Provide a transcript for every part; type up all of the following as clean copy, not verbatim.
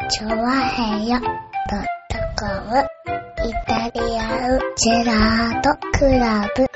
チョワヘヨ.com イタリアンジェラートクラブ。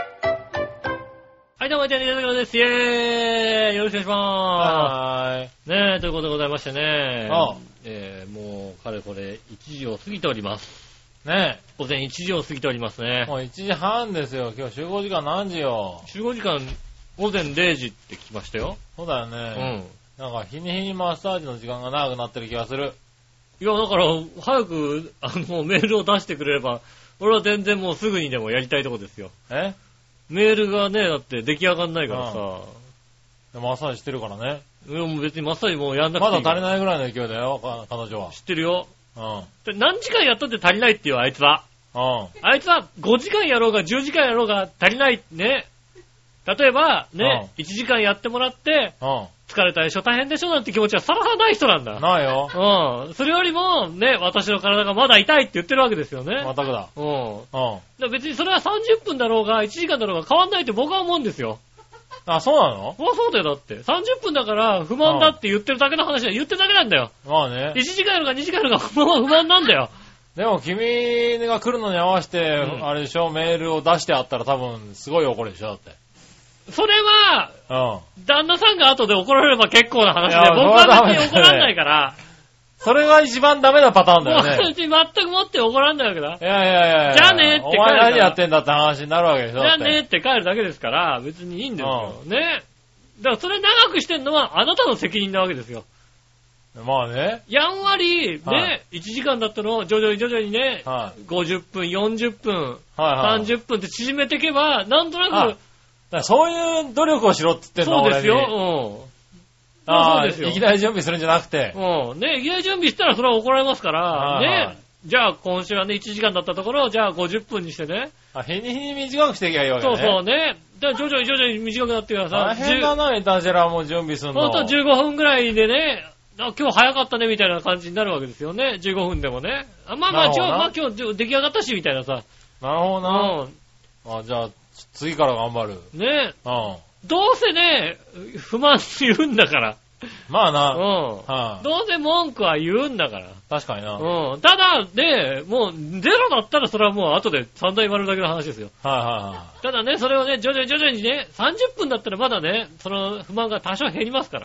はい、どうも、イタリアンジェラートです。イェーイ、よろしくお願いしまはーい。 す。ねえ、ということでございましてね。 ああもう、かれこれ、1時を過ぎております。 ね午前1時を過ぎておりますねえ。。もう1時半ですよ。今日集合時間何時よ。 集合時間、午前0時って聞きましたよ。 そうだようね。 ん。 なんか日に日にマッサージの時間が長くなってる気がする。 いや、だから、早く、メールを出してくれれば、俺は全然もうすぐにでもやりたいとこですよ。 えメールがね、だって出来上がんないからさ。 マッサージしてるからね。 いや、もう別にマッサージもうやんなくていい。 まだ足りないぐらいの勢いだよ、彼女は。 知ってるよ。 うん。 で何時間やったって足りないってよ、あいつは。あいつは5時間やろうが10時間やろうが足りない。ね。例えば、ね、1時間やってもらって、疲れたでしょ、大変でしょなんて気持ちはさらさらない人なんだ。 ないよ。 うん。それよりも、ね、私の体がまだ痛いって言ってるわけですよね。 全くだ。 うん。だから別にそれは30分だろうが1時間だろうが変わんないって僕は思うんですよ。 あ、そうなの？ そうだよ、だって。30分だから不満だって言ってるだけの話だ。言ってるだけなんだよ。 まあね。 1時間やろうが2時間やろうが不満なんだよ。 でも君が来るのに合わせて、あれでしょ、メールを出してあったら多分すごい怒るでしょ、だって。 それは、旦那さんが後で怒られれば結構な話で、僕は別に怒らんないから。 それが一番ダメなパターンだよね。 全くもって怒らんないわけだ。 いや。 じゃあねって帰る。 お前何やってんだって話になるわけでしょ。 じゃあねって帰るだけですから、別にいいんですよ。ね。だからそれ長くしてんのはあなたの責任なわけですよ。 まあね。 やんわり、ね、1時間だったのを徐々にね、50分、40分、30分って縮めていけば、なんとなく、 そういう努力をしろって言ってんの？ そうですよ。 そうですよ。いきなり準備するんじゃなくて。 ね、いきなり準備したらそれは怒られますから、ね。じゃあ今週はね、1時間だったところを、じゃあ50分にしてね。 日に日に短くしていけばいいわけね。 そうね。じゃあ徐々に短くなってください。 大変だな、イタジェラも準備するの。 ほんと15分ぐらいでね、今日早かったねみたいな感じになるわけですよね。15分でもね。まあ今日出来上がったしみたいなさ。 なるほどな。じゃあ次から頑張る。 ね。どうせね、不満言うんだから。 まあな。 どうせ文句は言うんだから。 確かにな。 ただね、もうゼロだったらそれはもう後で散々言われるだけの話ですよ。ただね、それをね、徐々にね、30分だったらまだね、その不満が多少減りますから。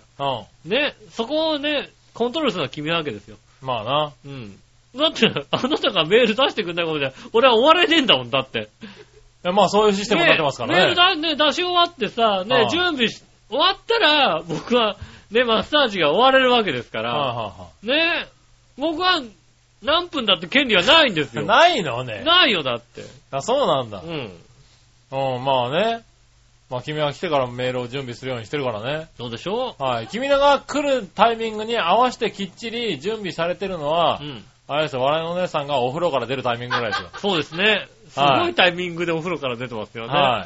ね、そこをね、コントロールするのは君なわけですよ。 まあな。 だって、あなたがメール出してくんないことで、俺は終われねえんだもん、だって。 まあそういうシステムになってますからね。 メール出し終わってさ、ね、準備終わったら、僕は、ね、マッサージが終われるわけですから、ね、僕は何分だって権利はないんですよ。 ないのね。 ないよ、だって。 そうなんだ。まあね。まあ君は来てからメールを準備するようにしてるからね。 そうでしょ？ はい。君らが来るタイミングに合わせてきっちり準備されてるのは、あれですよ、笑いのお姉さんがお風呂から出るタイミングぐらいですよ。 そうですね。すごいタイミングでお風呂から出てますよね。 はい。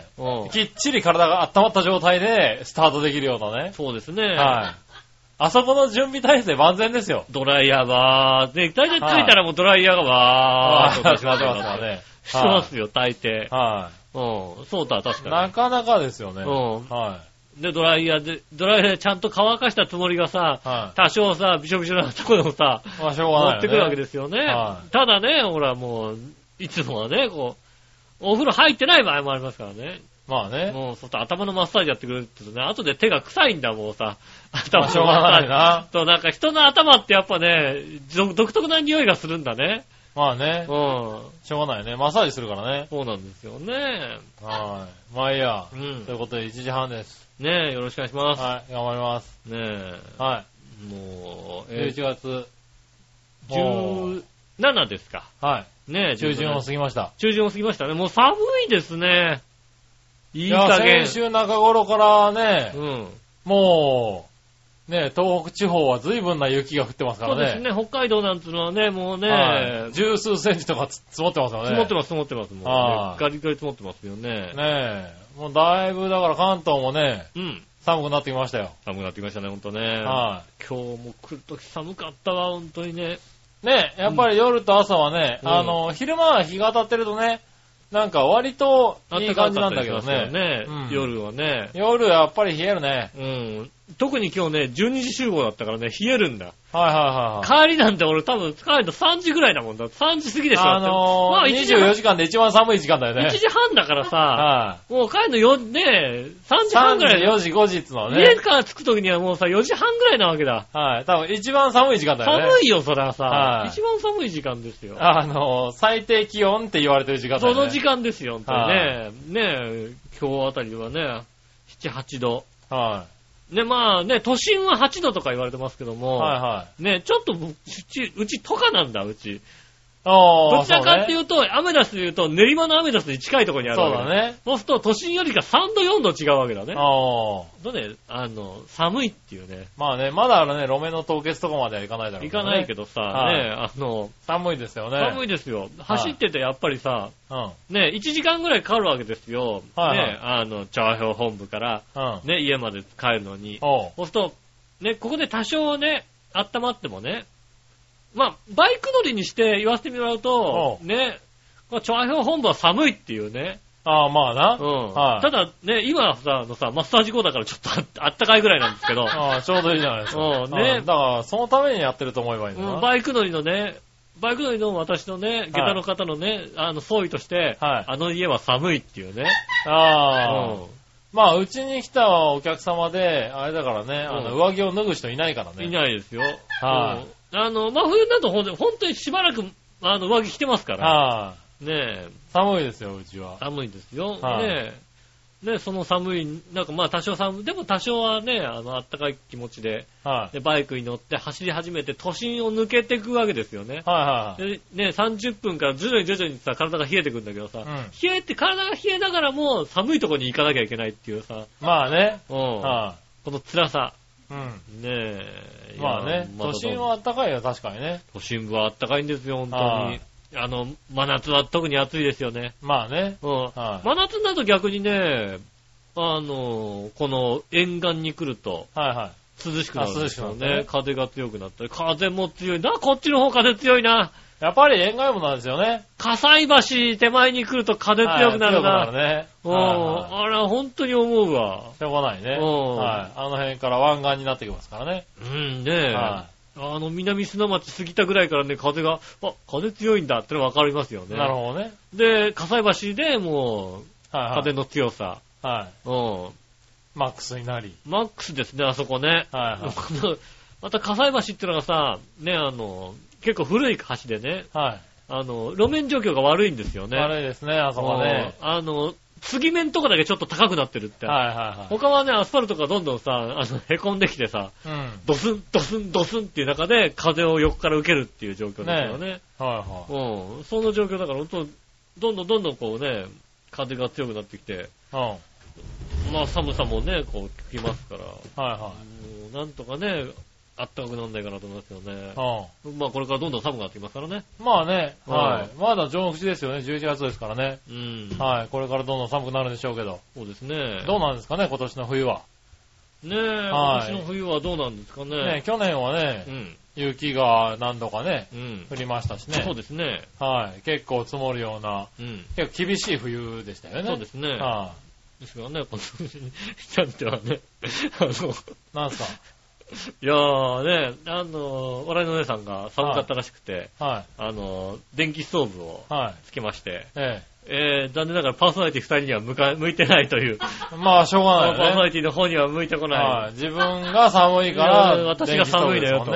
きっちり体が温まった状態でスタートできるようなね。 そうですね。 はい。あそこの準備体制万全ですよ。 ドライヤーは、ね、大体着いたらもうドライヤーがわーっとしますからね。してますよ、大抵。はい。そうだ、確かに。 なかなかですよね。 はい。で、ドライヤーでちゃんと乾かしたつもりがさ、多少さ、びしょびしょなところでもさ、持ってくるわけですよね。ただね、ほらもう、いつもはね、こう、お風呂入ってない場合もありますからね。 まあね。 もう、そう頭のマッサージやってくれるってね、後で手が臭いんだ、もうさ。 頭のマッサージ。しょうがないな。 そう、なんか人の頭ってやっぱね、独特な匂いがするんだね。 まあね。しょうがないね。マッサージするからね。 そうなんですよね。 はい。まあいいや。ということで1時半です。 ねえ、よろしくお願いします。 はい、頑張ります。 ねえ。 はい。 もう、 11月 17ですか。 はい。 ねえ、 中旬を過ぎました。 中旬を過ぎましたね。もう寒いですね。いい加減。 先週中頃からね、もう、ね、東北地方は随分な雪が降ってますからね。 そうですね、北海道なんてのはね、もうね、 十数センチとか積もってますよね。 積もってます。もうね、ガリガリ積もってますよね。 ねえ。もうだいぶ、だから関東もね、寒くなってきましたよ。 寒くなってきましたね、ほんとね。今日も来るとき寒かったわ、ほんとにね。 ね、やっぱり夜と朝はね、昼間は日が当たってるとね、なんか割といい感じなんだけどね。 夜はね。 夜やっぱり冷えるね。 特に今日ね、12時集合だったからね、冷えるんだ。 はいはいはい。 帰りなんて俺多分帰ると3時ぐらいだもんだ。3時過ぎでしょ。 まあ24時間で一番寒い時間だよね。 1時半だからさ、もう帰るのよ、ね、3時半ぐらい。 3時、4時、5時っつのね。 家から着くときにはもうさ、4時半ぐらいなわけだ。 はい。多分一番寒い時間だよね。 寒いよ、それはさ。一番寒い時間ですよ。 最低気温って言われてる時間だよね。 その時間ですよ、本当にね。ね今日あたりではね、7、8度。 はい。 ね、まあね、都心は8度とか言われてますけども、 はいはい。 ね、ちょっとうちとかなんだ、うち。 どちらかっていうと、アメダスで言うと練馬のアメダスに近いところにあるわけだ。 そうだね。 そうすると都心よりか3度4度違うわけだね。ね、寒いっていうね。 まあね、まだね、路面の凍結とかまではいかないだろうね。 いかないけどさ、ね、 寒いですよね。 寒いですよ。走っててやっぱりさ、ね、1時間ぐらいかかるわけですよ。ね、調和表本部から、ね、家まで帰るのに。そうすると、ね、ここで多少ね、温まってもね、まあ、バイク乗りにして言わせてもらうと、ね、調和表本部は寒いっていうね。 まあな。 ただね、今さ、マッサージ後だからちょっとあったかいぐらいなんですけど。 ちょうどいいじゃないですか。ね。だから、そのためにやってると思えばいいんだな。 バイク乗りの私のね、下駄の方のね、総意として、家は寒いっていうね。まあ、うちに来たお客様で、あれだからね、上着を脱ぐ人いないからね。 いないですよ。真冬だとほんとにしばらく、上着着てますから。ねえ。 寒いですよ、うちは。 寒いですよ。ねえ。ね、その寒い、なんかまあ多少寒い、でも多少はね、あったかい気持ちで、で、バイクに乗って走り始めて都心を抜けていくわけですよね。で、ね、30分から徐々にさ、体が冷えてくんだけどさ、体が冷えながらも寒いところに行かなきゃいけないっていうさ。 まあね。 この辛さ。ねえ。まあね、都心は暖かいよ、確かにね。 都心部は暖かいんですよ、本当に。真夏は特に暑いですよね。 まあね。 真夏になると逆にね、この沿岸に来ると、涼しくなるんですよね。風が強くなったり、風も強いな、こっちの方風強いな。 やっぱり沿岸部なんですよね。 葛西橋手前に来ると風強くなるな。 強くなるね。 あれは本当に思うわ。 しょうがないね。あの辺から湾岸になってきますからね。 ねえ。南砂町過ぎたぐらいからね、風強いんだってのわかりますよね。 なるほどね。 で、葛西橋でもう、風の強さ。 マックスになり。 マックスですね、あそこね。また葛西橋ってのがさ、ね、結構古い橋でね。路面状況が悪いんですよね。 悪いですね、あそこね。 継ぎ目んとこだけちょっと高くなってるって。他はね、アスファルトがどんどんさ、凹んできてさ、ドスン、ドスン、ドスンっていう中で風を横から受けるっていう状況ですよね。その状況だから、どんどんこうね、風が強くなってきて、まあ寒さもね、こう、きますから、なんとかね、あったかくなんないかなと思いますよね。まあこれからどんどん寒くなってきますからね。 まあね、まだ上口ですよね、11月ですからね。これからどんどん寒くなるんでしょうけど。 そうですね。 どうなんですかね、今年の冬は。 ねえ、今年の冬はどうなんですかね。 去年はね、雪が何度かね、降りましたしね。 そうですね。 結構積もるような、結構厳しい冬でしたよね。 そうですね。ですからね、この冬にしちゃってはね。 なんすかいやーね、笑いのお姉さんが寒かったらしくて、電気ストーブをつけまして、残念ながらパーソナリティ2人には向いてないという。 まあ、しょうがないよね。 パーソナリティの方には向いてこない。 自分が寒いから、 私が寒いだよと。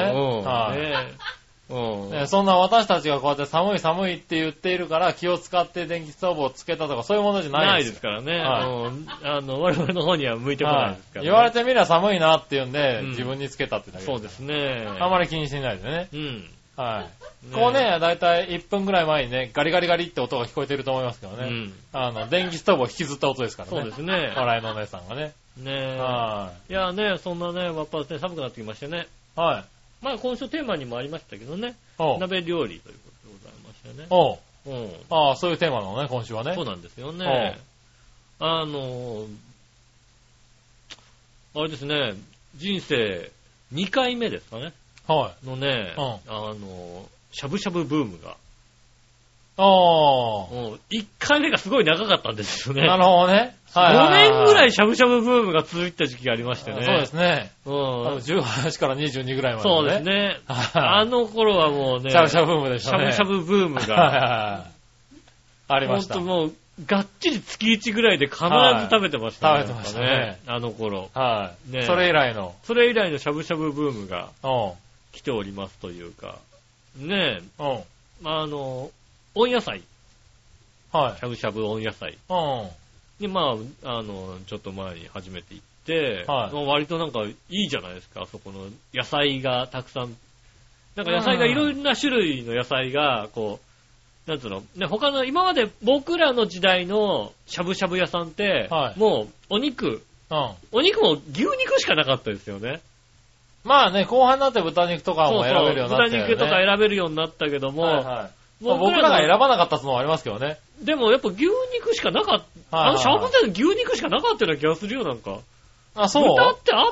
そんな私たちがこうやって寒い寒いって言っているから気を使って電気ストーブをつけたとかそういうものじゃないですからね。我々の方には向いてこないですからね。 言われてみりゃ寒いなって言うんで、自分につけたってだけです。 そうですね。 あまり気にしないでね。こうね、だいたい1分ぐらい前にね、ガリガリガリって音が聞こえてると思いますけどね。電気ストーブを引きずった音ですからね。 そうですね。 笑いのお姉さんがね。 いやね、そんなね、やっぱね、寒くなってきましてね。まあ今週テーマにもありましたけどね。鍋料理ということでございましてね。 そういうテーマなのね、今週はね。 そうなんですよね。あれですね、人生2回目ですかね。のね、しゃぶしゃぶブームが。 1回目がすごい長かったんですよね。 なるほどね。 5年ぐらいしゃぶしゃぶブームが続いた時期がありましてね。 そうですね。18から22ぐらいまで、ね。 そうですね。あの頃はもうね。 しゃぶしゃぶブームでしたね。 しゃぶしゃぶブームが。 ありました。 ほんともう、がっちり月1ぐらいで必ず食べてましたね。 食べてましたね。 あの頃。 はい。ね、それ以来のしゃぶしゃぶブームが来ておりますというか。ねえ。温野菜。はい。しゃぶしゃぶ温野菜。で、まあ、ちょっと前に初めて行って、はい、割となんかいいじゃないですか、そこの野菜がたくさん。なんか野菜がいろんな種類の野菜が、こう、なんつうの、ね、他の、今まで僕らの時代のしゃぶしゃぶ屋さんって、はい、もうお肉も牛肉しかなかったですよね。まあね、後半になって豚肉とかも選べるようになったよね。 豚肉とか選べるようになったけども、はいはい、 僕らが選ばなかったのもありますけどね。 でもやっぱ牛肉しかなかった。しゃぶで牛肉しかなかったような気がするよ、なんか。 あ、そう？ 豚ってあった？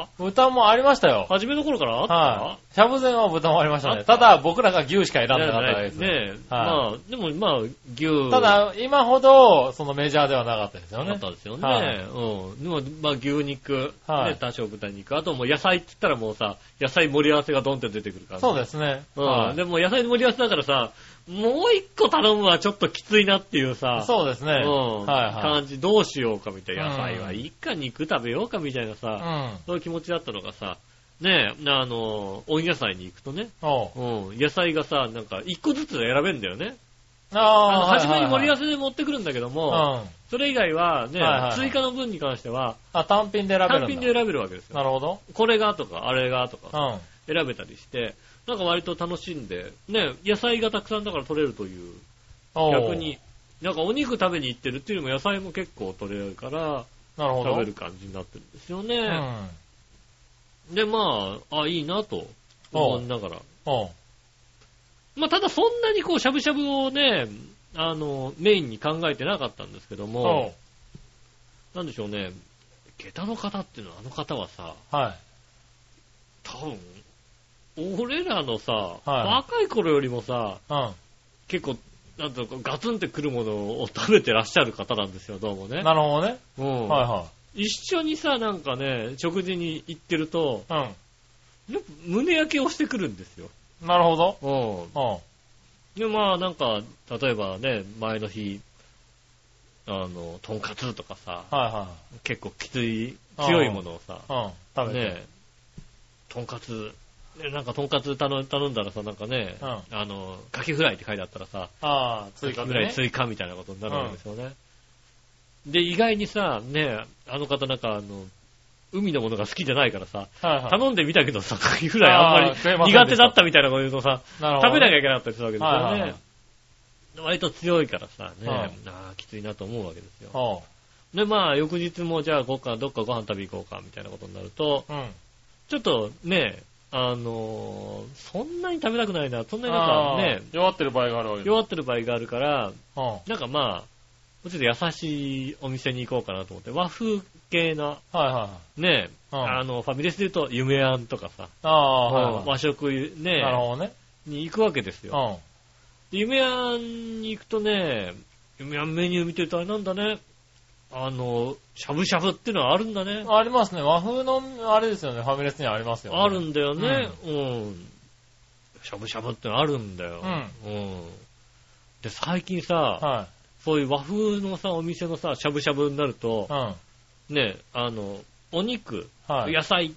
豚もありましたよ。 初めの頃からあった？ はい。しゃぶ膳は豚もありましたね。ただ僕らが牛しか選んでなかったですね。ねえ。はい、まあ、でもまあ、牛。 ただ、今ほど、そのメジャーではなかったですよね。 なかったですよね。はい、うん。でも、まあ牛肉、はい、ね、多少豚肉。あともう野菜って言ったらもうさ、野菜盛り合わせがドンって出てくるから、ね。 そうですね。 うん。はい、でも野菜盛り合わせだからさ、もう一個頼むはちょっときついなっていうさ。 そうですね。うん。 はいはい。感じ、どうしようかみたいな。野菜はいいか、肉食べようかみたいなさ。うん。そういう気持ちだったのがさ、ねえ、温野菜に行くとね。うん。野菜がさ、なんか一個ずつ選べるんだよね。初めに盛り合わせで持ってくるんだけども、それ以外はね、追加の分に関しては、 単品で選べるんだ。 単品で選べるわけですよ。 なるほど。 これがとか、あれがとか、選べたりして、なんか割と楽しんで、ね、野菜がたくさんだから取れるという、逆に、なんかお肉食べに行ってるっていうよりも野菜も結構取れるから、 なるほど。 食べる感じになってるんですよね。で、まあ、いいなと思いながら。まあ、ただそんなにこう、しゃぶしゃぶをね、メインに考えてなかったんですけども、なんでしょうね、下駄の方っていうのは、あの方はさ、はい。多分、俺らのさ、はい、若い頃よりもさ、結構、なんとかガツンってくるものを食べてらっしゃる方なんですよ、どうもね。 なるほどね。 うん。はいはい。一緒にさ、なんかね、食事に行ってると、胸焼けをしてくるんですよ。 なるほど。 で、まあなんか、例えばね、前の日、とんかつとかさ、結構きつい、強いものをさ、 食べて。 ね、とんかつ、なんかとんかつ頼んだらさ、なんかね、カキフライって書いてあったらさ、 追加カキフライ追加みたいなことになるわけですよね。で、意外にさ、ね、あの方なんか海のものが好きじゃないからさ、頼んでみたけどさ、カキフライあんまり苦手だったみたいなこと言うとさ、食べなきゃいけなかったりするわけですよね。割と強いからさ、ね、きついなと思うわけですよ。で、まあ、翌日もじゃあどっかご飯食べ行こうかみたいなことになると、ちょっとね、そんなに食べたくないな、そんなになんかね、 弱ってる場合があるわけ弱ってる場合があるから、なんかまあ、ちょっと優しいお店に行こうかなと思って、和風系な、ね、ファミレスで言うと、夢あんとかさ、和食ね、 なるほどね、 に行くわけですよ。夢あんに行くとね、夢あんメニュー見てるとあれなんだね、しゃぶしゃぶっていうのはあるんだね。 ありますね。和風の、あれですよね、ファミレスにはありますよね。 あるんだよね。しゃぶしゃぶってのあるんだよ。で、最近さ、そういう和風のさ、お店のさ、しゃぶしゃぶになると、ね、お肉、野菜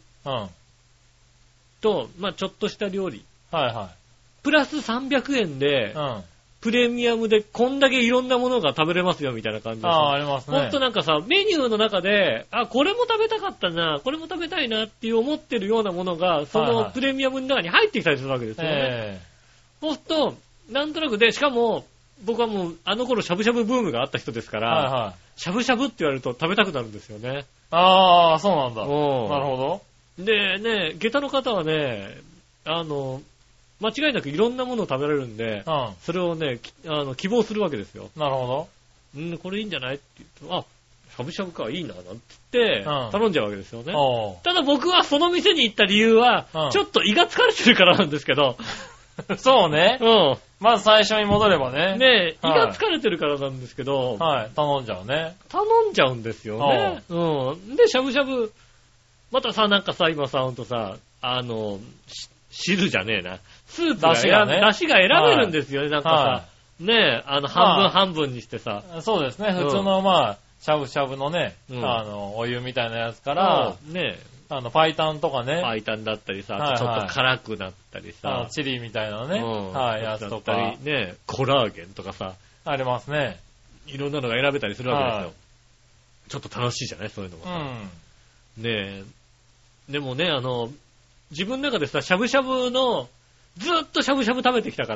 と、まあちょっとした料理。プラス300円で、プレミアムでこんだけいろんなものが食べれますよみたいな感じで。 ありますね。 ほんとなんかさ、メニューの中で、これも食べたかったな、これも食べたいなっていう思ってるようなものが、そのプレミアムの中に入ってきたりするわけですよね。そうすると、なんとなくで、しかも、僕はもう、あの頃しゃぶしゃぶブームがあった人ですから、しゃぶしゃぶって言われると食べたくなるんですよね。 ああ、そうなんだ。なるほど。で、ね、下駄の方はね、間違いなくいろんなものを食べられるんで、それをね、希望するわけですよ。 なるほど。これいいんじゃないって言うと、しゃぶしゃぶか、いいな、なんて言って、頼んじゃうわけですよね。ただ僕はその店に行った理由は、ちょっと胃が疲れてるからなんですけど、 そうね。 うん。 まず最初に戻ればね。 ねえ、胃が疲れてるからなんですけど。 はい、頼んじゃうね。 頼んじゃうんですよね。うん。で、しゃぶしゃぶ、またさ、なんかさ、今さ、ほんとさ、汁じゃねえな。スープが、だしが選べるんですよね、なんかさ。ねえ、半分にしてさ。 そうですね、普通のまあ、しゃぶしゃぶのね、お湯みたいなやつから、 ねえ。 パイタンとかね。 パイタンだったりさ、ちょっと辛くなったりさ。 チリみたいなね。はい、やつとか。 ね、コラーゲンとかさ。 ありますね。 いろんなのが選べたりするわけですよ。ちょっと楽しいじゃないそういうのもさ。ねえ。でもね、自分の中でさ、しゃぶしゃぶの、ずっとしゃぶしゃぶ食べてきたから、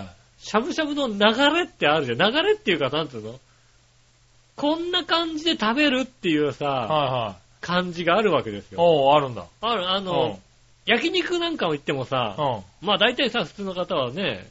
しゃぶしゃぶの流れってあるじゃん。流れっていうか、なんつうのこんな感じで食べるっていうさ、感じがあるわけですよ。 あるんだ。 ある、焼肉なんかも行ってもさ、まあ大体さ、普通の方はね、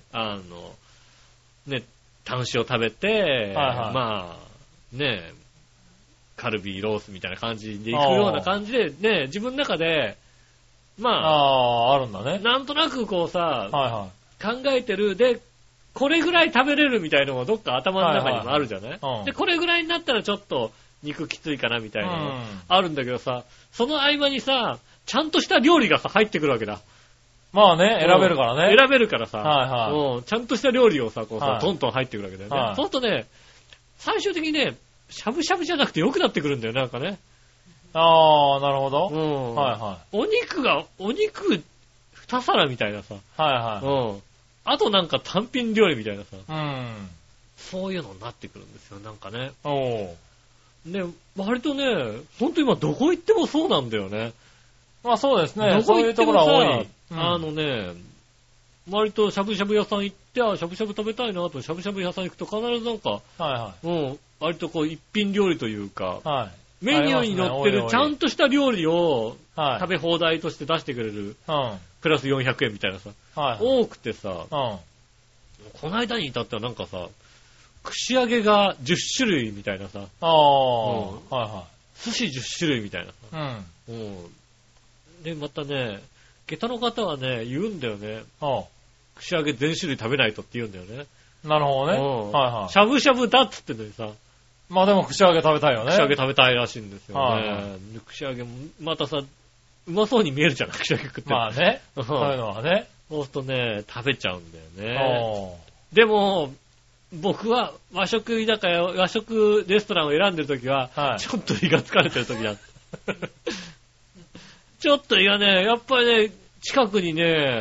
タン塩食べて、まあ、ね、カルビーロースみたいな感じで行くような感じで、ね、自分の中で、まあ、 あるんだね。 なんとなくこうさ、考えてる、で、これぐらい食べれるみたいなのがどっか頭の中にもあるじゃない、で、これぐらいになったらちょっと肉きついかなみたいなのがあるんだけどさ、その合間にさ、ちゃんとした料理がさ、入ってくるわけだ。 まあね、選べるからね。 選べるからさ、ちゃんとした料理をさ、こうさ、トントン入ってくるわけだよね。そうするとね、最終的にね、しゃぶしゃぶじゃなくて良くなってくるんだよ、なんかね。 なるほど。 お肉2皿みたいなさ。あとなんか単品料理みたいなさ。そういうのになってくるんですよ、なんかね。で、割とね、ほんと今どこ行ってもそうなんだよね。 まあそうですね。そういうところは多い。 割としゃぶしゃぶ屋さん行って、しゃぶしゃぶ食べたいなと、しゃぶしゃぶ屋さん行くと必ずなんか、割とこう一品料理というか、メニューに載ってるちゃんとした料理を食べ放題として出してくれる、プラス400円みたいなさ、多くてさ、この間に至ってはなんかさ、串揚げが10種類みたいなさ、寿司10種類みたいなさ、で、またね、下駄の方はね、言うんだよね。串揚げ全種類食べないとって言うんだよね。 なるほどね。 しゃぶしゃぶだっつってんのにさ。 まあでも串揚げ食べたいよね。 串揚げ食べたいらしいんですよね。串揚げも、またさ、うまそうに見えるじゃない、串揚げ食って。 まあね。そういうのはね。 そうするとね、食べちゃうんだよね。でも、僕は和食居酒屋、和食レストランを選んでるときは、ちょっと胃が疲れてるときだ。ちょっと胃がね、やっぱりね、近くにね、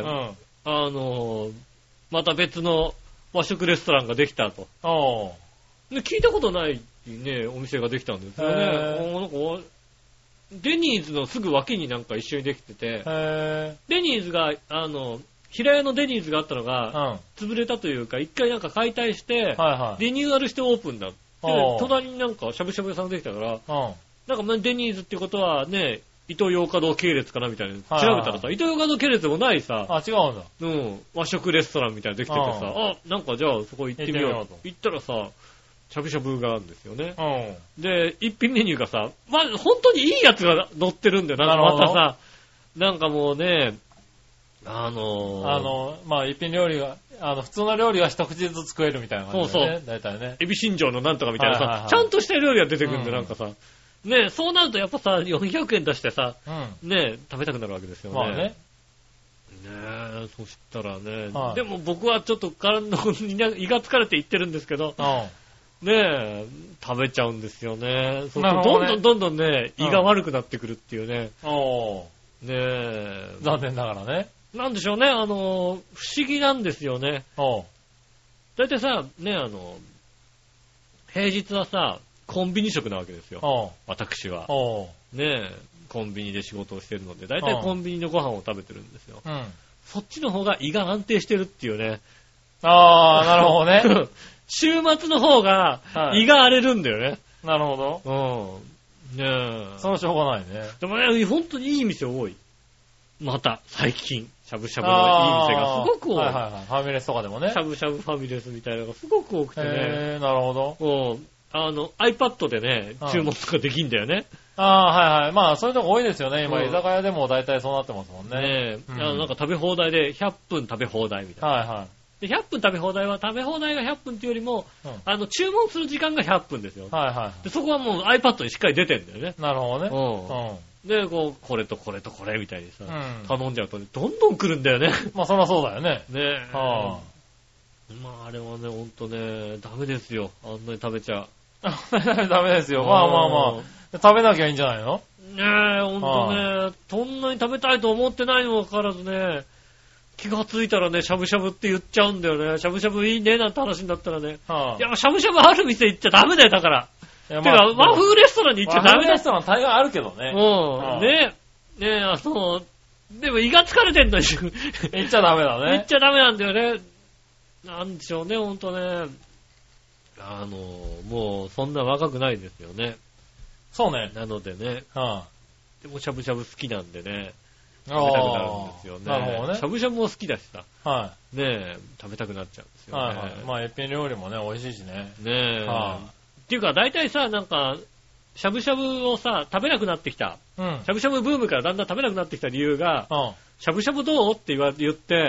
また別の和食レストランができたと。で聞いたことないね、お店ができたんですよね。なんかデニーズのすぐ脇になんか一緒にできてて、デニーズが、平屋のデニーズがあったのが、潰れたというか、一回なんか解体して、リニューアルしてオープンだ。で、隣になんかしゃぶしゃぶ屋さんができたから、なんかデニーズってことはね、イトーヨーカドー系列かなみたいな調べたらさ、イトーヨーカドー系列もないさ、 違うんだ。 和食レストランみたいなのできててさ、なんかじゃあそこ行ってみようと。行ったらさ、しゃぶしゃぶがあるんですよね。で、一品メニューがさ、本当にいいやつが乗ってるんだよ。なんかまたさ、なんかもうね、まあ一品料理が、普通の料理が一口ずつ食えるみたいな感じでね。大体ね。 エビ新庄のなんとかみたいなさ、ちゃんとした料理が出てくるんだよ、なんかさ。ね、そうなるとやっぱさ、400円出してさ、ね、食べたくなるわけですよね。まあね。ねえ、そしたらね、でも僕はちょっと胃が疲れて言ってるんですけど、ねえ、食べちゃうんですよね。そうどんどんね、胃が悪くなってくるっていうね。ねえ。 残念ながらね。 なんでしょうね、不思議なんですよね。だいたいさ、ね、平日はさ、コンビニ食なわけですよ。私は。ねえ、コンビニで仕事をしてるので、だいたいコンビニのご飯を食べてるんですよ。そっちの方が胃が安定してるっていうね。 なるほどね。 週末の方が胃が荒れるんだよね。 なるほど。ねえ。 そのしょうがないね。 でもね、本当にいい店多い。また、最近。しゃぶしゃぶのいい店がすごく多い。 ファミレスとかでもね。 しゃぶしゃぶファミレスみたいなのがすごく多くてね。 なるほど。 iPad でね、注文とかできんだよね。 はいはい。まあ、そういうとこ多いですよね。今、居酒屋でも大体そうなってますもんね。 ねえ。なんか食べ放題で100分食べ放題みたいな。 はいはい。 で、100分食べ放題は、食べ放題が100分っていうよりも、注文する時間が100分ですよ。 はいはい。 で、そこはもう iPad にしっかり出てんだよね。 なるほどね。で、これとこれとこれみたいにさ、頼んじゃうとね、どんどん来るんだよね。 まあ、そりゃそうだよね。 ねえ。まあ、あれはね、ほんとね、ダメですよ。あんなに食べちゃ。 ダメですよ。まあまあまあ。食べなきゃいいんじゃないの？ ねえ、ほんとね、そんなに食べたいと思ってないにもかかわらずね、気がついたらね、しゃぶしゃぶって言っちゃうんだよね。しゃぶしゃぶいいねなんて話になったらね。いや、しゃぶしゃぶある店行っちゃダメだよ、だから。てか、和風レストランに行っちゃダメだよ。和風レストラン大概あるけどね。 ねでも胃が疲れてんのに。 言っちゃダメだね。 言っちゃダメなんだよね。なんでしょうね、ほんとね。もう、そんな若くないですよね。 そうね。 なのでね。でもしゃぶしゃぶ好きなんでね。食べたくなるんですよね。 なるほどね。 しゃぶしゃぶも好きだしさ。 はい。 ねえ、食べたくなっちゃうんですよね。 はいはい。まあ、一品料理もね、美味しいしね。 ねえ。っていうか、大体さ、なんか、しゃぶしゃぶをさ、食べなくなってきた。しゃぶしゃぶブームからだんだん食べなくなってきた理由が、しゃぶしゃぶどうって言って、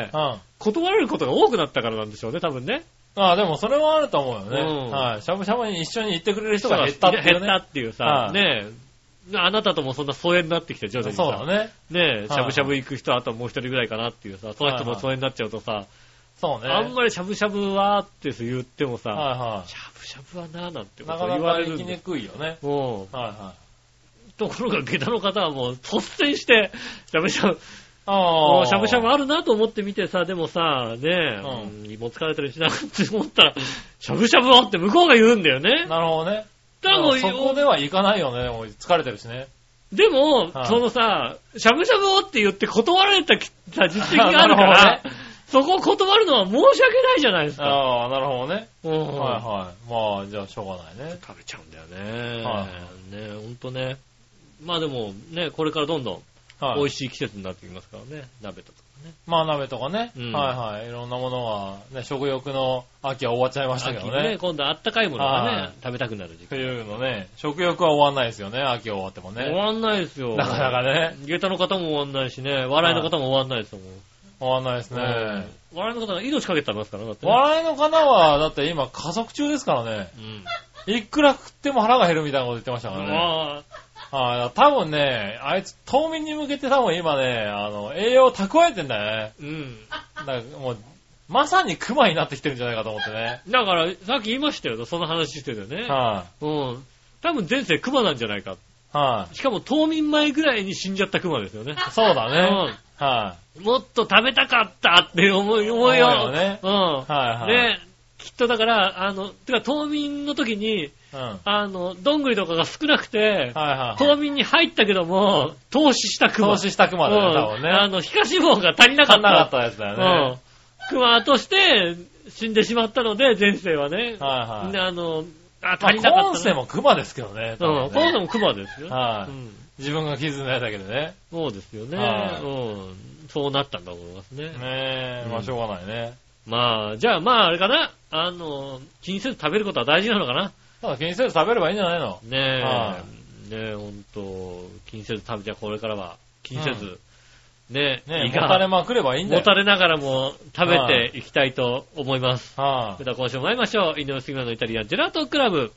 断られることが多くなったからなんでしょうね、多分ね。 でもそれはあると思うよね。はい。しゃぶしゃぶに一緒に行ってくれる人が減ったっていうね。 減ったっていうさ、ねえ、あなたともそんな疎遠になってきて、徐々にさ。 そうだね。 ねえ、しゃぶしゃぶ行く人あともう一人ぐらいかなっていうさ、その人も疎遠になっちゃうとさ、 そうね。 あんまりしゃぶしゃぶはって言ってもさ、 しゃぶしゃぶはななんてこと言われる。なかなか行きにくいよね。 ところが下駄の方はもう率先して、しゃぶしゃぶ、しゃぶしゃぶあるなと思って見てさ、でもさ、ねえ、胃も疲れてるしなって思ったら、しゃぶしゃぶはって向こうが言うんだよね。 なるほどね。そこでは行かないよね。もう疲れてるしね。 でも、そのさ、しゃぶしゃぶをって言って断られた実績があるから、そこを断るのは申し訳ないじゃないですか。 なるほどね。はいはい。まあ、じゃあしょうがないね。 食べちゃうんだよね。ねえ、ほんとね。まあでもね、これからどんどん美味しい季節になってきますからね。鍋とかね。 まあ鍋とかね。はいはい。いろんなものが、ね、食欲の秋は終わっちゃいましたけどね。 秋ね、今度あったかいものがね、食べたくなる時期。 冬のね、食欲は終わんないですよね。秋は終わってもね。 終わんないですよ。 なかなかね。 下駄の方も終わんないしね、笑いの方も終わんないですよ。 終わんないですね。 笑いの方が命かけてますから、だって。 笑いの方は、だって今家族中ですからね。いくら食っても腹が減るみたいなこと言ってましたからね。多分ね、あいつ冬眠に向けて多分今ね、栄養を蓄えてんだよね。だからもう、まさにクマになってきてるんじゃないかと思ってね。 だから、さっき言いましたよ、その話してたよね。多分前世クマなんじゃないか。しかも冬眠前ぐらいに死んじゃったクマですよね。 そうだね。 もっと食べたかったって思いよね。 で、きっとだから、てか冬眠の時に、どんぐりとかが少なくて、冬眠に入ったけども、投資したクマ。 投資したクマだよね、多分ね。 皮下脂肪が足りなかった。 足りなかったやつだよね。 クマとして死んでしまったので、前世はね。足りなかった。 今世もクマですけどね。 今世もクマですよ。 自分が気づいないだけでね。 そうですよね。そうなったんだと思いますね。 まあしょうがないね。 まあ、じゃあまああれかな。気にせず食べることは大事なのかな。 気にせず食べればいいんじゃないの？ ねえ、ほんと、気にせず食べちゃこれからは気にせず、ねえ、もたれまくればいいんだよ。 もたれながらも食べていきたいと思います。それでは今週も参りましょう。井上杉村のイタリアンジェラートクラブ。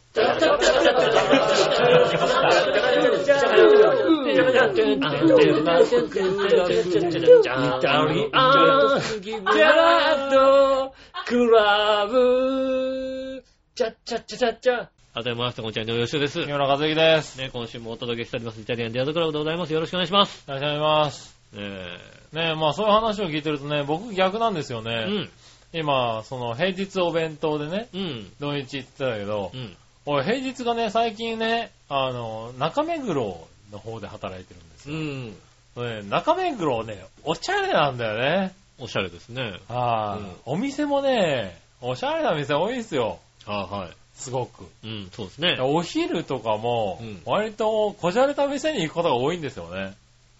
改めまして、こんにちは、井上芳雄です。 木村和之です。 ね、今週もお届けしております、イタリアンジェラートクラブでございます。よろしくお願いします。 よろしくお願いします。ねえ、まあそういう話を聞いてるとね、僕逆なんですよね。今、平日お弁当でね、土日行ってたけど、俺平日がね、最近ね、中目黒の方で働いてるんですよ。中目黒ね、おしゃれなんだよね。 おしゃれですね。 お店もね、おしゃれな店多いですよ。すごく。 そうですね。 お昼とかも、割とこじゃれた店に行くことが多いんですよね。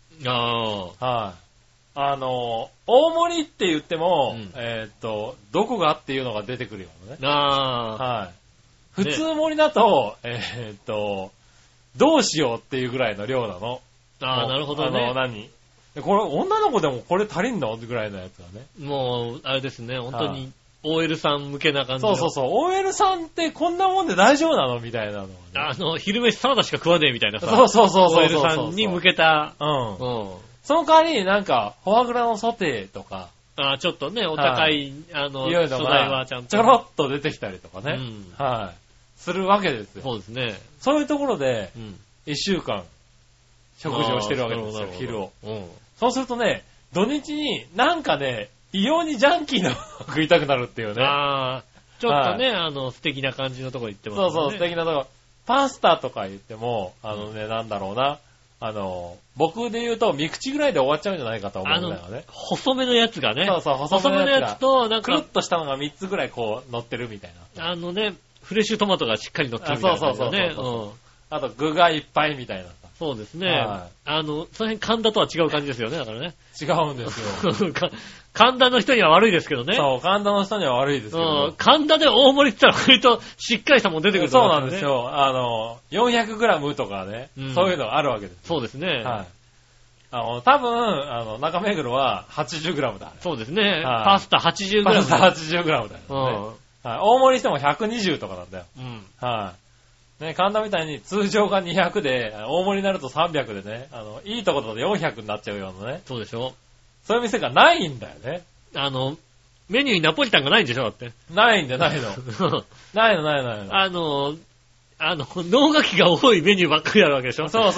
大盛りって言っても、どこがっていうのが出てくるよね。普通盛りだと、 どうしようっていうぐらいの量なの。 ああ、なるほどね。 これ、女の子でもこれ足りんのぐらいのやつがね。 もう、あれですね、本当に、OL さん向けな感じ。 そう。OL さんってこんなもんで大丈夫なのみたいなの、 ね。昼飯サラダしか食わねえみたいなさ。 そう。 OL さんに向けた。 うん。その代わり、なんか、フォアグラのソテーとか。 ちょっとね、お高い、素材はちゃんと。 ちょろっと出てきたりとかね。はい。するわけですよ。 そうですね。 そういうところで、1週間、食事をしてるわけですよ、昼を。そうするとね、土日になんかね、異様にジャンキーな食いたくなるっていうね。 ちょっとね、素敵な感じのところ行ってますね。 そう、素敵なところ。パスタとか言っても、なんだろうな。僕で言うと、3口ぐらいで終わっちゃうんじゃないかと思うんだよね。 細めのやつがね。 そう、細めのやつと、なんか、 くるっとしたのが3つぐらいこう、乗ってるみたいな。 フレッシュトマトがしっかり乗ってるみたいな、ね。 そう。あと、具がいっぱいみたいな。 そうですね。その辺神田とは違う感じですよね、だからね。 違うんですよ。 神田の人には悪いですけどね。 そう、神田の人には悪いですけど。 神田で大盛りって言ったら割としっかりしたもん出てくると思うんですよ。そうなんですよ。400g とかね、そういうのがあるわけです。 そうですね。 はい。多分、中目黒は 80g だ。 そうですね。パスタ 80g。 パスタ 80g だよね。大盛りしても120とかなんだよ。はい。ね、神田みたいに通常が200で、大盛りになると300でね、いいところで400になっちゃうようなね。 そうでしょ。 そういう店がないんだよね。 メニューにナポリタンがないんでしょだって。 ないんだよ、ないの。ないの。 脳書きが多いメニューばっかりあるわけでしょ。 そう。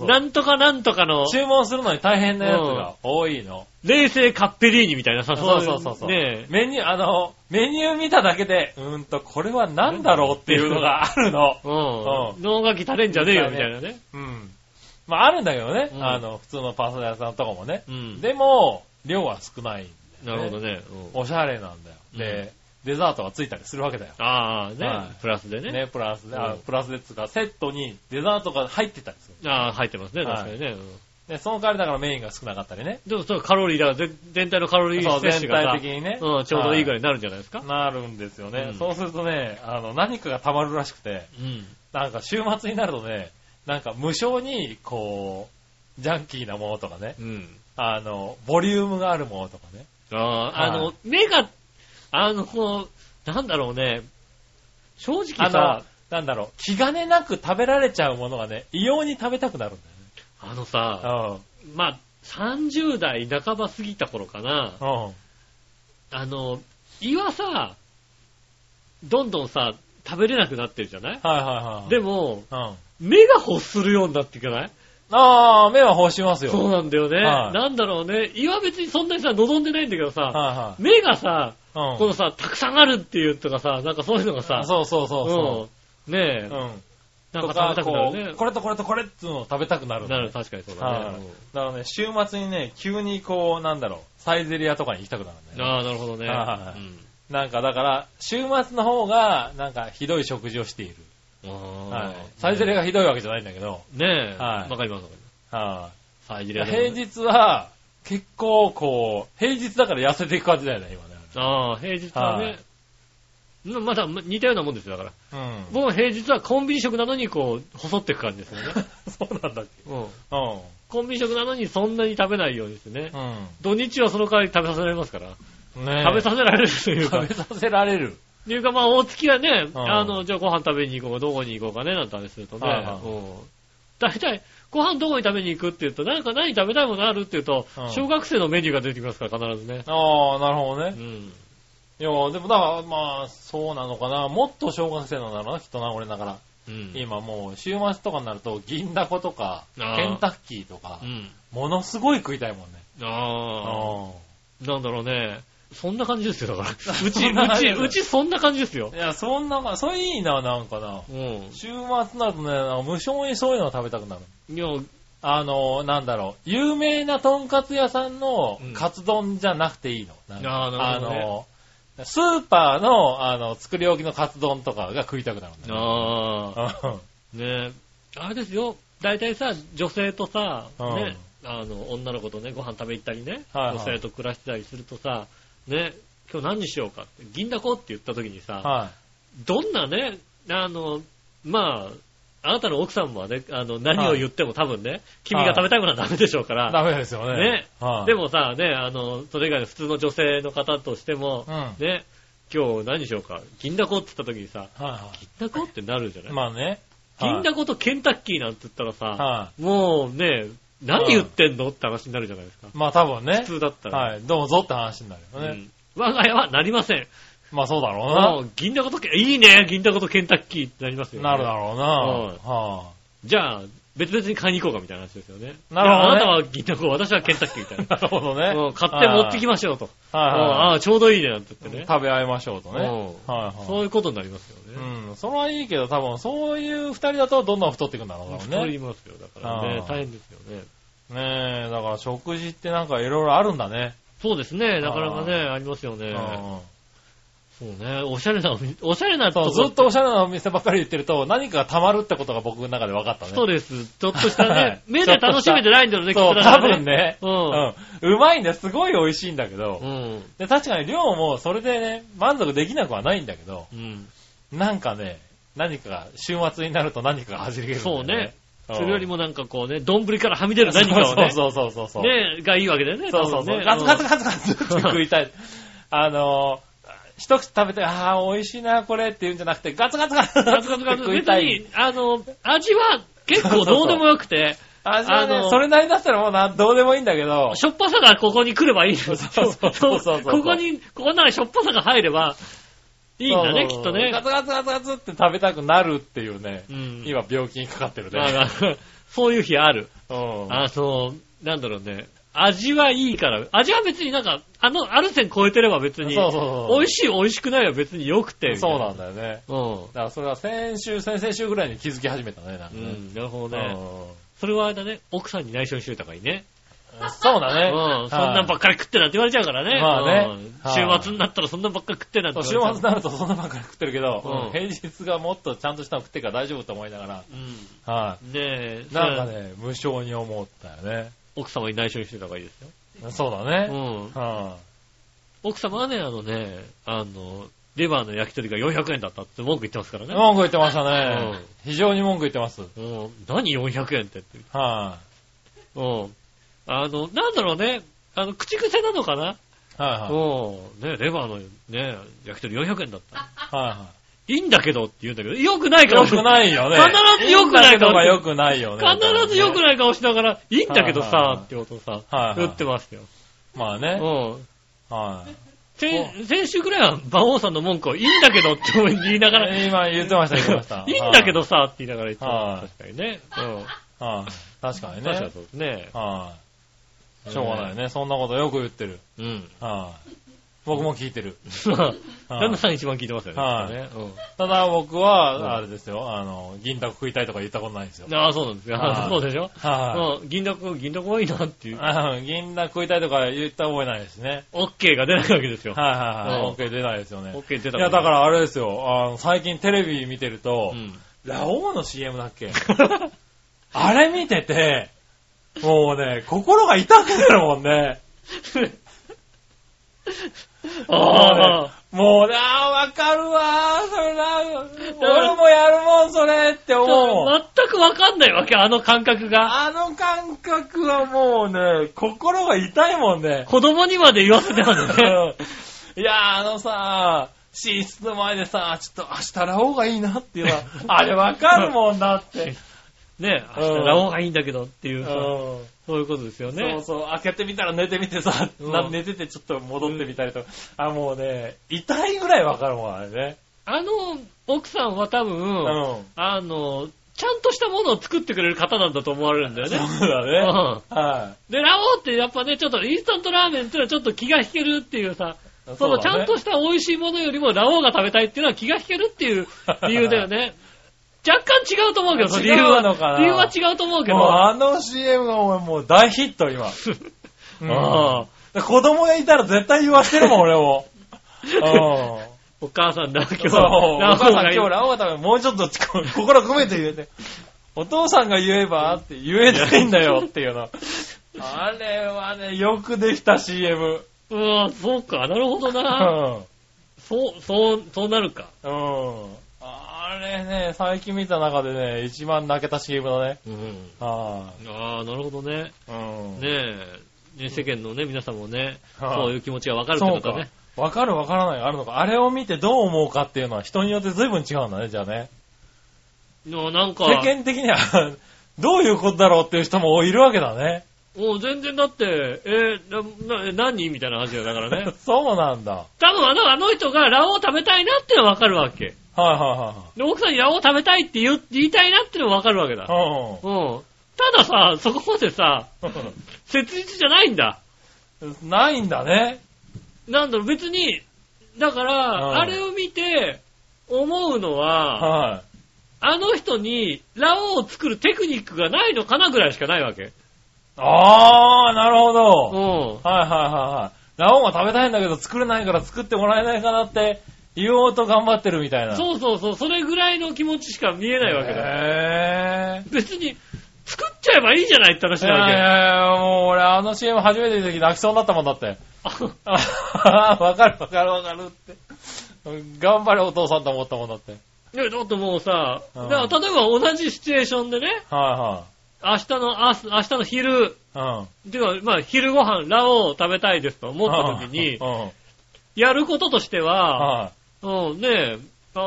なんとかなんとかの。 注文するのに大変なやつが多いの。 冷製カッペリーニみたいなさ、 そう。ね、メニュー見ただけで、これは何だろうっていうのがあるの。 脳書き足れんじゃねえよみたいなね。 まああるんだけどね。普通のパスタ屋さんとかもね。でも、量は少ない。 なるほどね。 おしゃれなんだよ。で、デザートがついたりするわけだよ。 プラスでね。 ね、プラスで。プラスでつうか、セットにデザートが入ってたりする。 入ってますね、確かにね。 で、その代わりだからメインが少なかったりね。 でも、カロリーだから、全体のカロリー摂取が全体的にね。 ちょうどいいぐらいになるんじゃないですか。 なるんですよね。そうするとね、何かが溜まるらしくて、なんか週末になるとね、なんか無償に、こう、ジャンキーなものとかね、ボリュームがあるものとかね。 目が、なんだろうね、正直さ、 なんだろう、気兼ねなく食べられちゃうものがね、異様に食べたくなるんだよね。 まあ、30代半ば過ぎた頃かな。胃はさ、どんどんさ、食べれなくなってるじゃない？でも、目が欲するようになっていかない？ 目は欲しますよ。 そうなんだよね。なんだろうね。胃は別にそんなにさ、望んでないんだけどさ、目がさ、このさ、たくさんあるっていうとかさ、なんかそういうのがさ、 そうねえ。なんか食べたくなるね。 これとこれとこれっていうのを食べたくなる。 確かにそうだね。 だからね、週末にね、急にこう、なんだろう、サイゼリアとかに行きたくなるんだよね。 なるほどね。 なんかだから、週末の方が、なんかひどい食事をしている。サイゼリアがひどいわけじゃないんだけど。 ねえ。わかります。サイゼリア。 平日は、結構こう、平日だから痩せていく感じだよね、今ね。 平日はね。まだ似たようなもんですよ、だから。僕は平日はコンビニ食なのにこう、細っていく感じですよね。 そうなんだっけ。 コンビニ食なのにそんなに食べないようにしてね。土日はその代わり食べさせられますから。食べさせられるというか。 食べさせられる。 っていうかまあ、大月はね、じゃあご飯食べに行こうか、どこに行こうかね、なんて話するとね。大体、ご飯どこに食べに行くって言うと、なんか何食べたいものあるって言うと、小学生のメニューが出てきますから、必ずね。 なるほどね。いや、でもだから、まあ、そうなのかな。もっと小学生なんだろうな、きっとな、俺だから。今もう、週末とかになると、銀だことか、ケンタッキーとか、ものすごい食いたいもんね。 なんだろうね。そんな感じですよ、だから。うちそんな感じですよ。 いや、それいいな、なんかな。週末になるとね、無償にそういうのを食べたくなる。いや、なんだろう、有名なとんかつ屋さんのカツ丼じゃなくていいの。スーパーの、作り置きのカツ丼とかが食いたくなるんだよ。 ねえ。あれですよ。大体さ、女性とさ、ね、女の子とね、ご飯食べ行ったりね、女性と暮らしてたりするとさ、ね、今日何にしようかって、銀だこって言った時にさ、どんなね、まあ、 あなたの奥さんもね、何を言っても多分ね、君が食べたいものはダメでしょうから。 ダメですよね。 ね。でもさ、ね、それ以外の普通の女性の方としても、ね、今日何しようか、銀だこって言った時にさ、銀だこってなるじゃない？ まあね。 銀だことケンタッキーなんて言ったらさ、もうね、何言ってんのって話になるじゃないですか。 まあ多分ね。 普通だったら。 はい。どうぞって話になるよね。 我が家はなりません。 まあそうだろうな。 銀だこといいね、銀だことケンタッキーってなりますよね。 なるだろうな。 じゃあ、別々に買いに行こうかみたいな話ですよね。 なるほど、ね。 あなたは銀だこ、私はケンタッキーみたいな。 なるほどね。 買って持ってきましょうと。ああ、ちょうどいいねなんて言ってね。 食べ合いましょうとね。 そういうことになりますよね。 それはいいけど、多分そういう二人だとどんどん太っていくんだろうね。 太りますよ。だからね、大変ですよね。 ねえ、だから食事ってなんかいろいろあるんだね。 そうですね、なかなかね、ありますよね。そうね、おしゃれなとこ。 ずっとおしゃれなお店ばっかり言ってると、何かが溜まるってことが僕の中で分かったね。 そうです。ちょっとしたね、目で楽しめてないんだろうね、 そう、多分ね。うまいんだよ、すごい美味しいんだけど。で、確かに量もそれでね、満足できなくはないんだけど、なんかね、何かが、週末になると何かが弾けるんだよね。そうね。 それよりもなんかこうね、丼からはみ出る何かをね。 そう。 ね、がいいわけだよね。 そう。ガツガツって食いたい。一口食べて、美味しいな、これって言うんじゃなくて、ガツガツって食いたい。 別に、味は結構どうでもよくて、 味はね、それなりだったらもうどうでもいいんだけど。 しょっぱさがここに来ればいいんですよ。 そう。 ここならしょっぱさが入れば、いいんだね、きっとね。 ガツガツって食べたくなるっていうね。今病気にかかってるね。 そういう日ある。なんだろうね。味はいいから、味は別になんか、ある線超えてれば別に、美味しい美味しくないは別に良くて。 そうなんだよね。だからそれは先々週ぐらいに気づき始めたね、なんかね。 なるほどね。それはあれだね、奥さんに内緒にしといた方がいいね。 そうだね。 そんなんばっかり食ってなんて言われちゃうからね。 まあね。 週末になったらそんなんばっかり食ってなんて言われちゃう。 週末になるとそんなんばっかり食ってるけど、平日がもっとちゃんとしたの食ってるから大丈夫と思いながら。なんかね、無性に思ったよね。 奥様に内緒にしてた方がいいですよ。 そうだね。 奥様はね、レバーの焼き鳥が400円だったって文句言ってますからね。 文句言ってましたね。非常に文句言ってます。 何400円って。なんだろうね、口癖なのかな。ね、レバーのね、焼き鳥400円だった。いいんだけどって言うんだけど、良くない顔して。良くないよね。 必ず良くない顔して。 良くないよね。 必ず良くない顔しながら、いいんだけどさ、ってことさ、言ってましたよ。 まあね。 先週くらいは馬王さんの文句をいいんだけどって言いながら。 今言ってました。 いいんだけどさって言いながら言ってました。確かにね。 確かにね。 確かにそうですね。 しょうがないね。そんなことよく言ってる。僕も聞いてる。 旦那さん一番聞いてますよね。 ただ僕は、あれですよ、銀だこ食いたいとか言ったことないんですよ。 そうなんですよ。そうでしょ。銀だこはいいなっていう。 銀だこ食いたいとか言った覚えないですね。 OK が出ないわけですよ。 OK 出ないですよね。 OK 出た。 いや、だからあれですよ、最近テレビ見てると、ラオウの CM だっけあれ見てて、もうね、心が痛くなるもんね。もうわかるわそれ俺もやるもん、それって思う。 全くわかんないわけ、あの感覚が。 あの感覚はもうね、心が痛いもんね。 子供にまで言わせてますね。 いや寝室の前でさ、ちょっと明日ラオウがいいなっていうのは、あれわかるもんだって。 ね、明日ラオウがいいんだけどっていうさ、そういうことですよね。 開けてみたら寝てみてさ、寝ててちょっと戻ってみたりとか、もうね、痛いぐらいわかるもん、あれね。 奥さんは多分、ちゃんとしたものを作ってくれる方なんだと思われるんだよね。 そうだね。 で、ラオウってやっぱね、ちょっとインスタントラーメンっていうのはちょっと気が引けるっていうさ、そのちゃんとした美味しいものよりもラオウが食べたいっていうのは気が引けるっていう理由だよね。若干違うと思うけど、理由は違うと思うけど。 あの CM がもう大ヒット、今。子供がいたら絶対言わせるもん、俺も。 お母さんだ、今日。 お母さん今日ラオウが食べる。もうちょっと心込めて言えて。お父さんが言えばって言えないんだよっていうの。あれはね、よくできた CM。 そうか、なるほどな。そうなるか。 ああれね、最近見た中でね、一番泣けた CM だね。 ああ、なるほどね。ね、世間のね、皆さんもね、そういう気持ちがわかるってことだね。 わかるわからないあるのか。あれを見てどう思うかっていうのは人によって随分違うんだね、じゃあね。 なんか。 世間的にはどういうことだろうっていう人もいるわけだね。 全然だって、何みたいな話だからね。 そうなんだ。 多分あの人がラオウ食べたいなってのはわかるわけ。 はい。 で、奥さんにラオウ食べたいって言いたいなってのはわかるわけだ。たださ、そこまでさ、切実じゃないんだ。 ないんだね。 なんだろう、別に、だから、あれを見て思うのは、あの人にラオウを作るテクニックがないのかなぐらいしかないわけ。 あー、なるほど。はい。ラオウが食べたいんだけど作れないから作ってもらえないかなって言おうと頑張ってるみたいな。 そう、それぐらいの気持ちしか見えないわけだ。別に、作っちゃえばいいじゃないって話なわけ。 いや、もう俺あの CM 初めて見た時泣きそうになったもんだって。わかるって。頑張れお父さんと思ったもんだって。 いや、だってもうさ、だから例えば同じシチュエーションでね、明日の昼、てか、まあ、昼ご飯、ラオウを食べたいですと思った時に、やることとしては、ねえ、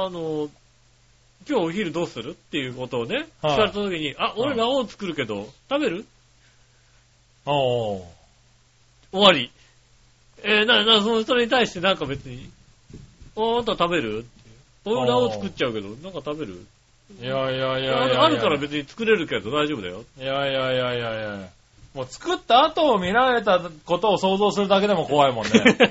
今日お昼どうするっていうことをね、聞かれた時に、俺ラオウ作るけど、食べる？終わり。それに対してなんか別に、あんた食べる？俺ラオウ作っちゃうけど、なんか食べる？ いや。 あるから別に作れるけど大丈夫だよ。 いや。もう作った後を見られたことを想像するだけでも怖いもんね。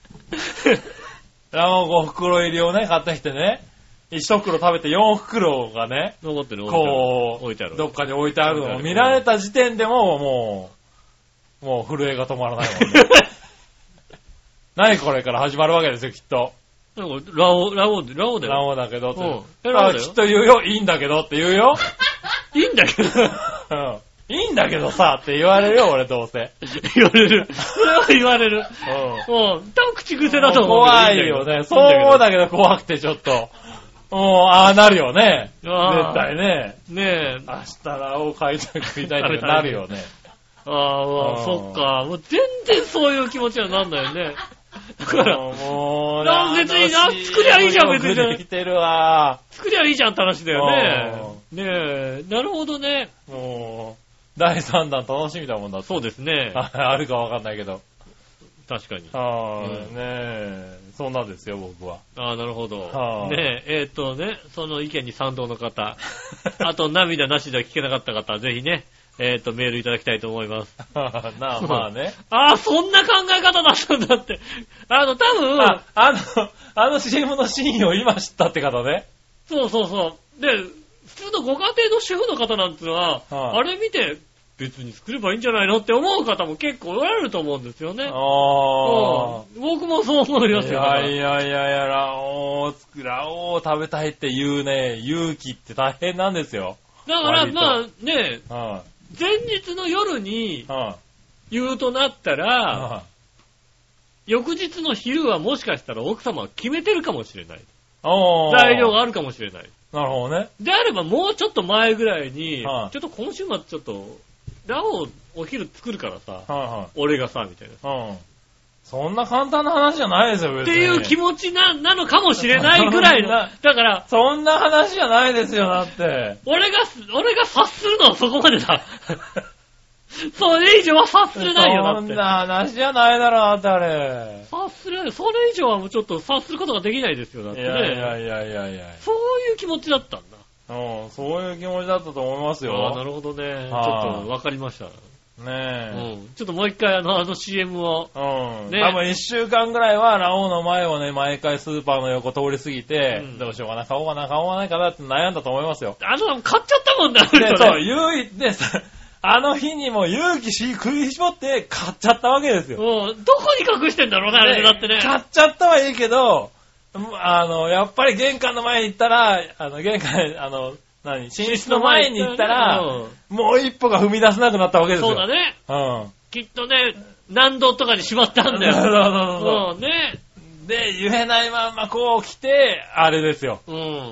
ラオウ5袋入りをね、買ってきてね、1袋食べて4袋がね、 残ってるこう、 置いてある。 どっかに置いてあるのを見られた時点でもう震えが止まらないもんね。何これから始まるわけですよ、きっと。 ラオウだよ。 ラオウだけどって。 きっと言うよ、いいんだけどって言うよ。 いいんだけどいいんだけどさって言われるよ、俺どうせ。 言われる。それは言われる。多分口癖だと思う。 怖いよね。そうだけど怖くてちょっと。ああなるよね。絶対ね。 ねえ。 明日ラオウ食いたいってなるよね。 そっか。もう全然そういう気持ちになるんだよね。だから、 もう、 別に作りゃいいじゃん、別に。作りゃいいじゃんって話だよね。ねえ、なるほどね。 もう、第3弾楽しみだもんだって。 そうですね。 あるかわかんないけど。 確かに。 ねえ、そんなんですよ、僕は。 なるほど。ねえ、その意見に賛同の方、あと涙なしでは聞けなかった方、ぜひね、メールいただきたいと思います。 まあね。 そんな考え方だったんだって。多分、 あの CM のシーンを今知ったって方ね。 そう。で、普通のご家庭の主婦の方なんてのは、あれ見て、別に作ればいいんじゃないのって思う方も結構おられると思うんですよね。僕もそう思いますよ。 いや、ラオウ食べたいっていうね、勇気って大変なんですよ。 だからまあね、前日の夜に言うとなったら、翌日の昼はもしかしたら奥様は決めてるかもしれない。材料があるかもしれない。 なるほどね。 であればもうちょっと前ぐらいに、ちょっと今週末ちょっと、ラオウお昼作るからさ、俺がさ、みたいな。 そんな簡単な話じゃないですよ、別に。 っていう気持ちなのかもしれないぐらいの。だから、 そんな話じゃないですよ、だって。 俺が察するのはそこまでだ。それ以上は察すれないよ、だって。 そんな話じゃないだろ、だってあれ。 察すれない。それ以上はもうちょっと察することができないですよ、だってね。いや。そういう気持ちだったんだ。 そういう気持ちだったと思いますよ。 なるほどね。ちょっとわかりました。 ねえ。 ちょっともう一回CM を。 多分1週間ぐらいはラオウの前をね、毎回スーパーの横通り過ぎて、どうしようかな、買おうがないかなって悩んだと思いますよ。 買っちゃったもんだ、 ね。あの日にも勇気食い絞って買っちゃったわけですよ。 どこに隠してんだろうね、あれだってね。 買っちゃったはいいけど、やっぱり玄関の前に行ったら、寝室の前に行ったら、もう一歩が踏み出せなくなったわけですよ。 そうだね。きっとね、何度とかにしまったんだよ。 そうね。で、言えないまんまこう来て、あれですよ。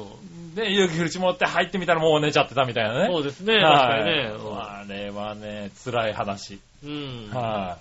で、勇気振り絞って入ってみたらもう寝ちゃってたみたいなね。 そうですね、確かにね。 あれはね、辛い話。 はい。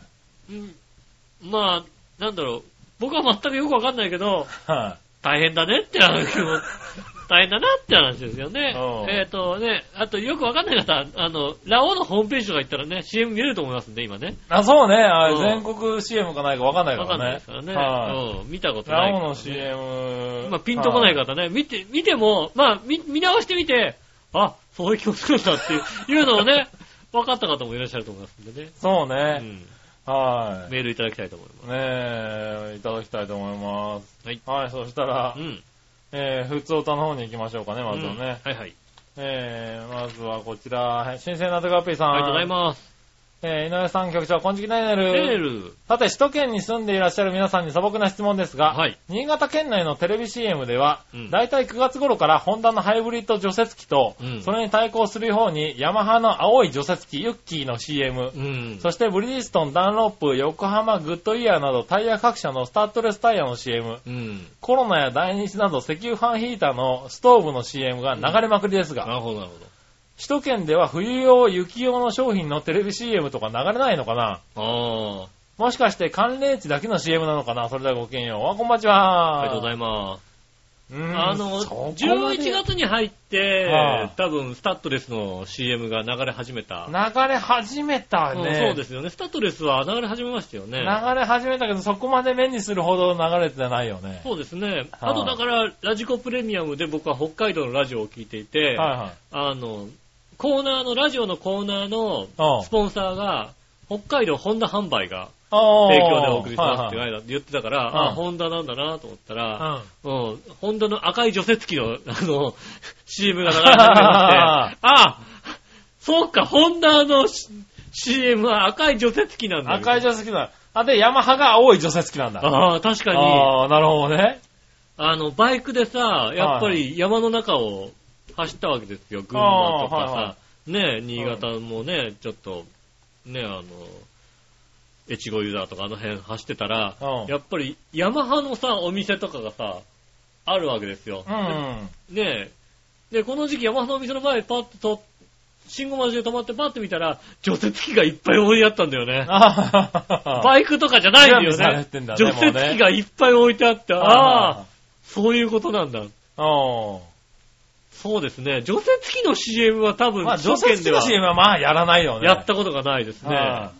まあ、なんだろう。僕は全くよくわかんないけど、大変だねって話大変だなって話ですよね。あとよくわかんない方、ラオウのホームページとか行ったらね、CM 見れると思いますんで、今ね。 そうね。全国 CM かないかわかんないからね。わかんないですからね。見たことない。 ラオウの CM。 まあ、ピンとこない方ね、見ても、まあ、見直してみて、あ、そういう気持ちなんだっていうのをね、分かった方もいらっしゃると思いますんでね。 そうね。はい。 メールいただきたいと思います。 ねえ、いただきたいと思います。 はい。 はい、そしたら、普通歌の方に行きましょうかね、まずはね。 はいはい。 まずはこちら、新鮮なテカッピーさん。 ありがとうございます。 井上さん局長、こんちきなねる。さて、首都圏に住んでいらっしゃる皆さんに素朴な質問ですが、新潟県内のテレビ CM では、だいたい9月頃からホンダのハイブリッド除雪機と、それに対抗するようにヤマハの青い除雪機ユッキーの CM、そしてブリヂストン、ダンロップ、横浜、グッドイヤーなどタイヤ各社のスタッドレスタイヤの CM、コロナや大日など石油ファンヒーターのストーブの CM が流れまくりですが、 なるほどなるほど。 首都圏では冬用、雪用の商品のテレビ CM とか流れないのかな？もしかして寒冷地だけの CM なのかな？それではごきげんよう。こんばんちは。 ありがとうございます。11月に入って、多分スタッドレスの CM が流れ始めた。 流れ始めたね。 そうですよね。スタッドレスは流れ始めましたよね。 流れ始めたけど、そこまで目にするほど流れてないよね。 そうですね。あとだから、ラジコプレミアムで僕は北海道のラジオを聞いていて、コーナーの、ラジオのコーナーのスポンサーが、北海道ホンダ販売が提供でお送りしますって言ってたから、ホンダなんだなと思ったら、ホンダの赤い除雪機の、CM が流れ始めて、そうか、ホンダの CM は赤い除雪機なんだ。 赤い除雪機なんだ。で、ヤマハが青い除雪機なんだ。 確かに。 なるほどね。 バイクでさ、やっぱり山の中を走ったわけですよ。群馬とかさ、ね、新潟もね、ちょっと、ね、越後湯沢とかあの辺走ってたら、やっぱりヤマハのさ、お店とかがさ、あるわけですよ。ね、で、この時期ヤマハのお店の前パッと信号待ちで止まってパッと見たら、除雪機がいっぱい置いてあったんだよね。バイクとかじゃないんだよね。除雪機がいっぱい置いてあって、そういうことなんだ。そうですね。除雪機の CM は多分、 除雪機の CM はやらないよね。 やったことがないですね。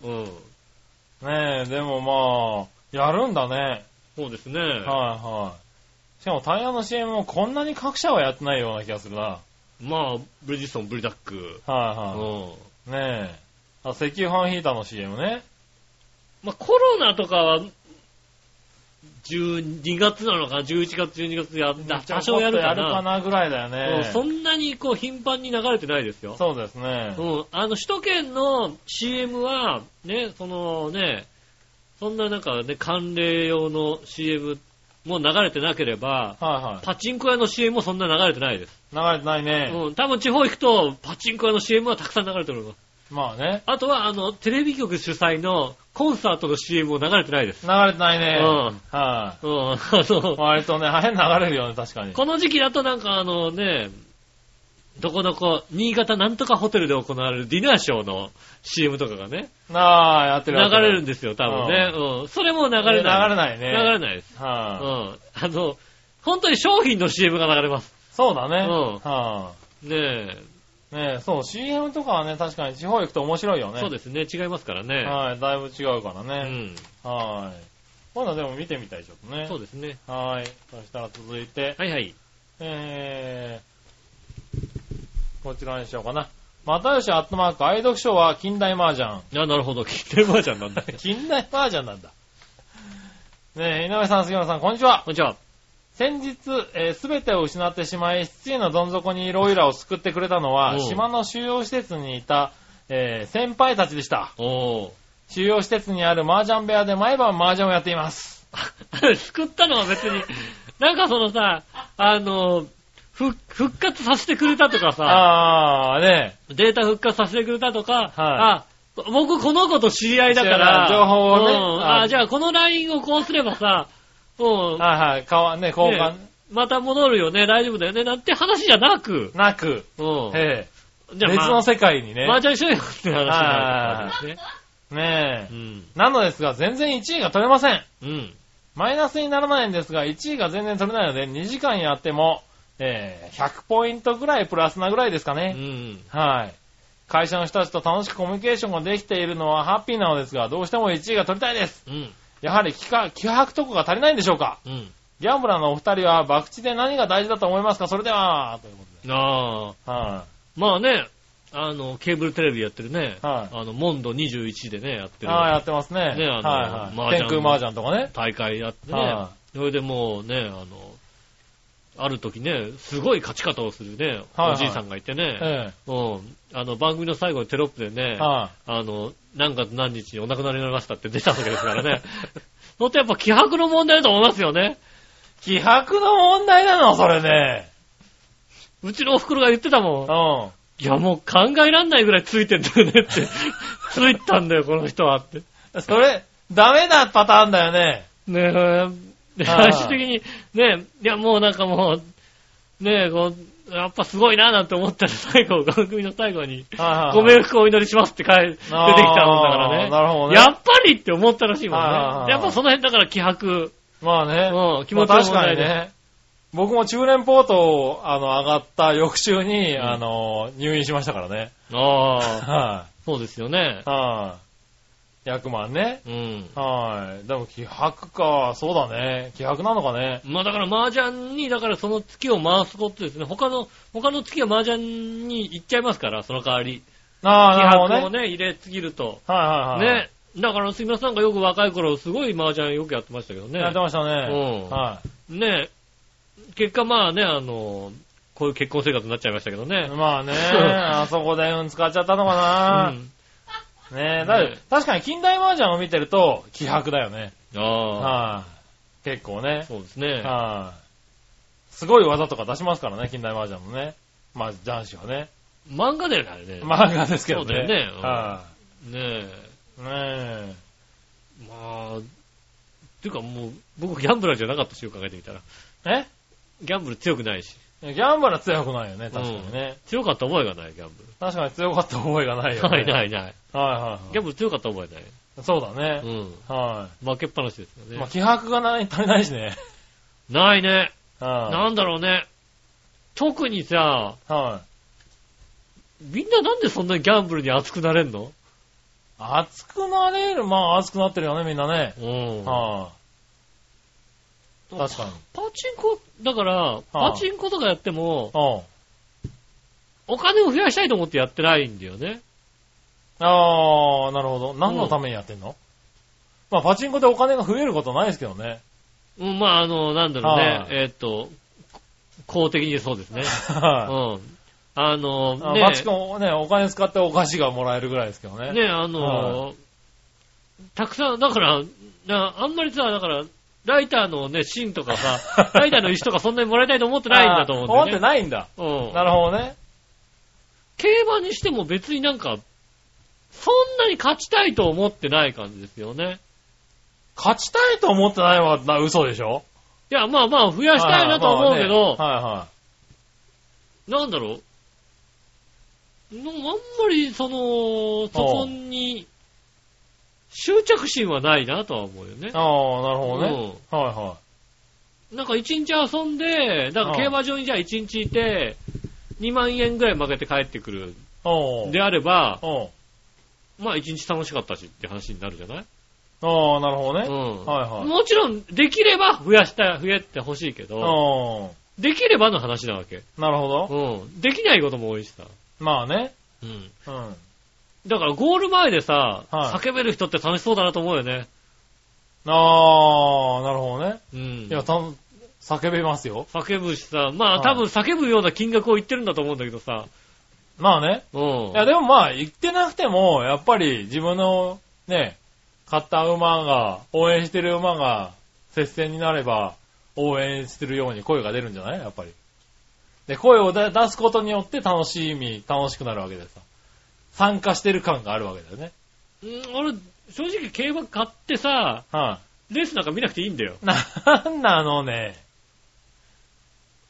ねえ、でもやるんだね。 そうですね。 しかもタイヤの CM もこんなに各社はやってないような気がするな。 ブリヂストン、ブリダック。 ねえ。石油ファンヒーターの CM ね。 コロナとかは、12月なのかな、11月、12月や多少やるかな。 やるかなぐらいだよね。 そんなに頻繁に流れてないですよ。 そうですね。 首都圏の CM は、ね、そんななんかね、寒冷用の CM も流れてなければ、パチンコ屋の CM もそんな流れてないです。 流れてないね。 多分地方行くと、パチンコ屋の CM はたくさん流れてるの。あとは、テレビ局主催のコンサートの CM も流れてないです。 流れてないね。割とね、変流れるよね、確かに。 この時期だとなんかどこどこ、新潟なんとかホテルで行われるディナーショーの CM とかがね。 やってる。 流れるんですよ、多分ね。それも流れない。 流れないね。 流れないです。本当に商品の CM が流れます。 そうだね。 ねえ、 そう、CM とかはね、確かに地方行くと面白いよね。 そうですね、違いますからね。 だいぶ違うからね。今度でも見てみたい、ちょっとね。 そうですね。 そしたら続いて。こちらにしようかな。またよし愛読書は近代麻雀。 なるほど、近代麻雀なんだ。 近代麻雀なんだ。ねえ、井上さん、杉村さん、こんにちは。 こんにちは。 先日、すべてを失ってしまい、失意のどん底にいるオイラを救ってくれたのは、島の収容施設にいた、先輩たちでした。収容施設にある麻雀部屋で毎晩麻雀をやっています。 救ったのは別に、なんか復活させてくれたとかさ、データ復活させてくれたとか、僕この子と知り合いだから、 情報をね、 じゃあこの LINE をこうすればさ、 交換。 また戻るよね、大丈夫だよね、なんて話じゃなく。 うん。じゃあ別の世界にね。 麻雀しようよって話になるわけですね。 ねえ。うん。なのですが、全然1位が取れません。うん。マイナスにならないんですが、1位が全然取れないので、2時間やっても、100ポイントぐらいプラスなぐらいですかね。うん。はい。会社の人たちと楽しくコミュニケーションができているのはハッピーなのですが、どうしても1位が取りたいです。うん。やはり気迫とかが足りないんでしょうか。うん。ギャンブラーのお二人は、博打で何が大事だと思いますか？それでは、ということで。 ああ。はい。まあね、ケーブルテレビやってるね。はい。モンド21でね、やってる。 ああ、やってますね。ね、はいはい。天空麻雀とかね。 大会やってね。はい。それでもうね、ある時ね、すごい勝ち方をするね、おじいさんがいてね。うん。番組の最後のテロップでね、何月何日にお亡くなりになりましたって出たわけですからね。ほんとやっぱ気迫の問題だと思いますよね。 気迫の問題なの、それね。 うちのお袋が言ってたもん。うん。いや、もう考えらんないぐらいついてんだよねって。ついたんだよ、この人はって。 それ、ダメなパターンだよね。 ねえ、最終的に、ねえ、いや、もうなんかもう、ねえ、こう、やっぱすごいななんて思ったら最後、番組の最後に、ご冥福をお祈りしますって出てきたもんだからね。 なるほどね。 やっぱりって思ったらしいもんね。やっぱその辺だから気迫。 まあね。 うん、気持ちの問題で。 確かにね。僕も中連ポートを、上がった翌週に、入院しましたからね。 ああ。はい。そうですよね。 はい。100万ね。うん。はい。でも気迫か。そうだね。気迫なのかね。 まあだから麻雀に、だからその月を回すことですね。他の月は麻雀に行っちゃいますから、その代わり。ああ、なるほどね。気迫をね、入れすぎると。はいはいはい。ね。だから、杉村さんがよく若い頃、すごい麻雀よくやってましたけどね。 やってましたね。 うん。はい。ね。結果まあね、こういう結婚生活になっちゃいましたけどね。 まあね、あそこで運使っちゃったのかな。うん。ねえ、確かに近代麻雀を見てると、気迫だよね。ああ。はい。結構ね。 そうですね。 はい。すごい技とか出しますからね、近代麻雀もね。まあ、男子はね。 漫画だよね、あれね。 漫画ですけどね。 そうだよね。 はい。 ねえ。ねえ。まあ、っていうかもう、僕ギャンブラーじゃなかったしよ、考えてみたら。ギャンブル強くないし。 ギャンブルは強くないよね、確かにね。 強かった覚えがない、ギャンブル。 確かに強かった覚えがないよね。 ない。はいはいはい。 ギャンブル強かった覚えない。 そうだね。 うん。はい。負けっぱなしですよね。 まあ、気迫が足りないしね。 ないね。なんだろうね。特にさ、はい。みんななんでそんなにギャンブルに熱くなれんの？ 熱くなれる？まあ、熱くなってるよね、みんなね。うん。はい。確かに。 パチンコ、だから、パチンコとかやっても、お金を増やしたいと思ってやってないんだよね。 ああ、なるほど。何のためにやってんの？まあ、パチンコでお金が増えることないですけどね。 うん、まあ、なんだろうね。公的にそうですね。はい。 パチンコね、お金使ってお菓子がもらえるぐらいですけどね。 ね、たくさん、だから、あんまりさ、だから、ライターのね、芯とかさ、ライターの石とかそんなにもらいたいと思ってないんだと思うんだよね。 思ってないんだ。うん。なるほどね。 競馬にしても別になんか、そんなに勝ちたいと思ってない感じですよね。 勝ちたいと思ってないは嘘でしょ？ いや、まあまあ、増やしたいなと思うけど、なんだろう。あんまり、そこに、執着心はないなとは思うよね。 ああ、なるほどね。うん、はいはい。 なんか一日遊んで、なんか競馬場にじゃあ一日いて、2万円ぐらい負けて帰ってくる。であれば、まあ一日楽しかったしって話になるじゃない？ ああ、なるほどね。 うん。はいはい。もちろん、できれば増えてほしいけど、できればの話なわけ。 なるほど。 うん。できないことも多いしさ。 まあね。 うん。うん。だからゴール前でさ、叫べる人って楽しそうだなと思うよね。 ああ、なるほどね。 うん。いや、叫べますよ。 叫ぶしさ、まあ多分叫ぶような金額を言ってるんだと思うんだけどさ。 まあね。うん。いや、でもまあ言ってなくても、やっぱり自分のね、買った馬が、応援してる馬が接戦になれば、応援してるように声が出るんじゃない？やっぱり。で、声を出すことによって楽しくなるわけでさ。参加してる感があるわけだよね。 俺、正直競馬買ってさ、レースなんか見なくていいんだよ。 なんなのね。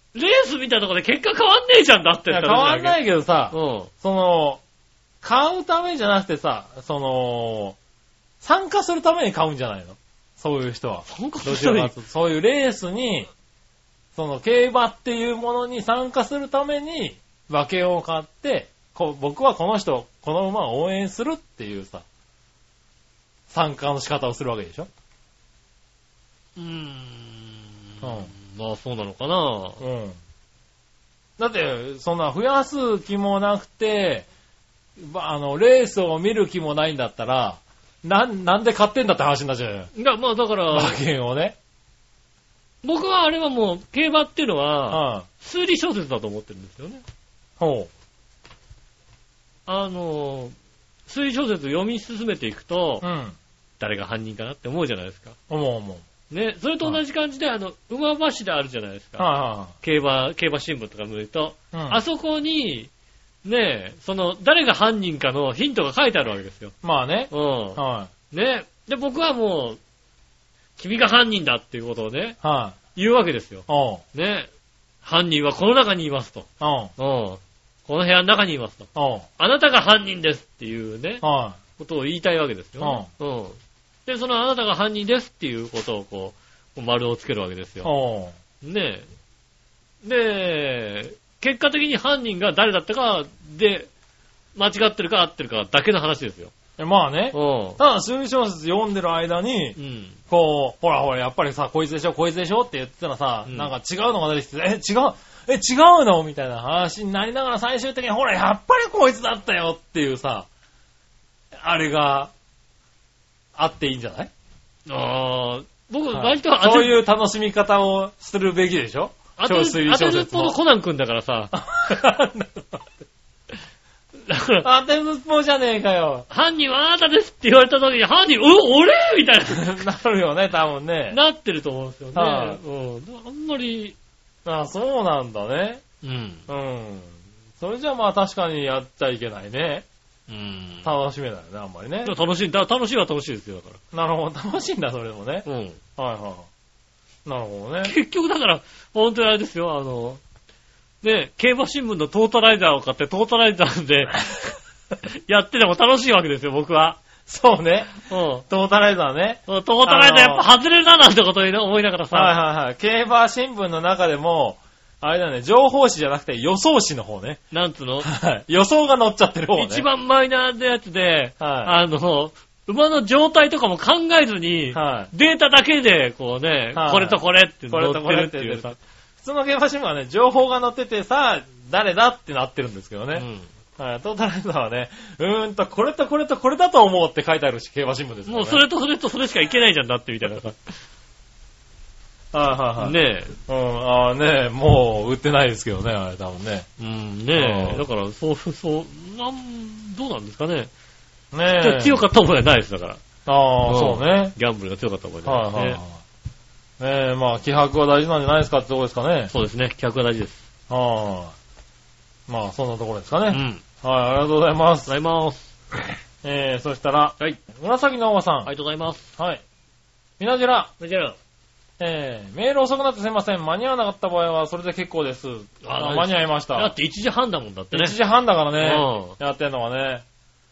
レース見たところで結果変わんねえじゃんだって。 変わんないけどさ、買うためじゃなくてさ、参加するために買うんじゃないの？そういう人は。 参加するために？ そういうレースに、競馬っていうものに参加するために、馬券を買って、僕はこの人、この馬を応援するっていうさ、参加の仕方をするわけでしょ？ まあそうなのかな。 だって、そんな増やす気もなくて、レースを見る気もないんだったら、なんで買ってんだって話になっちゃうよ。 まあだから、 馬券をね。 僕はあれはもう、競馬っていうのは、推理小説だと思ってるんですよね。 ほう。 推理小説読み進めていくと、誰が犯人かなって思うじゃないですか。 思う。 ね、それと同じ感じで、馬柱あるじゃないですか。競馬新聞とか見ると、あそこに、ね、誰が犯人かのヒントが書いてあるわけですよ。 まあね。 ね。で、僕はもう、君が犯人だっていうことをね、言うわけですよ。ね。犯人はこの中にいますと。この部屋の中にいますと。あなたが犯人ですっていうね、ことを言いたいわけですよ。で、あなたが犯人ですっていうことを丸をつけるわけですよ。ね。で、結果的に犯人が誰だったかで、間違ってるか合ってるかだけの話ですよ。 まあね。ただ、推理小説読んでる間に、ほら、やっぱりさ、こいつでしょって言ってたらさ、なんか違うのが出てきて、違うのみたいな話になりながら最終的に、ほら、やっぱりこいつだったよっていうさ、あれが、あっていいんじゃない？ 僕、割とそういう楽しみ方をするべきでしょ？超推理小説の。当てずっぽのコナン君だからさ。 当てずっぽじゃねえかよ。 犯人はあなたですって言われた時に、犯人、俺みたいな。 なるよね、多分ね。 なってると思うんですよね。あんまり。 そうなんだね。それじゃまあ確かにやっちゃいけないね。楽しめないよね、あんまりね。 楽しいは楽しいですよ、だから。 なるほど、楽しいんだ、それもね。なるほどね。 結局だから、本当にあれですよ、ね、競馬新聞のトータライザーを買って、トータライザーでやってても楽しいわけですよ、僕は。 そうね。トータライザーね。 トータライザーやっぱ外れるななんてことを思いながらさ。 競馬新聞の中でも、あれだね、情報誌じゃなくて予想誌の方ね。 なんつうの？ 予想が載っちゃってる方ね。 一番マイナーなやつで、馬の状態とかも考えずに、データだけで、こうね、これとこれって載ってるっていうさ。 普通の競馬新聞はね、情報が載っててさ、誰だってなってるんですけどね。トータライザーはね、これとこれとこれだと思うって書いてあるし、競馬新聞ですからね。 もうそれとそれとそれしかいけないじゃんだってみたいなさ。ねえ。ねえ、もう売ってないですけどね、あれ多分ね。 ねえ。だから、どうなんですかね。 ねえ。 強かった覚えはないです、だから。 そうね。 ギャンブルが強かった覚えはないですね。 ねえ、まあ、気迫は大事なんじゃないですかってところですかね。 そうですね、気迫は大事です。 まあ、そんなところですかね。ありがとうございます。 ありがとうございます。 そしたら、紫のおばさん。 ありがとうございます。 はい。みなじら。メール遅くなってすいません。間に合わなかった場合はそれで結構です。間に合いました。 だって1時半だもんだってね。 1時半だからね。やってんのはね。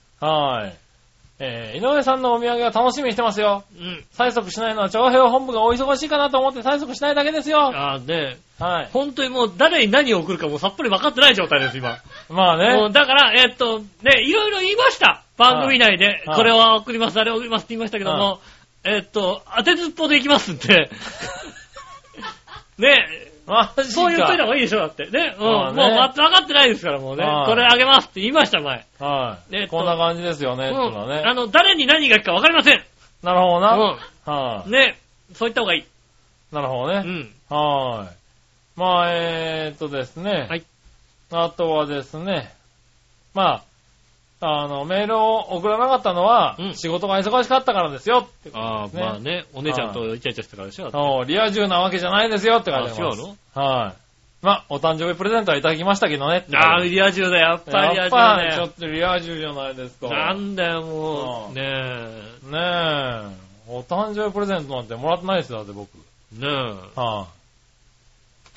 井上さんのお土産は楽しみにしてますよ。催促しないのは長平本部がお忙しいかなと思って催促しないだけですよ。本当にもう誰に何を送るかもうさっぱり分かってない状態です、今。 まあね。 だから、いろいろ言いました。番組内で。これは送ります、あれを送りますって言いましたけども、当てずっぽで行きますって。ねそう言っといた方がいいでしょ、だって。ね。もう分かってないですから、もうね。これあげますって言いました、前。 こんな感じですよね、 誰に何がいくか分かりません。 なるほどな。 ね。そう言った方がいい。 なるほどね。まあ、ですね。あとはですね。まあ、メールを送らなかったのは、仕事が忙しかったからですよ。 まあね、お姉ちゃんとイチャイチャしてからでしょ。 リア充なわけじゃないですよって書いてあります。 違うの？ まあ、お誕生日プレゼントはいただきましたけどね。 リア充だ、やっぱりリア充だね。 ちょっとリア充じゃないですか。 なんだよ、もう。ねえ。お誕生日プレゼントなんてもらってないですよ、だって僕。 ねえ。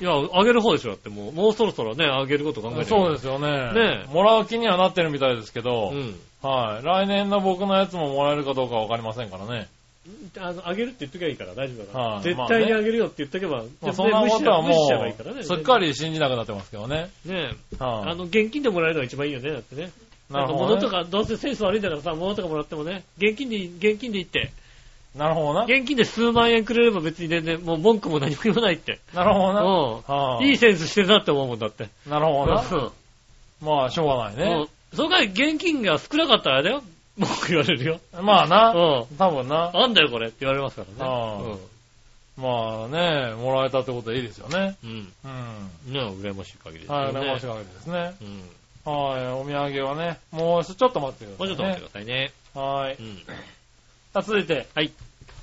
いや、あげる方でしょ、だってもうそろそろね、あげること考えてる。 そうですよね。ねもらう気にはなってるみたいですけど、はい。来年の僕のやつももらえるかどうかわかりませんからね。 あげるって言っときゃいいから大丈夫だから。絶対にあげるよって言っとけば、 そんなことはもう、すっかり信じなくなってますけどね。 ね現金でもらえるのが一番いいよね、だってね。なんか物とか、どうせセンス悪いんだからさ、物とかもらってもね、現金でいって。 なるほどな。 現金で数万円くれれば別に全然、もう文句も何も言わないって。 なるほどな。いいセンスしてるなって思うもんだって。 なるほどな。まあ、しょうがないね。 その代わり現金が少なかったらあれだよ。文句言われるよ。 まあな。多分な。 なんだよこれって言われますからね。 まあね、もらえたってことはいいですよね。 ね羨ましい限りですね。 はい、羨ましい限りですね。はい、お土産はね、もうちょっと待ってくださいね。 もうちょっと待ってくださいね。 はい。さあ、続いて。 はい。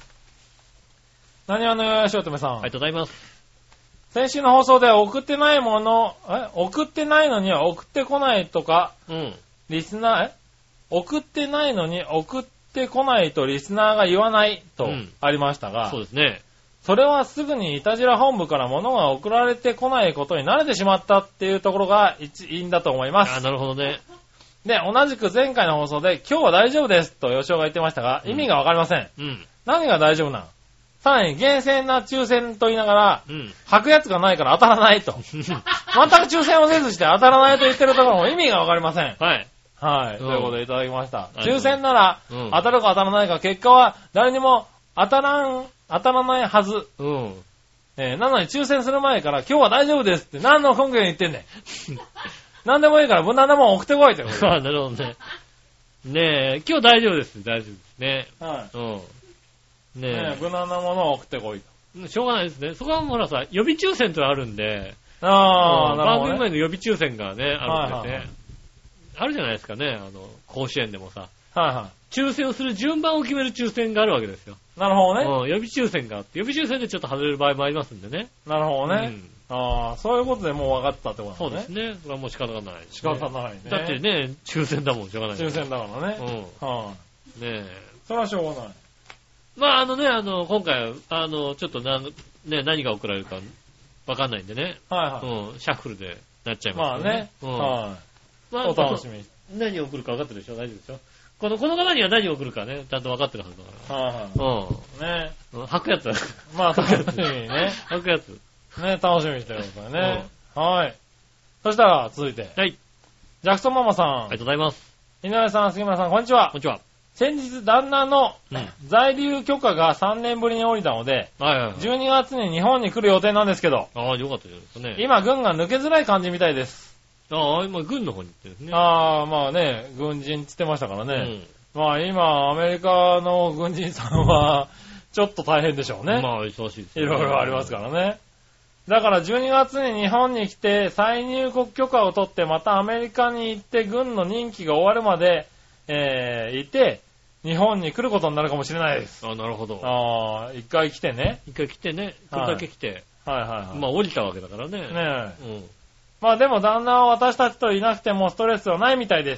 何話のよしおとめさん。 ありがとうございます。 先週の放送で送ってないのには送ってこないとか、リスナー、送ってないのに送ってこないとリスナーが言わないとありましたが、 そうですね。 それはすぐにいたじら本部から物が送られてこないことに慣れてしまったっていうところが一因だと思います。 なるほどね。 で、同じく前回の放送で今日は大丈夫ですと吉尾が言ってましたが、意味がわかりません。何が大丈夫なの？さらに厳正な抽選と言いながら、履くやつがないから当たらないと。全く抽選をせずして当たらないと言ってるところも意味がわかりません。 はい。 はい。ということでいただきました。抽選なら、当たるか当たらないか、結果は誰にも当たらないはず。なのに抽選する前から今日は大丈夫ですって何の根拠に言ってんねん。何でもいいから無難なもん送ってこいってこと。 なるほどね。ねえ、今日大丈夫です。大丈夫ですね。 はい。ねえ、無難なものを送ってこいと。しょうがないですね。そこはもうさ、予備抽選とあるんで、番組前の予備抽選がね、あるんでね。あるじゃないですかね、甲子園でもさ。抽選をする順番を決める抽選があるわけですよ。 なるほどね。 予備抽選があって、予備抽選でちょっと外れる場合もありますんでね。 なるほどね。そういうことでもう分かったってことなんですね。そうですね。それはもう仕方がない。 仕方ないね。 だってね、抽選だもん、しょうがない。 抽選だからね。 ねえ。 それはしょうがない。 まあ今回、ちょっと何が送られるか分かんないんでね。シャッフルでなっちゃいますね。 まあ、お楽しみに。 何を送るか分かってるでしょ？大丈夫でしょ？この方には何を送るかね、ちゃんと分かってるはずだから。ね。履くやつ。 まあ、楽しみにね。 履くやつ。 ね、楽しみにしてくださいね。はい。そしたら、続いて。 はい。 ジャクソンママさん。 ありがとうございます。 井上さん、杉村さん、こんにちは。 こんにちは。 先日、旦那の在留許可が3年ぶりに降りたので、12月に日本に来る予定なんですけど、 よかったですね。 今、軍が抜けづらい感じみたいです。 今、軍の方に行ってるんですね。 まあね、軍人って言ってましたからね。まあ今、アメリカの軍人さんは、ちょっと大変でしょうね。 まあ、忙しいですね。いろいろありますからね。だから12月に日本に来て再入国許可を取ってまたアメリカに行って軍の任期が終わるまで、いて日本に来ることになるかもしれないです。 なるほど。 一回来てね。 一回来てね。一回だけ来て。まあ降りたわけだからね。まあでも旦那は私たちといなくてもストレスはないみたいです。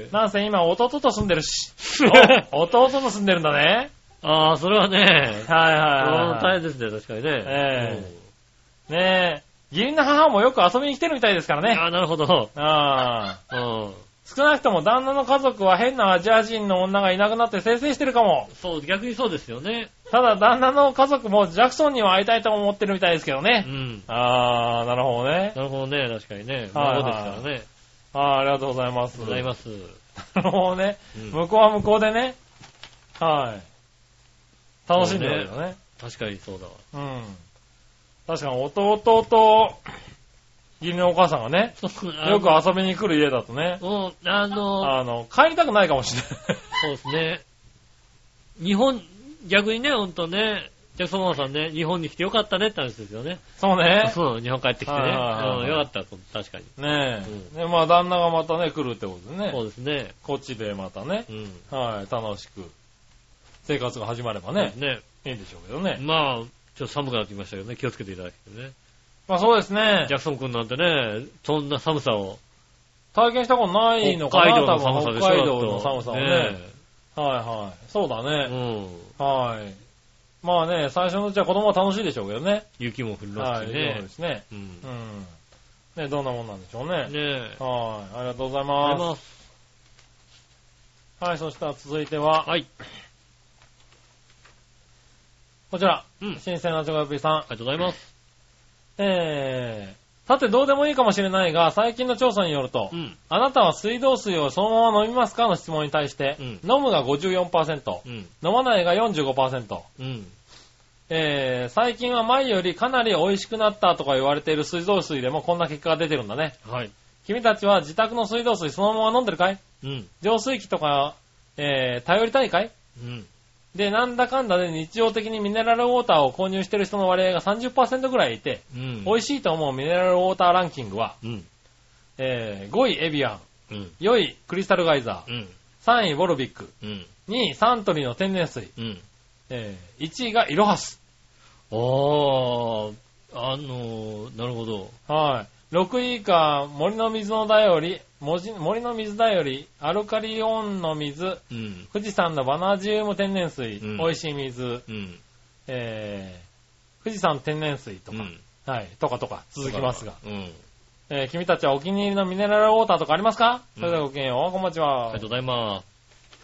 なんせ今弟と住んでるし。弟と住んでるんだね。 それはね。大変ですね、確かにね。 ねえ。義理の母もよく遊びに来てるみたいですからね。 なるほど。 少なくとも旦那の家族は変なアジア人の女がいなくなって清々してるかも。 そう、逆にそうですよね。 ただ旦那の家族もジャクソンには会いたいと思ってるみたいですけどね。なるほどね。 なるほどね、確かにね。孫ですからね。 ありがとうございます。 ございます。 なるほどね。向こうは向こうでね。楽しんでるよね。 確かにそうだわ。 確かに弟と義理のお母さんがね、よく遊びに来る家だとね、帰りたくないかもしれない。 そうですね。逆にね、ほんとね、ジャクソンママさんね、日本に来てよかったねって話ですよね。 そうね。 日本帰ってきてね。よかった、確かに。 ねえ。まあ旦那がまたね、来るってことでね。 そうですね。 こっちでまたね、楽しく生活が始まればね、いいんでしょうけどね。 まあ、ちょっと寒くなってきましたけどね、気をつけていただきたいね。 まあそうですね。 ジャクソン君なんてね、そんな寒さを。 体験したことないのかな、 北海道の寒さでしょ。 北海道の寒さをね。そうだね。 まあね、最初のうちは子供は楽しいでしょうけどね。 雪も降りますしね。 そうですね。うん。ね、どんなもんなんでしょうね。 ねはい。ありがとうございます。ありがとうございます。はい、そしたら続いては。はい。こちら。新鮮なチョコヨッピーさん。ありがとうございます。 さてどうでもいいかもしれないが、最近の調査によると、あなたは水道水をそのまま飲みますかの質問に対して、飲むが 54%、飲まないが 45%、最近は前よりかなり美味しくなったとか言われている水道水でもこんな結果が出てるんだね。はい。君たちは自宅の水道水そのまま飲んでるかい？浄水器とか、頼りたいかい？で、なんだかんだで日常的にミネラルウォーターを購入している人の割合が 30% ぐらいいて、美味しいと思うミネラルウォーターランキングは、5位エビアン、4位クリスタルガイザー、3位ボルビック、2位サントリーの天然水、1位がイロハス。 なるほど。 はい。6位以下、森の水だより、アルカリオンの水、富士山のバナジウム天然水、美味しい水、富士山天然水とか、はい、とか続きますが、君たちはお気に入りのミネラルウォーターとかありますか？それではごきげんよう、こんばんちは。 ありがとうございます。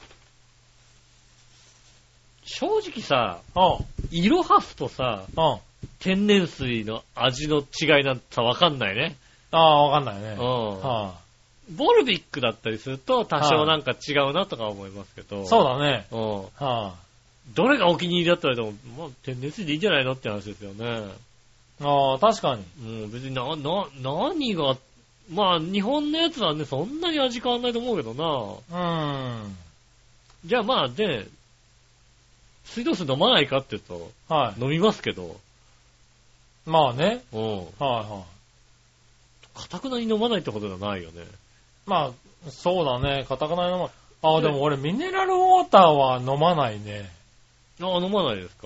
正直さ、イロハスとさ、天然水の味の違いなんてさ、わかんないね。 わかんないね。 ボルビックだったりすると多少なんか違うなとか思いますけど。 そうだね。 どれがお気に入りだったらでも、まあ、天然水でいいんじゃないのって話ですよね。 確かに。別に何が、まあ日本のやつはね、そんなに味変わんないと思うけどな。じゃあまあね、水道水飲まないかって言うと、飲みますけど。 まあね。 かたくなに飲まないってことじゃないよね。 まあ、そうだね。かたくなに飲まない。でも俺ミネラルウォーターは飲まないね。 飲まないですか。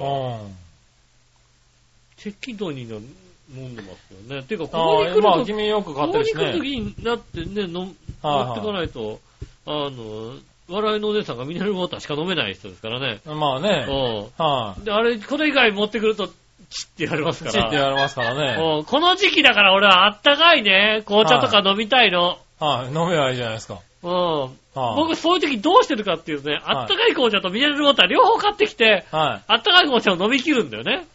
適度に飲んでますよね。ていうか、ここに来ると、 君よく買ってるしね。 ここに来る時になってね、持ってかないと、笑いのお姉さんがミネラルウォーターしか飲めない人ですからね。 まあね。 で、これ以外持ってくると、チって言われますから。 チって言われますからね。 この時期だから俺はあったかいね、紅茶とか飲みたいの。 飲めばいいじゃないですか。 僕そういう時どうしてるかっていうとね、あったかい紅茶とミネラルウォーター両方買ってきて、あったかい紅茶を飲み切るんだよね。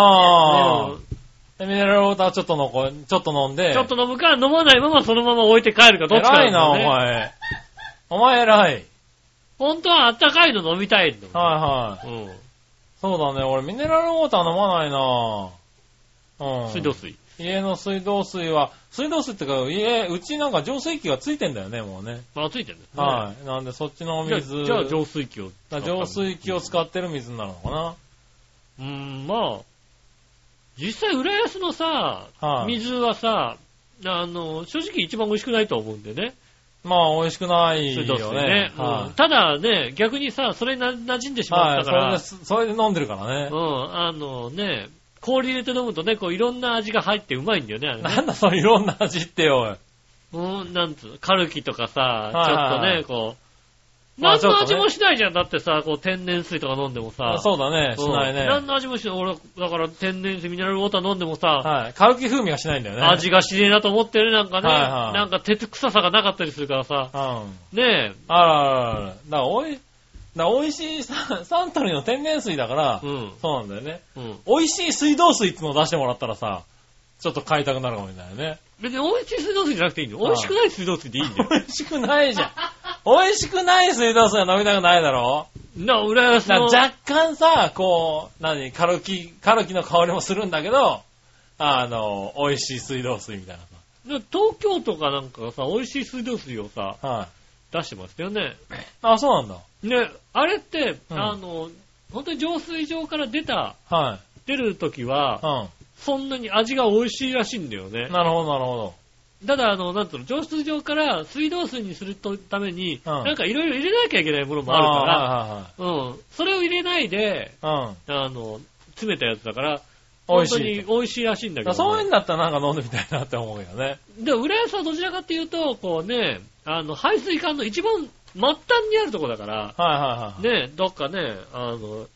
ミネラルウォーターちょっと飲んで。 ちょっと飲むか飲まないままそのまま置いて帰るかどっちかなんだよね。偉いな、 お前。お前偉い。 本当はあったかいの飲みたいんだもん。そうだね。俺ミネラルウォーター飲まないな。 水道水。 家の水道水ってか、うちなんか浄水器がついてんだよね、もうね。 ついてるんですね。 なんでそっちの水。 じゃあ浄水器を。 浄水器を使ってる水になるのかな。 まあ、実際浦安のさ、水はさ、正直一番美味しくないと思うんでね。 まあ、美味しくないよね。 ただね、逆にさ、それに馴染んでしまったから。 それで飲んでるからね。 ね、氷入れて飲むとね、こういろんな味が入ってうまいんだよね。 なんだそのいろんな味ってよ。 なんつう、カルキとかさ、ちょっとね、こう、何の味もしないじゃん。だってさ、こう天然水とか飲んでもさ。 そうだね、しないね。 何の味もしない。俺、だから天然水、ミネラルウォーター飲んでもさ、 カルキ風味がしないんだよね。 味がしねえなと思ってるなんかね、なんか鉄臭さがなかったりするからさ。ねえ。 だから美味しいサントリーの天然水だから、そうなんだよね。美味しい水道水ってのを出してもらったらさ、ちょっと買いたくなるかもしれないよね。 別に美味しい水道水じゃなくていいんだよ。美味しくない水道水でいいんだよ。 美味しくないじゃん。美味しくない水道水は飲みたくないだろ？ 浦安の。 若干さ、こう、カルキの香りもするんだけど、美味しい水道水みたいなさ。 東京都かなんかがさ、美味しい水道水をさ、出してましたよね。 そうなんだ。 ね、あれって、本当に浄水場から出るときは、そんなに味が美味しいらしいんだよね。 なるほど、なるほど。 ただ、なんと浄水場から水道水にするために、なんかいろいろ入れなきゃいけないものもあるから、それを入れないで、詰めたやつだから、本当に美味しいらしいんだけど、ね。 そういうんだったらなんか飲んでみたいなって思うけどね。 で、浦安はどちらかっていうと、こうね、排水管の一番末端にあるとこだから、ね、どっかね、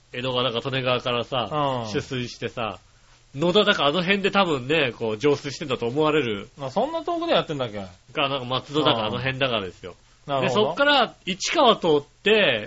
江戸川だか利根川からさ、取水してさ、野田だかあの辺で多分ね、こう浄水してんだと思われる。 そんな遠くでやってんだっけか、なんか松戸だかあの辺だからですよ。で、そっから市川通って、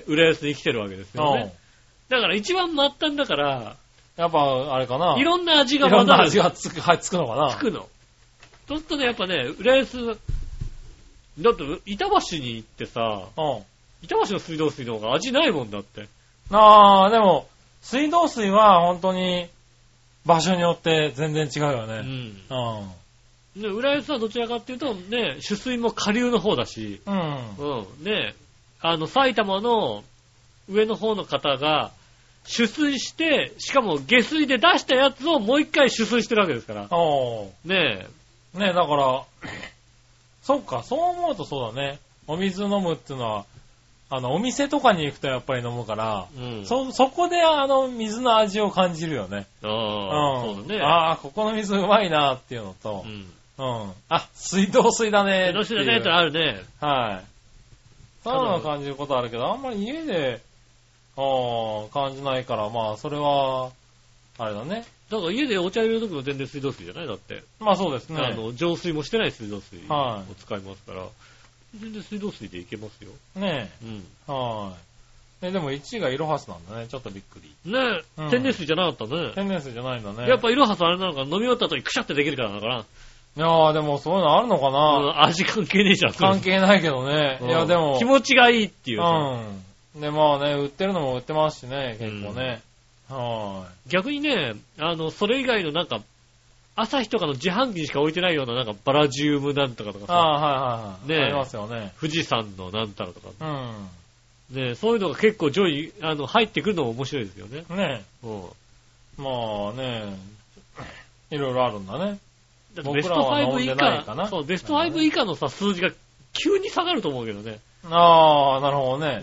浦安に来てるわけですよね。だから一番末端だから、 やっぱ、あれかな。 いろんな味が混ざる。いろんな味がつくのかな。 つくの。そうするとね、やっぱね、浦安、だって、板橋に行ってさ、板橋の水道水の方が味ないもんだって。 でも、水道水は本当に、場所によって全然違うよね。 で、浦安はどちらかっていうと、ね、取水も下流の方だし、ね、埼玉の上の方の方が、取水して、しかも下水で出したやつをもう一回取水してるわけですから。ねだから、そっか、そう思うとそうだね。お水飲むっていうのは、お店とかに行くとやっぱり飲むから、そこで水の味を感じるよね。 そうだね。 ここの水うまいなっていうのと、水道水だねっていう。 水道水だねってあるね。 はい。そういうの感じることあるけど、あんまり家で、感じないから、まあ、それは、あれだね。 だから家でお茶入れるときも全然水道水じゃないだって。 まあそうですね。 浄水もしてない水道水を使いますから、全然水道水でいけますよ。 ねえ。でも1位がイロハスなんだね。ちょっとびっくり。 ねえ、天然水じゃなかったね。 天然水じゃないんだね。 やっぱイロハスあれなのか、飲み終わった後にクシャってできるからなのかな。 いやー、でもそういうのあるのかな。 味関係ねえじゃん。 関係ないけどね。いや、でも。 気持ちがいいっていう。 で、まあね、売ってるのも売ってますしね、結構ね。 逆にね、それ以外のなんか、朝日とかの自販機にしか置いてないようななんかバラジウムなんとかとかさ。ねありますよね。 富士山のなんたらとか。ねそういうのが結構上位、入ってくるのも面白いですよね。 ねまあね、いろいろあるんだね。 ベスト5以下、そう、ベスト5以下のさ、数字が急に下がると思うけどね。 なるほどね。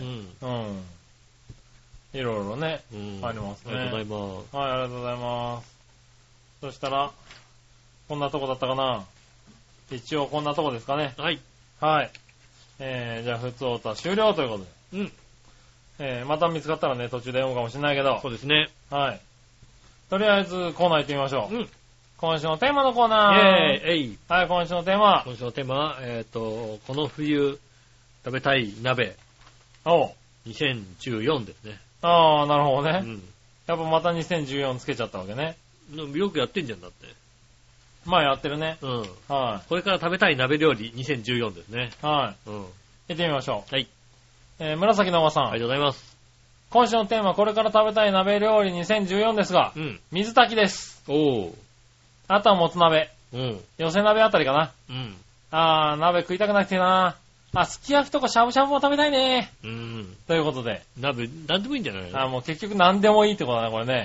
いろいろね、ありますね。 ありがとうございます。 はい、ありがとうございます。そしたら、こんなとこだったかな。一応こんなとこですかね。 はい。 はい。じゃあ、ふつおた終了ということで。また見つかったらね、途中で読むかもしれないけど。 そうですね。 はい。とりあえず、コーナー行ってみましょう。今週のテーマのコーナー。はい、今週のテーマ。 今週のテーマは、この冬食べたい鍋。2014ですね。 なるほどね。やっぱまた2014つけちゃったわけね。 よくやってんじゃんだって。 まあやってるね。 はい。これから食べたい鍋料理2014ですね。 はい。行ってみましょう。 はい。 紫のおばさん。 ありがとうございます。 今週のテーマ、これから食べたい鍋料理2014ですが、水炊きです。あとはもつ鍋。寄せ鍋あたりかな。鍋食いたくなくてな。すき焼きとかしゃぶしゃぶも食べたいね。ということで。 鍋、なんでもいいんじゃないの？ もう結局なんでもいいってことだね、これね。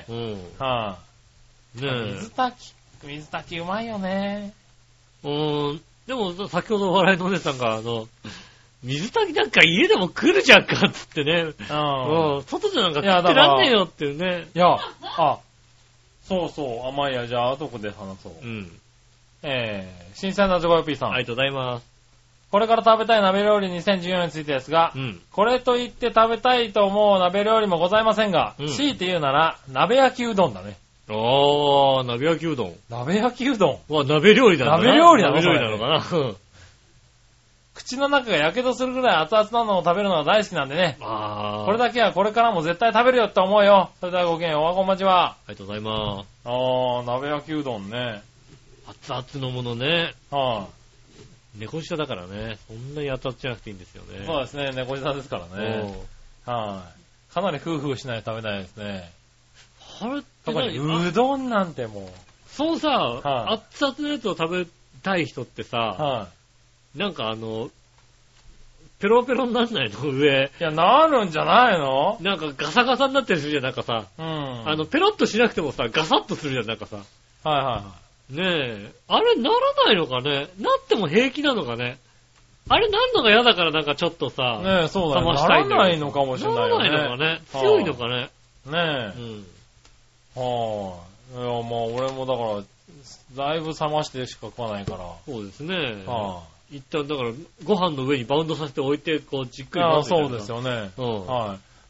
水炊きうまいよね。 でも、先ほど笑いのお姉さんが、水炊きなんか家でも来るじゃんかっつってね。外じゃなんか食ってらんねえよっていうね。そうそう、甘いや、じゃあ、後で話そう。新鮮なジョコヨピーさん。 ありがとうございます。 これから食べたい鍋料理2014についてですが、これと言って食べたいと思う鍋料理もございませんが、強いて言うなら、鍋焼きうどんだね。 鍋焼きうどん。 鍋焼きうどん。 鍋料理なんだな。 鍋料理なのかな。 口の中が火傷するぐらい熱々なのを食べるのが大好きなんでね。これだけはこれからも絶対食べるよって思うよ。それではごきげんよう、こんばんちは。 ありがとうございます。 鍋焼きうどんね。 熱々のものね。猫舌だからね。そんなに熱々じゃなくていいんですよね。 そうですね。猫舌ですからね。かなりフーフーしないと食べないですね。特にうどんなんてもう。 そうさ、熱々のやつを食べたい人ってさ、なんかペロペロになんないの上。 いや、なるんじゃないの？ なんかガサガサになったりするじゃん、なんかさ。ペロッとしなくてもさ、ガサッとするじゃん、なんかさ。ねえ。あれ、ならないのかね？なっても平気なのかね？あれ、なんのが嫌だからなんかちょっとさ。 ねえ、そうだね。ならないのかもしれないよね。 ならないのかね？強いのかね？ ねえ。いや、まあ、俺もだから、だいぶ冷ましてしか食わないから。 そうですね。一旦、だから、ご飯の上にバウンドさせて置いて、こう、じっくりそうですよね。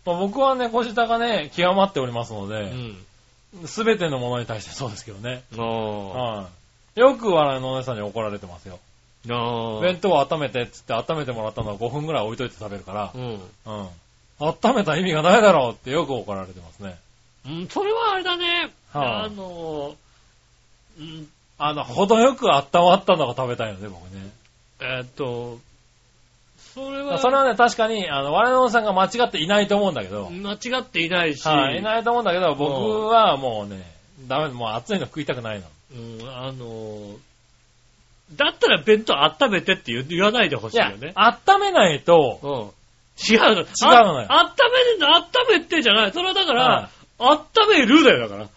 僕はね、腰高ね、極まっておりますので、すべてのものに対してそうですけどね。よく笑いのお姉さんに怒られてますよ。弁当を温めてっつって温めてもらったのは5分ぐらい置いといて食べるから、温めた意味がないだろうってよく怒られてますね。 それはあれだね。 程よく温まったのが食べたいので、僕ね。それはね、確かに、我々さんが間違っていないと思うんだけど。 間違っていないし。 いないと思うんだけど、僕はもうね、ダメ、もう熱いの食いたくないの。 だったら弁当温めてって言わないでほしいよね。 温めないと、 違うのよ。温めてじゃない。それはだから、温めるだよ、だから。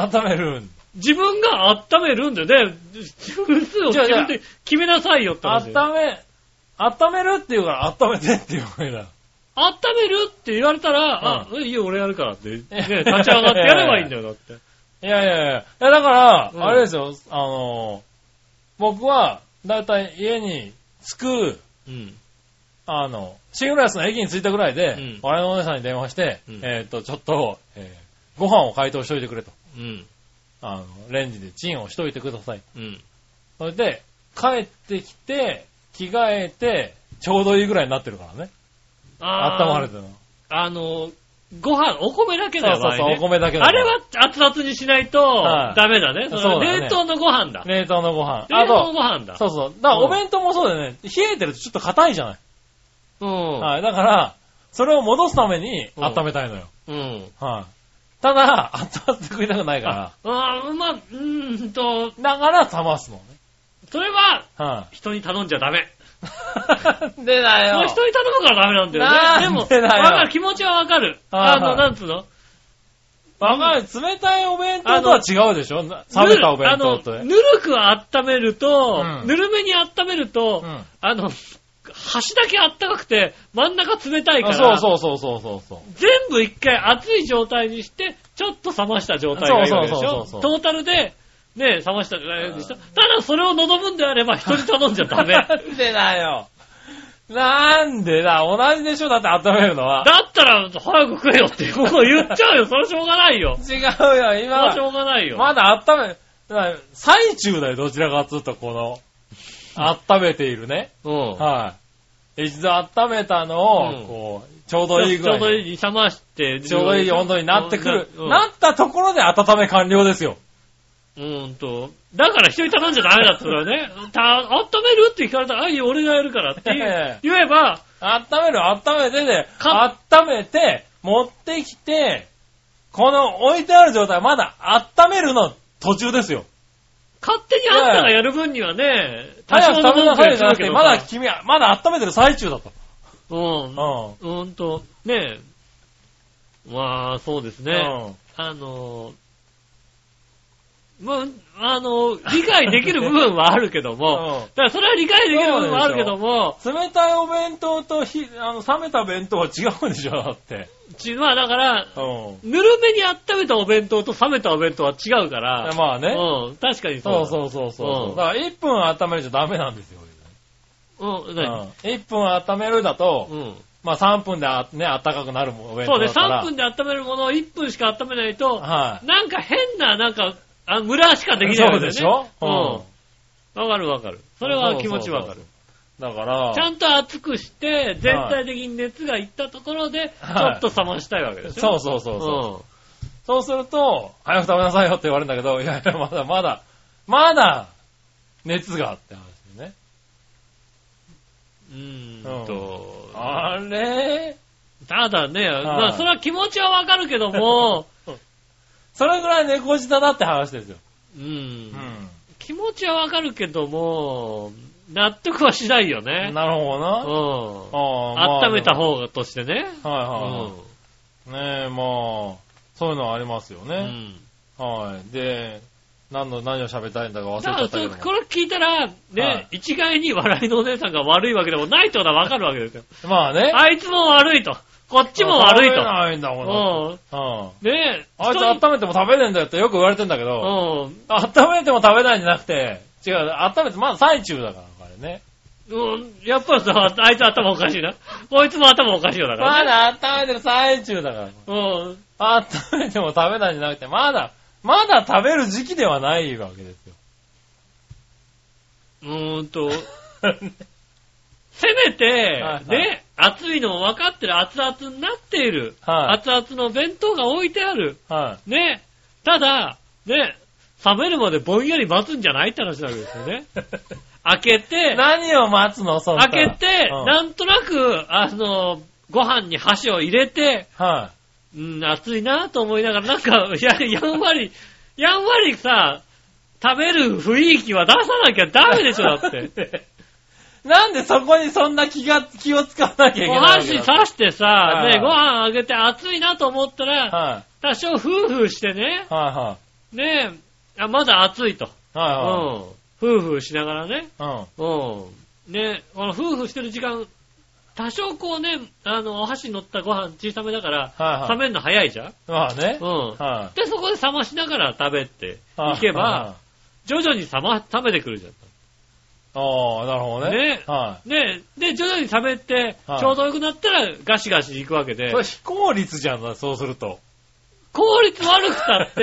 温める。 自分が温めるんだよね。分数を自分で決めなさいよって話。 温めるって言うから温めてって言うわけだ。 温めるって言われたら、いいよ、俺やるからって。ね、立ち上がってやればいいんだよ、だって。 いや、だから、あれですよ、僕は、だいたい家に着く、シングラスの駅に着いたぐらいで、我のお姉さんに電話して、ちょっと、ご飯を解凍しといてくれと。レンジでチンをしといてください。それで、帰ってきて、着替えて、ちょうどいいぐらいになってるからね。温まれてるの。 ご飯、お米だけだよ、ね。 そう、お米だけだ。 あれは熱々にしないと、ダメだね。そうだね。冷凍のご飯だ。 冷凍のご飯。 冷凍のご飯だ。 そう。だからお弁当もそうだよね。冷えてるとちょっと硬いじゃない。だから、それを戻すために温めたいのよ。ただ、熱々食いたくないから。だから冷ますのね。 それは、人に頼んじゃダメ。 でだよ。 人に頼むからダメなんだよね。でも、わかる、気持ちはわかる。なんつうの？ わかる、冷たいお弁当とは違うでしょ？冷めたお弁当と。 ぬるく温めると、ぬるめに温めると、端だけあったかくて、真ん中冷たいから。 そう。 全部一回熱い状態にして、ちょっと冷ました状態がいいわけでしょ？トータルで、ね、冷ましたじゃないでしょ。ただそれを望むんであれば人に頼んじゃダメ。 なんでだよ。なんでだ、同じでしょだって温めるのは。 だったら早く食えよって言っちゃうよ。それはしょうがないよ。 違うよ、今は。 しょうがないよ。 まだ最中だよ、どちらかというと、この、温めているね。一度温めたのを、こう、ちょうどいいぐらい。 ちょうどいい、冷まして。 ちょうどいい温度になってくる。なったところで温め完了ですよ。 だから人に頼んじゃダメだってことだね。温めるって聞かれたら、俺がやるからって言えば、 温めてで、温めて、持ってきて、この置いてある状態、まだ温めるの途中ですよ。 勝手にあんたがやる分にはね、 早く食べなさいじゃなくて、まだ君は、まだ温めてる最中だと。 ねえ。まあ、そうですね。理解できる部分はあるけども、だからそれは理解できる部分はあるけども、 冷たいお弁当と冷めた弁当は違うんでしょ、だって。 まあだから、ぬるめに温めたお弁当と冷めたお弁当は違うから、 まあね。 確かにそう。 そう。だから1分温めるじゃダメなんですよ。1分温めるだと、まあ3分でね、暖かくなるお弁当だったら。 そうね、3分で温めるものを1分しか温めないと、なんか変な、ムラしかできないわけだよね。 そうでしょ？ わかる。それは気持ちわかる。 だから、 ちゃんと熱くして、全体的に熱がいったところで、ちょっと冷ましたいわけですよ。 そう。そうすると、早く食べなさいよって言われるんだけど、いや、まだ、熱があって話ですね。あれ？ ただね、まあ、それは気持ちはわかるけども、 それぐらい猫舌だって話ですよ。 気持ちはわかるけども、納得はしないよね。 なるほどな。温めた方がとしてね。 ねえ、まあ、そういうのはありますよね。で、何を喋りたいんだか忘れちゃったけど。 これ聞いたら、ね、一概に笑いのお姉さんが悪いわけでもないってことはわかるわけですよ。 まあね。 あいつも悪いと。こっちも悪いと。 食べないんだもん。ねえ。 あいつ温めても食べねえんだよってよく言われてんだけど、温めても食べないんじゃなくて、違う、温めてまだ最中だから、あれね。 やっぱりさ、あいつ頭おかしいな。こいつも頭おかしいよだから、 ね。まだ温めてる最中だから。温めても食べないんじゃなくて、まだ食べる時期ではないわけですよ。 せめて、ね、熱いのも分かってる、熱々になっている、熱々の弁当が置いてある、ね、ただ、ね、冷めるまでぼんやり待つんじゃないって話なわけですよね。開けて、 何を待つの？ 開けて、なんとなく、ご飯に箸を入れて、熱いなと思いながら、なんか、やんわりさ、食べる雰囲気は出さなきゃダメでしょ、だって。 なんでそこにそんな気を使わなきゃいけないの？ お箸刺してさ、ね、ご飯あげて熱いなと思ったら、多少フーフーしてね、ね、まだ熱いと。フーフーしながらね、ね、フーフーしてる時間、多少こうね、お箸に乗ったご飯小さめだから、冷めるの早いじゃん？ まあね。 で、そこで冷ましながら食べていけば、徐々に冷めてくるじゃん。 なるほどね。 ね。で、徐々に冷めて、ちょうど良くなったらガシガシいくわけで。 それ非効率じゃんな、そうすると。 効率悪くたって、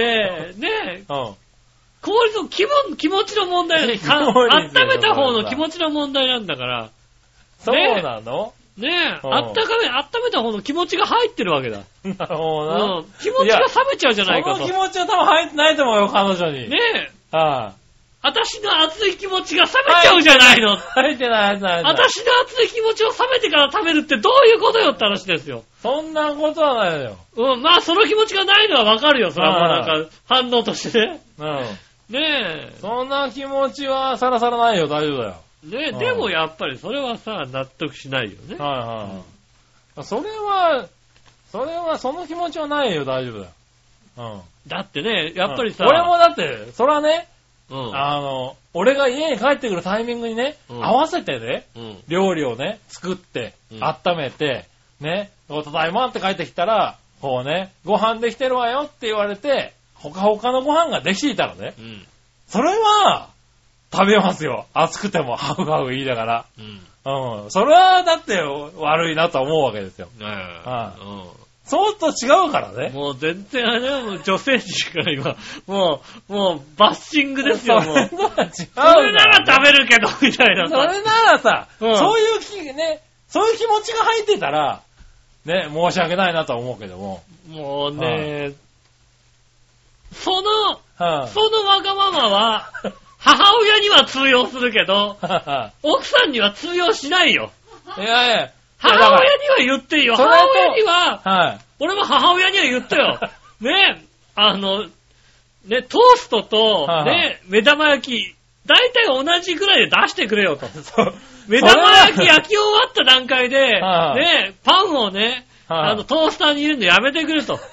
ね。効率の気持ちの問題なんだ。温めた方の気持ちの問題なんだから。 そうなの？ ねえ、温めた方の気持ちが入ってるわけだ。 なるほどな。 気持ちが冷めちゃうじゃないかと。 その気持ちは多分入ってないと思うよ、彼女に。 ねえ。私の熱い気持ちが冷めちゃうじゃないの。 入ってない。私の熱い気持ちを冷めてから食べるってどういうことよって話ですよ。 そんなことはないよ。 まあその気持ちがないのはわかるよ、それはもうなんか反応としてね。ねえ。 そんな気持ちはさらさらないよ、大丈夫だよ。 ねえ、でもやっぱりそれはさ、納得しないよね。 それは、その気持ちはないよ、大丈夫だよ。 だってね、やっぱりさ。 俺もだって、それはね、俺が家に帰ってくるタイミングにね、合わせてね、料理をね、作って、温めて、ね、ただいまって帰ってきたら、こうね、ご飯できてるわよって言われて、ほかほかのご飯ができていたらね、それは、食べますよ。熱くてもハウハウ言いながら。それはだって悪いなと思うわけですよ。そうと違うからね。 もう全然あれはもう女性陣から今、もうバッシングですよ、もう。それなら食べるけど、みたいな。 それならさ、そういう気持ちが入ってたら、ね、申し訳ないなとは思うけども。 もうね、そのわがままは、母親には通用するけど、奥さんには通用しないよ。 いや。 母親には言っていいよ。母親には、俺も母親には言ったよ。ね、ね、トーストと、ね、目玉焼き、大体同じぐらいで出してくれよと。目玉焼き焼き終わった段階で、ね、パンをね、トースターに入れるのやめてくれと。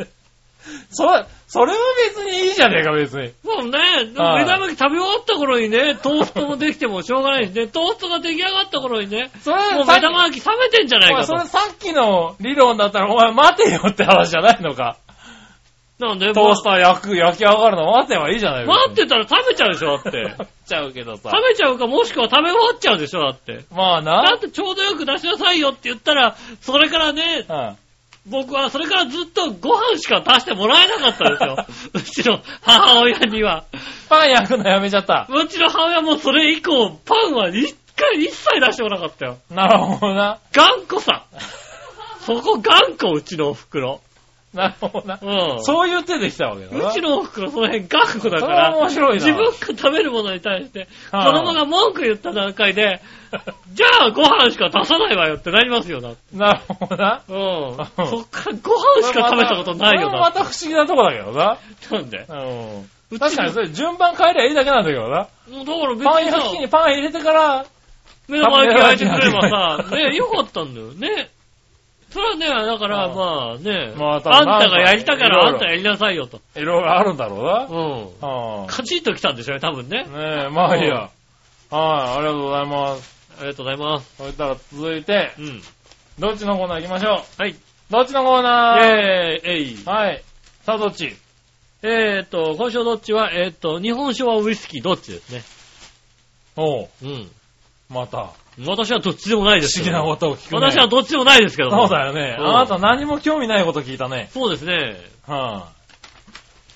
それは別にいいじゃねえか、別に。 もうね、目玉焼き食べ終わった頃にね、トーストもできてもしょうがないしね、トーストが出来上がった頃にね、もう目玉焼き冷めてんじゃないかと。 それさっきの理論だったら、お前待てよって話じゃないのか。 なんでトースター焼き上がるの待てばいいじゃないか。 待ってたら食べちゃうでしょ、だって。 食べちゃうけどさ。 食べちゃうか、もしくは食べ終わっちゃうでしょ、だって。 まあな。 だってちょうどよく出しなさいよって言ったら、それからね、僕はそれからずっとご飯しか出してもらえなかったですよ。うちの母親には。 パン焼くのやめちゃった。 うちの母親もそれ以降、パンは一切出してもらなかったよ。 なるほどな。 頑固さ。そこ頑固、うちのお袋。 なるほどな。そういう手できたわけだな。 うちのお袋その辺頑固だから、 面白いな。 自分が食べるものに対して、子供が文句言った段階で、じゃあご飯しか出さないわよってなりますよな。 なるほどな。 そっからご飯しか食べたことないよな。 また不思議なとこだけどな。 なんで？ 確かにそれ順番変えりゃいいだけなんだけどな。 だから別にパン焼き器にパン入れてから、 目玉焼き焼いてくればさ、ね、よかったんだよね。それはね、だから、まあね、あんたがやりたからあんたやりなさいよと。 いろいろあるんだろうな。カチッと来たんでしょうね、多分ね。 ねえ、まあいいや。ありがとうございます。 ありがとうございます。 そしたら続いて、どっちのコーナー行きましょう。 はい。 どっちのコーナー？ はい。 さあ、どっち？ 今週どっちは、日本酒はウイスキーどっちですね。 おう。 また。 私はどっちでもないです不思議なことを聞くね。 私はどっちでもないですけども。 そうだよね。あなた何も興味ないこと聞いたね。 そうですね。 はい、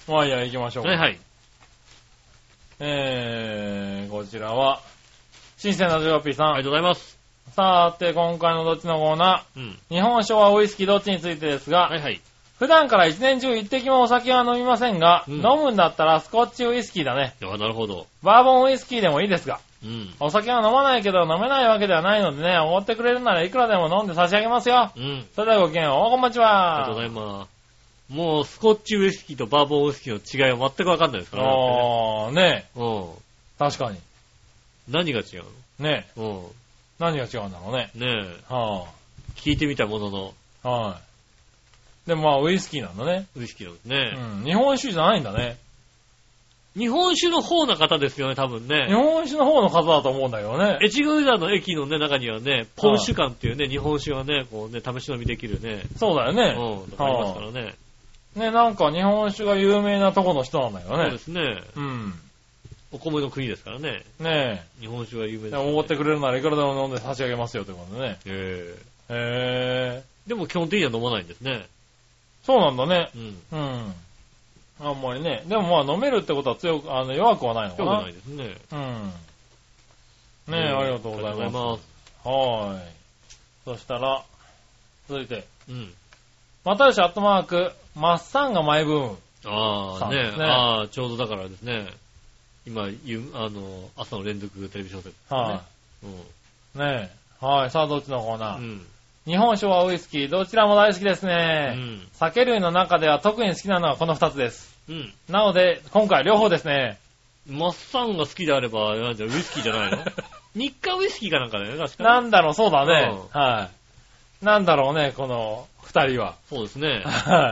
まあいいや、行きましょう。 はいはい。 こちらは、新鮮なジョーピーさん。 ありがとうございます。 さて、今回のどっちのコーナー。日本酒はウイスキーどっちについてですが、 はいはい。 普段から一年中一滴もお酒は飲みませんが、飲むんだったらスコッチウイスキーだね。 なるほど。 バーボンウイスキーでもいいですが、お酒は飲まないけど飲めないわけではないのでね、おごってくれるならいくらでも飲んで差し上げますよ。それではごきげんよう、こんばんちは。 ありがとうございます。もうスコッチウイスキーとバーボンウイスキーの違いは全くわかんないですからね。ねえ。 確かに。 何が違うのねえ。何が違うんだろうね。 ねえ。聞いてみたものの。 でもまあウイスキーなんだね。 ウイスキーなんですね。 日本酒じゃないんだね。 日本酒の方の方ですよね、多分ね。 日本酒の方の方だと思うんだけどね。 越後湯沢の駅のね、中にはね、ポン酒館っていうね、日本酒がね、こうね、試し飲みできるね。 そうだよね。 ありますからね。 ね、なんか日本酒が有名なとこの人なんだよね。 そうですね。お米の国ですからね。 ねえ。日本酒が有名です、 ね。おごってくれるならいくらでも飲んで差し上げますよということでね。 でも基本的には飲まないんですね。 そうなんだね。あんまりね。でもまあ飲めるってことは弱くはないのかな。 弱くないですね。 ねえ、ありがとうございます。そしたら、続いて。またよしアットマーク、マッサンがマイブーム。 ちょうどだからですね。今、朝の連続テレビ小説ですね。ねえ。さあどっちのコーナー。日本酒はウイスキー、どちらも大好きですね。酒類の中では特に好きなのはこの2つです。なので、今回両方ですね。 マッサンが好きであれば、ウイスキーじゃないの日課ウイスキーかなんかだよね、確かに。 なんだろう、そうだね。なんだろうね、この2人は。 そうですね。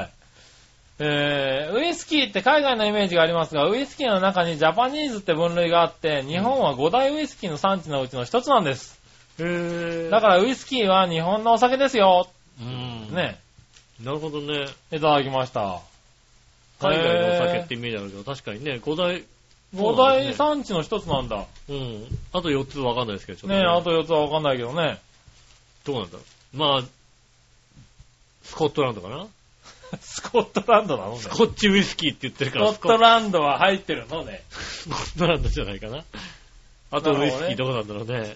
ウイスキーって海外のイメージがありますが、ウイスキーの中にジャパニーズって分類があって、日本は5大ウイスキーの産地のうちの1つなんです。だからウイスキーは日本のお酒ですよ。ね。 なるほどね。 いただきました。 海外のお酒ってイメージあるけど、確かにね、5 大産地の1つなんだ。 あと4つわかんないですけど、ちょっとね。あと4つはわかんないけどね。 どうなんだろう。まあ、スコットランドかな。 スコットランドなのね。 スコッチウイスキーって言ってるから。 スコットランドは入ってるのね。 スコットランドじゃないかな。あとウイスキーどこなんだろうね。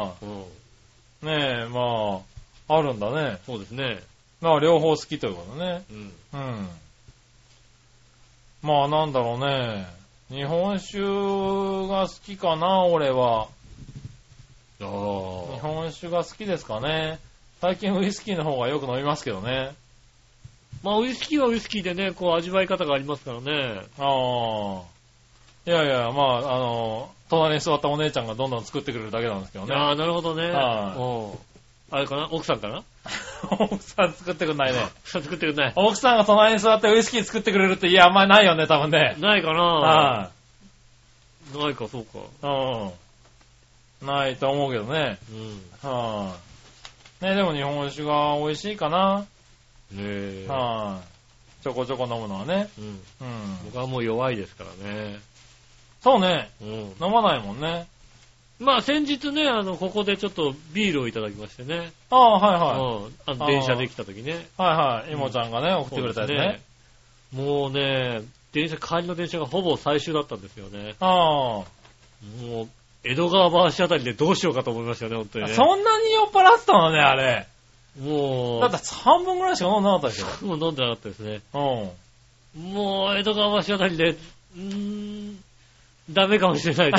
ねえ、まあ、あるんだね。 そうですね。 まあ、両方好きということね。まあ、なんだろうね。日本酒が好きかな、俺は。日本酒が好きですかね。最近ウイスキーの方がよく飲みますけどね。 まあ、ウイスキーはウイスキーでね、こう、味わい方がありますからね。 いやいや、まあ、隣に座ったお姉ちゃんがどんどん作ってくれるだけなんですけどね。 なるほどね。あれかな奥さんかな奥さん作ってくんないね。 奥さん作ってくんない。 奥さんが隣に座ってウイスキー作ってくれるってあんまりないよね、多分ね。 ないかなないか、そうか。 ないと思うけどね。ね、でも日本酒が美味しいかな。ちょこちょこ飲むのはね。 僕はもう弱いですからね。 そうね。飲まないもんね。 まあ先日ね、ここでちょっとビールをいただきましてね。電車で来た時ね。 イモちゃんがね、送ってくれたやつね。 もうね、帰りの電車がほぼ最終だったんですよね。もう、江戸川橋あたりでどうしようかと思いましたよね、本当にね。 そんなに酔っ払ってたのね、あれ。 もう。 だって半分ぐらいしか飲んでなかったでしょ。 もう飲んでなかったですね。もう、江戸川橋あたりで、ダメかもしれないです。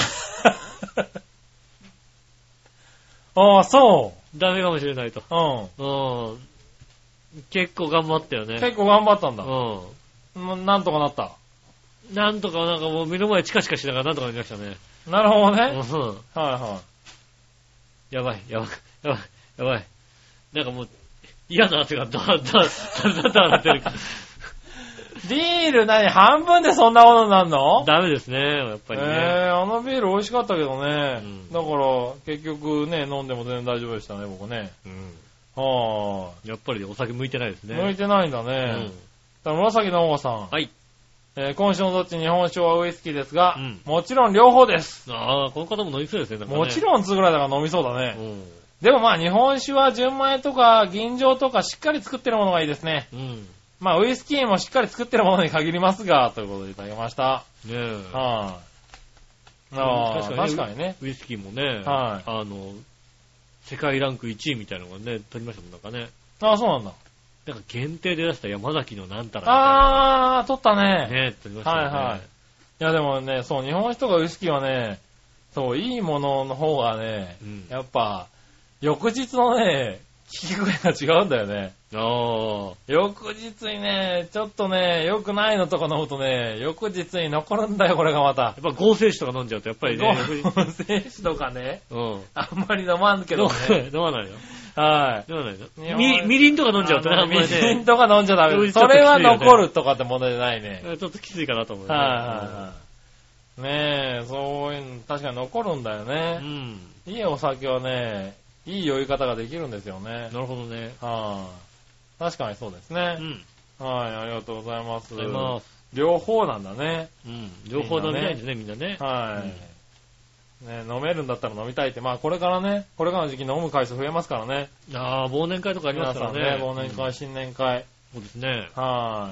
そう。 ダメかもしれないと。結構頑張ったよね。 結構頑張ったんだ。なんとかなった。 なんとかなんかもう目の前チカチカしながらなんとかなりましたね。 なるほどね。 やばい。なんかもう、嫌な汗がダーなってる。 ビール半分でそんなものになるの？ ダメですね、やっぱりね。 あのビール美味しかったけどね。だから、結局ね、飲んでも全然大丈夫でしたね、僕ね。 やっぱりお酒向いてないですね。 向いてないんだね。紫のおばさん。 はい。 今週のどっち日本酒はウイスキーですが、もちろん両方です。 ああ、この方も飲みそうですね。 もちろんつぐらいだから飲みそうだね。でもまあ日本酒は純米とか吟醸とかしっかり作ってるものがいいですね。まあウイスキーもしっかり作ってるものに限りますが、ということでいただきました。ねえ。はい、確かにね。 ウイスキーもね、世界ランク1位みたいなのがね、取りましたもん、なんかね。 ああ、そうなんだ。 なんか限定で出した山崎のなんたらみたいな。 あー、取ったね。 ね、取りましたね。はいはい。 いやでもね、そう、日本酒とかウイスキーはね、そう、いいものの方がね、やっぱ、翌日のね、効き具合が違うんだよね。翌日にね、ちょっとね、良くないのとか飲むとね、翌日に残るんだよ、これがまた。やっぱ合成酒とか飲んじゃうと、やっぱりね。 合成酒とかね。あんまり飲まんけどね。 飲まないよ。 はい。 飲まないよ。みりんとか飲んじゃうとね、 みりんとか飲んじゃダメ。それは残るとかって問題じゃないね。 ちょっときついかなと思う。 はい。ねえ、そういうの確かに残るんだよね。いいお酒はね、いい酔い方ができるんですよね。 なるほどね。 確かにそうですね。はい、ありがとうございます。両方なんだね。 両方飲みたいんですね、みんなね。 はい。ね、飲めるんだったら飲みたいって、まあこれからね、これからの時期飲む回数増えますからね。 忘年会とかありますからね。 忘年会、新年会。 そうですね。 はい。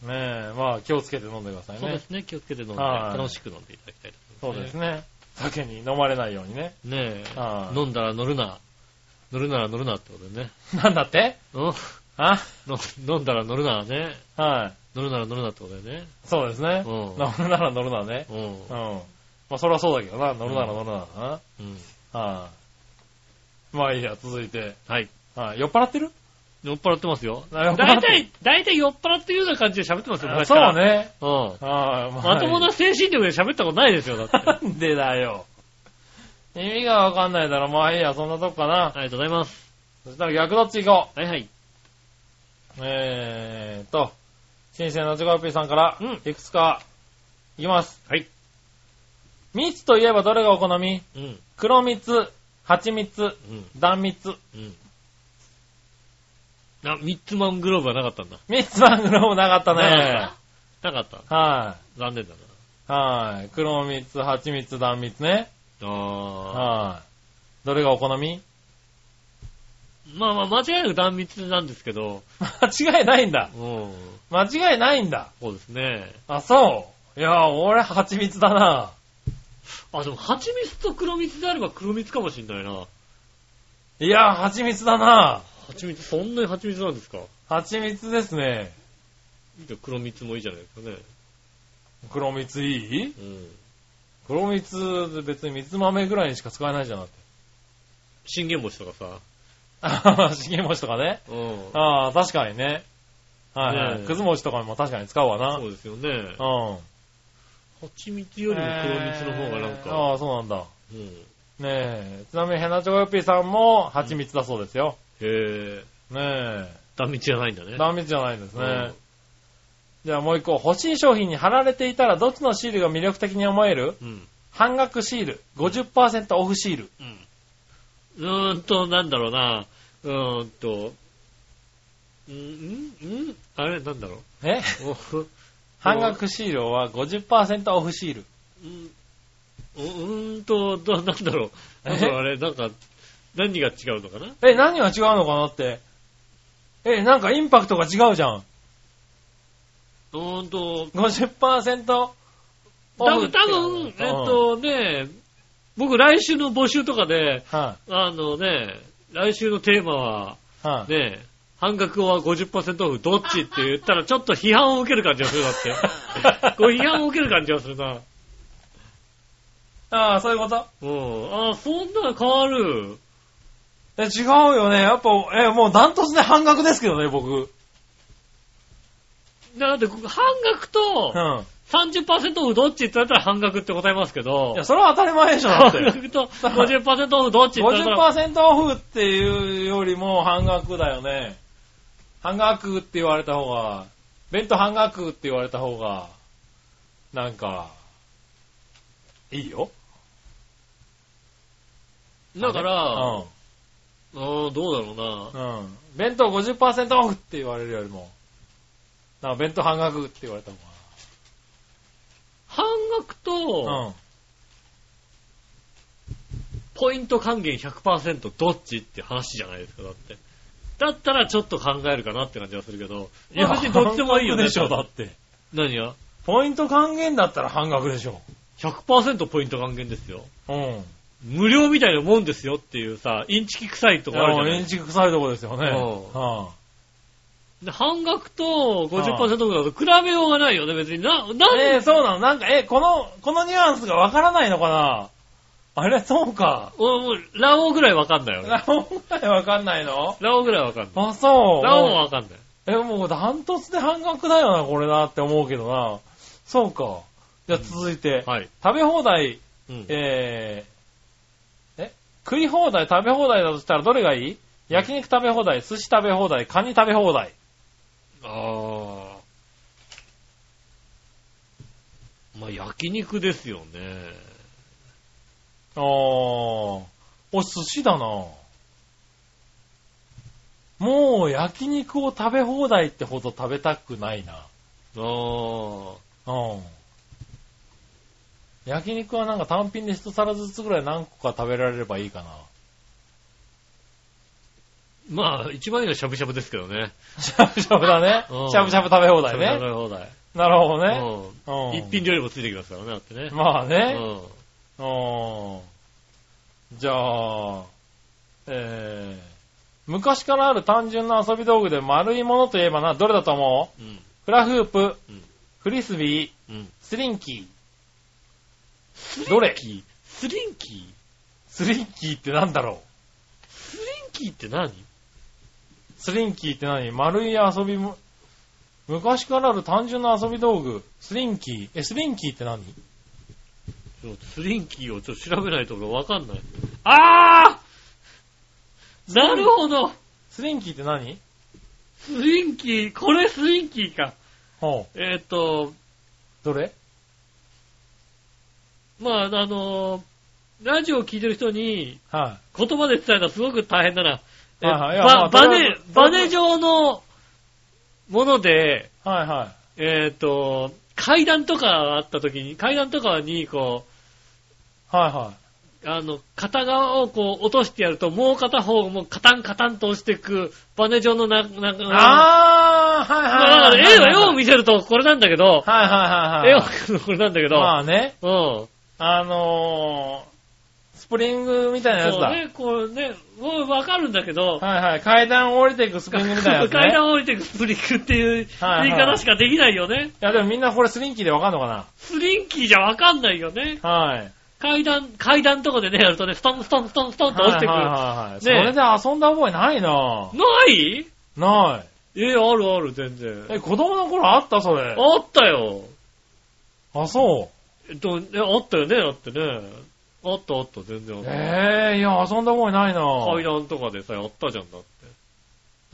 ねえ、まあ気をつけて飲んでくださいね。 そうですね、気をつけて飲んで、楽しく飲んでいただきたいと思います。 そうですね。酒に飲まれないようにね。 ねえ。飲んだら乗るな。乗るなら乗るなってことでね。 なんだって飲んだら乗るならね。 はい。 乗るなら乗るなってことでね。 そうですね。乗るなら乗るなね。まあそれはそうだけどな。乗るなら乗るなな。はい。まあいいや、続いて。 はい。 酔っ払ってる？ 酔っ払ってますよ。だいたい酔っ払ってるような感じで喋ってますよ。 そうね。 まともな精神力で喋ったことないですよ、だって。 なんでだよ。意味がわかんないだろ。まあいいや、そんなとこかな。 ありがとうございます。 そしたら逆どっち行こう。はいはい。 新鮮なチョコヨッピーさんから、いくつか、いきます。 はい。 蜜といえばどれがお好み？黒蜜、蜂蜜、断蜜。 ミッツマングローブはなかったんだ。 ミッツマングローブなかったね。 なかった。 はい。 残念だな。はい。黒蜜、蜂蜜、断蜜ね。はい。どれがお好み？ まあ間違いなく断蜜なんですけど。 間違いないんだ。間違いないんだ。 そうですね。 あ、そう。いや、俺蜂蜜だな。 でも蜂蜜と黒蜜であれば黒蜜かもしんないな。 いや、蜂蜜だな。 蜂蜜、そんなに蜂蜜なんですか？ 蜂蜜ですね。 黒蜜もいいじゃないですかね。 黒蜜いい？黒蜜、別に蜜豆ぐらいにしか使えないじゃなくて。 信玄餅とかさ。 信玄餅とかね。確かにね。はい。くず餅とかも確かに使うわな。 そうですよね。蜂蜜よりも黒蜜の方がなんか。 そうなんだ。ねえ。ちなみにヘナチョコヨッピーさんも蜂蜜だそうですよ。 へえ。 ねえ。 断蜜じゃないんだね。 断蜜じゃないんですね。じゃあもう一個。欲しい商品に貼られていたらどっちのシールが魅力的に思える？半額シール。50% オフシール。 なんだろうな。あれなんだろう。 半額シールは 50% オフシール。 なんだろう。あれ、なんか、何が違うのかな？ 何が違うのかなって。なんかインパクトが違うじゃん。50% オフ。 多分、僕来週の募集とかで、来週のテーマは、半額は 50% オフどっちって言ったらちょっと批判を受ける感じがするだって。批判を受ける感じがするな。 そういうこと？ そんなの変わる。 違うよね。やっぱ、もうダントツで半額ですけどね、僕。 だって半額と、30% オフどっちって言ったら半額って答えますけど。 いや、それは当たり前でしょ、だって。 半額と 50% オフどっちって言ったら。 50% オフっていうよりも半額だよね。半額って言われた方が、弁当半額って言われた方が、なんか、いいよ。 だから、どうだろうな。 弁当 50% オフって言われるよりも、なんか弁当半額って言われた方が。 と、ポイント還元 100% どっちって話じゃないですか、だって。だったらちょっと考えるかなって感じはするけど。 いや、別にどっちでもいいよね。でしょ、だって。 何や？ ポイント還元だったら半額でしょ。 100% ポイント還元ですよ。無料みたいなもんですよっていうさ、インチキ臭いとこあるじゃない。 インチキ臭いとこですよね。 で半額と 50% ぐらいだと比べようがないよね、別に。 そうなの？なんか、このニュアンスがわからないのかな？あれ、そうか。 もう、ラオウぐらいわかんないよね。 ラオウぐらいわかんないの？ ラオウぐらいわかんない。 あ、そう。 ラオウもわかんない。 もうダントツで半額だよな、これなって思うけどな。そうか。じゃあ続いて、 はい、 食べ放題、食い放題、食べ放題だとしたらどれがいい？焼肉食べ放題、寿司食べ放題、カニ食べ放題。 まあ、焼肉ですよね。 寿司だな。もう焼肉を食べ放題ってほど食べたくないな。焼肉はなんか単品で一皿ずつぐらい何個か食べられればいいかな。 まあ、一番いいのはしゃぶしゃぶですけどね。 しゃぶしゃぶだね。しゃぶしゃぶ食べ放題ね。 食べ放題。 なるほどね。一品料理もついてきますからね、だってね。 まあね。じゃあ、昔からある単純な遊び道具で丸いものといえばな、どれだと思う？フラフープ、フリスビー、スリンキー。どれ？ スリンキー？ スリンキーってなんだろう？ スリンキーって何？ スリンキーって何？丸い遊びも、昔からある単純な遊び道具、スリンキー。スリンキーって何？ スリンキーをちょっと調べないとわかんない。なるほど。 スリンキーって何？ スリンキー、これスリンキーか。 どれ？ まあ、ラジオを聞いてる人に、言葉で伝えたらすごく大変だな。バネ状のもので、階段とかあった時に、階段とかにこう、片側をこう落としてやると、もう片方もカタンカタンと押していく、バネ状の絵を見せるとこれなんだけど、絵を見せるとこれなんだけど、 まあね。スプリングみたいなやつだ。 そうね、こうね、もうわかるんだけど、 階段を降りていくスプリングみたいなやつね。 階段を降りていくスプリングっていう言い方しかできないよね。 いやでもみんなこれスリンキーでわかんのかな？ スリンキーじゃわかんないよね。階段とかでね、やるとね、ストンストンストンストンと落ちてくる。 それで遊んだ覚えないな。 ないない。 あるある、全然。 子供の頃あったそれ。 あったよ。 あ、そう。 あったよね、だってね。あった、全然あった。 いや、遊んだ覚えないな。 階段とかでさ、やったじゃんだって。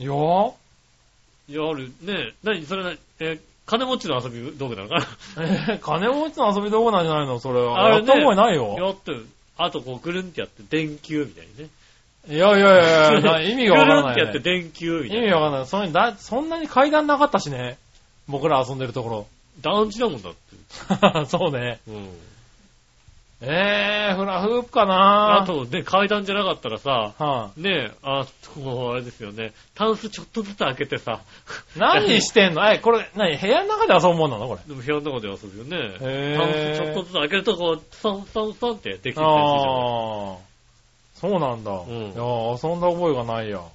いや、 ある。ね何それ金持ちの遊び道具なのかな金持ちの遊び道具なんじゃないのそれは。やった覚えないよ。 やったよ。あとこう、ぐるんってやって、電球みたいにね。 いや、意味がわからない、ね。 ぐるんってやって、電球みたいな。 意味がわからない。そんなに階段なかったしね。僕ら遊んでるところ。 団地だもんだって。そうね。フラフープかな。 あとね、階段じゃなかったらさ、ねあれですよね、タンスちょっとずつ開けてさ。 何してんの？これ、部屋の中で遊ぶもんなのこれ。 でも部屋の中で遊ぶよね。タンスちょっとずつ開けるとこう、ストンストンストンってできてきたりするじゃない。 そうなんだ。いや、遊んだ覚えがないや。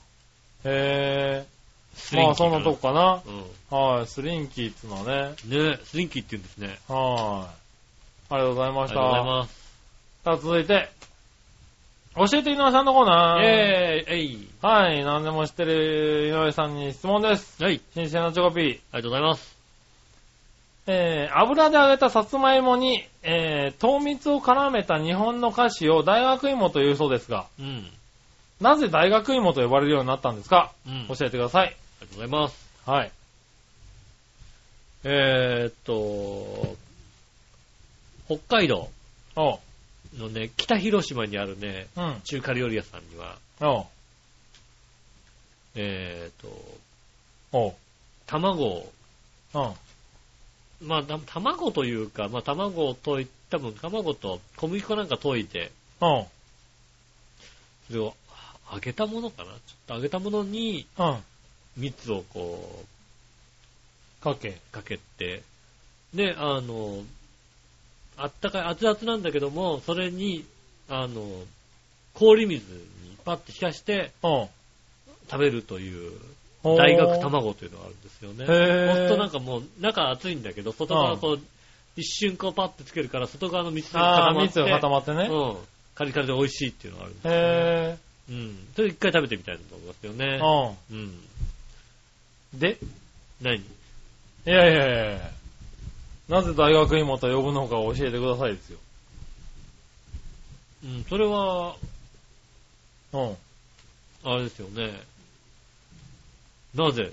まあ、そんなとこかな。スリンキーってのはね。 ねスリンキーって言うんですね。 ありがとうございました。 ありがとうございます。 さあ、続いて、教えて井上さんのコーナー。 はい、何でも知ってる井上さんに質問です。新鮮なチョコピー。 ありがとうございます。 油で揚げたさつまいもに、糖蜜を絡めた日本の菓子を大学芋というそうですが、なぜ大学芋と呼ばれるようになったんですか？教えてください。 ありがとうございます。 はい。 北海道のね、北広島にあるね、中華料理屋さんには、卵を、 まあ、卵というか、まあ、卵を溶いて、多分卵と小麦粉なんか溶いて、うん。それを揚げたものかな、ちょっと揚げたものに、うん。蜜をこう、かけて、で、あったかい、熱々なんだけども、それに、氷水にパッと冷やして、うん。食べるという、大学卵というのがあるんですよね。そうするとなんかもう、中熱いんだけど、外側こう、一瞬こうパッとつけるから、外側の蜜が固まってね。うん。カリカリで美味しいっていうのがあるんですよ、ね。うん。それ一回食べてみたいと思いますよね。うん。で何？いや。なぜ大学芋と呼ぶのか教えてくださいですよ。 うん、それは、うん。あれですよね。なぜ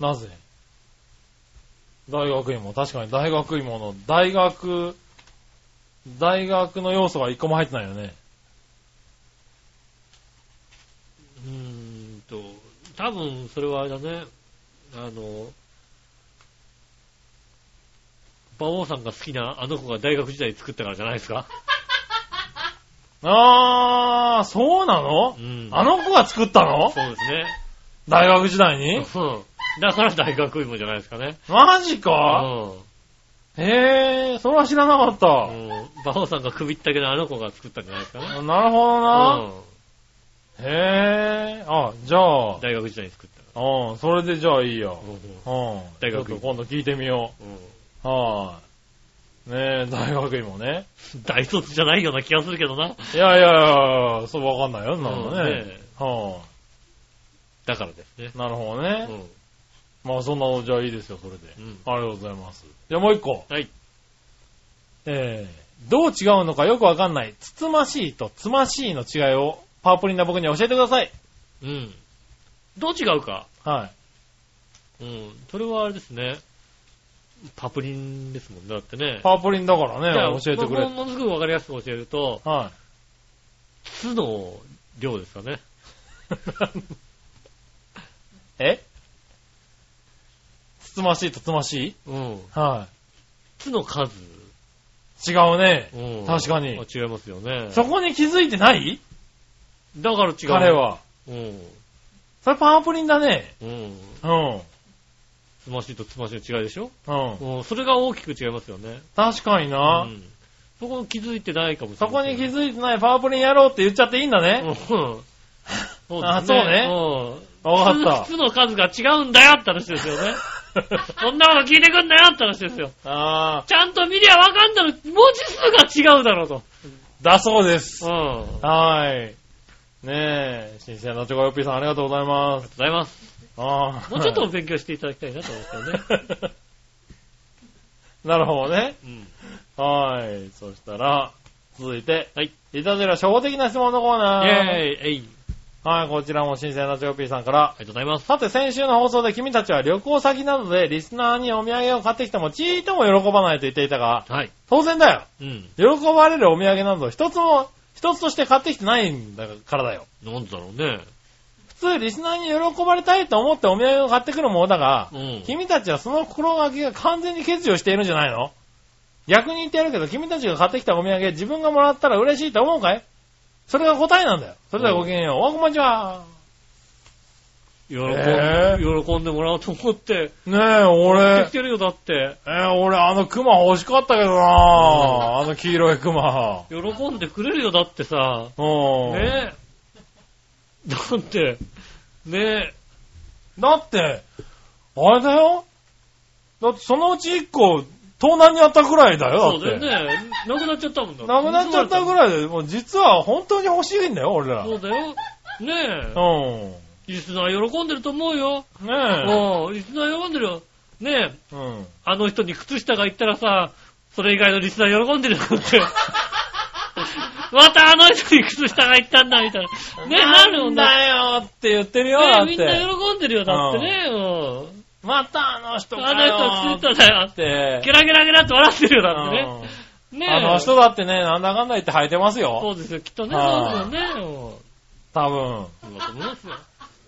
大学芋、確かに大学芋の大学の要素が一個も入ってないよね。 多分それはあれだね。馬王さんが好きなあの子が大学時代に作ったからじゃないですか。 そうなの？うん、あの子が作ったの？ そうですね。 大学時代に？ うん。だから大学芋じゃないですかね。 マジか？うん。それは知らなかった。うん。 馬王さんが首ったけどあの子が作ったんじゃないですかね。 なるほどな。うん。じゃあ。 大学時代に作った。 それでじゃあいいや。 大学芋。今度聞いてみよう。ねえ、大学芋ね。 大卒じゃないような気がするけどな。 いや、そうわかんないよ、なんだね。 だからですね。 なるほどね。まあそんなのじゃあいいですよ、それで。ありがとうございます。じゃあもう一個。 はい。 どう違うのかよくわかんない、つつましいとつましいの違いをパープリンな僕に教えてください。 うん。どう違うか。 はい。 うん。それはあれですね。パプリンですもんね。だってね。 パープリンだからね、教えてくれ。 ものすごくわかりやすく教えると、 はい。 つの量ですかね。 つつましいとつましい？ うん。 はい。 つの数。 違うね。 うん。 確かに。 違いますよね。 そこに気づいてない？ だから違う。 彼は。 うん。 それパープリンだね。 うん。 うん。 つましいとつましいの違いでしょ？ うん。 それが大きく違いますよね。 確かにな。 うん。そこに気づいてないかもしれない。 そこに気づいてないパープリンやろうって言っちゃっていいんだね。 うん。そうですね。 そうね。うん。わかった。 つの数が違うんだよって話ですよね。そんなこと聞いてくんなよって話ですよ。ちゃんと見りゃわかんだろ。文字数が違うだろうと。 だそうです。 うん。 はい。ねえ、新鮮なチョコヨッピーさんありがとうございます。 ありがとうございます。もうちょっとお勉強していただきたいなと思うんですよね。 なるほどね。 うん。 はい。そしたら、続いて、 はい。 いたずら初歩的な質問のコーナー。 イェーイ。 はい、こちらも新鮮なチョコピーさんから。ありがとうございます。 さて、先週の放送で君たちは旅行先などでリスナーにお土産を買ってきてもちーっとも喜ばないと言っていたが、 はい。 当然だよ。 うん。 喜ばれるお土産など一つとして買ってきてないんだからだよ。 なんだろうね。 普通、リスナーに喜ばれたいと思ってお土産を買ってくるものだが、 うん、 君たちはその心がけが完全に欠如しているんじゃないの？逆に言ってやるけど、君たちが買ってきたお土産、自分がもらったら嬉しいと思うかい？それが答えなんだよ。それではごきげんよう。おこんにちは。 喜んでもらおうと思って。 ねえ、俺。 持ってきてるよ、だって。 俺、クマ欲しかったけどな、あの黄色いクマ。 喜んでくれるよ、だってさ。ねえ。だって、ねえ。 だって、あれだよ。だってそのうち1個、盗難にあったくらいだよ、だって。 そうだよね。なくなっちゃったもんだ。 なくなっちゃったくらいで、もう実は本当に欲しいんだよ、俺ら。 そうだよ。ねえ。 うん。 リスナー喜んでると思うよ。 ねえ。 リスナー喜んでるよ。ねえ。うん。 あの人に靴下が言ったらさ、それ以外のリスナー喜んでるよって。またあの人に靴下が言ったんだ、みたいな。ねえ、なるもんね。 なんだよって言ってるよ、 だって。みんな喜んでるよ、だってね。 またあの人かよ。 あの人靴下だよって。ゲラゲラゲラって笑ってるよ、だってね。 ねえ。あの人だってね、なんだかんだ言って履いてますよ。 そうですよ、きっとね。そうですよね。 多分。 そうだと思いますよ。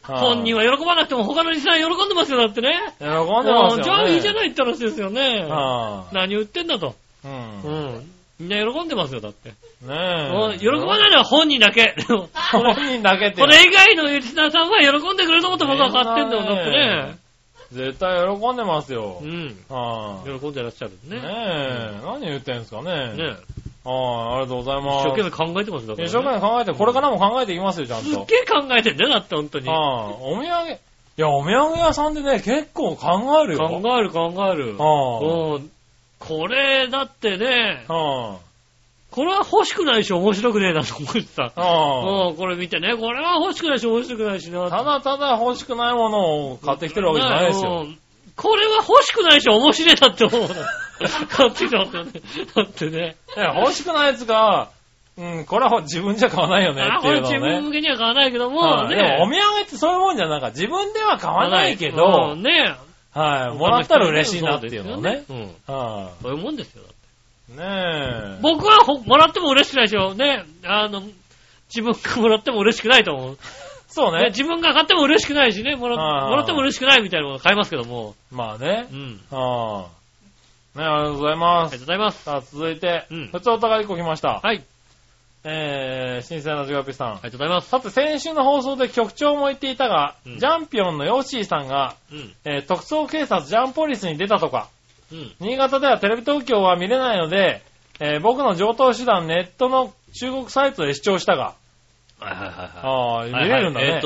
本人は喜ばなくても他のリスナー喜んでますよ、だってね。 喜んでますよね。 じゃあいいじゃないって話ですよね。何言ってんだと。みんな喜んでますよ、だって。 ねえ。 喜ばないのは本人だけ。 本人だけって。 これ以外のリスナーさんは喜んでくれると思って僕は買ってんだよ、だってね。 絶対喜んでますよ。 喜んでらっしゃるね。 ねえ。何言ってんすかね。ありがとうございます。 一生懸命考えてますだから、 一生懸命考えて、これからも考えていきますよ、ちゃんと。 すっげえ考えてんだよ、だって本当に。 お土産、いや、お土産屋さんでね、結構考えるよ。 考える。これ、だってね、これは欲しくないし面白くねえなと思ってさ。これ見てね、これは欲しくないし面白くないしな。 ただただ欲しくないものを買ってきてるわけじゃないですよ。 これは欲しくないし面白いなって思うの。買ってきてますよね。だってね。 欲しくないやつが、これは自分じゃ買わないよねっていうのね。 これ自分向けには買わないけども、ね。 でもお土産ってそういうもんじゃなんか自分では買わないけど、 ね。 もらったら嬉しいなっていうのね。 そういうもんですよ。 ねえ。 僕はもらっても嬉しくないでしょ。ね。自分がもらっても嬉しくないと思う。 そうね。 自分が買っても嬉しくないしね。もらっても嬉しくないみたいなもの買いますけども。 まあね。ね、ありがとうございます。 ありがとうございます。 さあ、続いて、普通お互い1個来ました。 はい。 新鮮なジュガピさん。ありがとうございます。 さて、先週の放送で局長も言っていたが、ジャンピオンのヨッシーさんが、特捜警察ジャンポリスに出たとか、新潟ではテレビ東京は見れないので、僕の上等手段ネットの中国サイトで視聴したが、見れるんだね。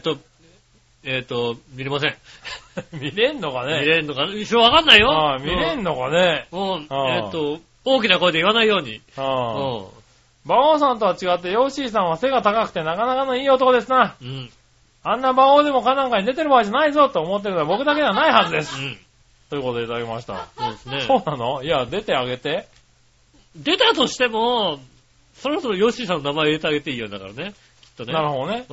見れません。 見れんのかね。 見れんのかね。一緒わかんないよ。 見れんのかね。 大きな声で言わないように。 馬王さんとは違って、ヨッシーさんは背が高くてなかなかのいい男ですな。あんな馬王でもかなんかに出てる場合じゃないぞと思ってるのは僕だけではないはずです。ということでいただきました。 そうですね。 そうなの？いや、出てあげて。 出たとしても、そろそろヨッシーさんの名前入れてあげていいよ、だからね。きっとね。 なるほどね。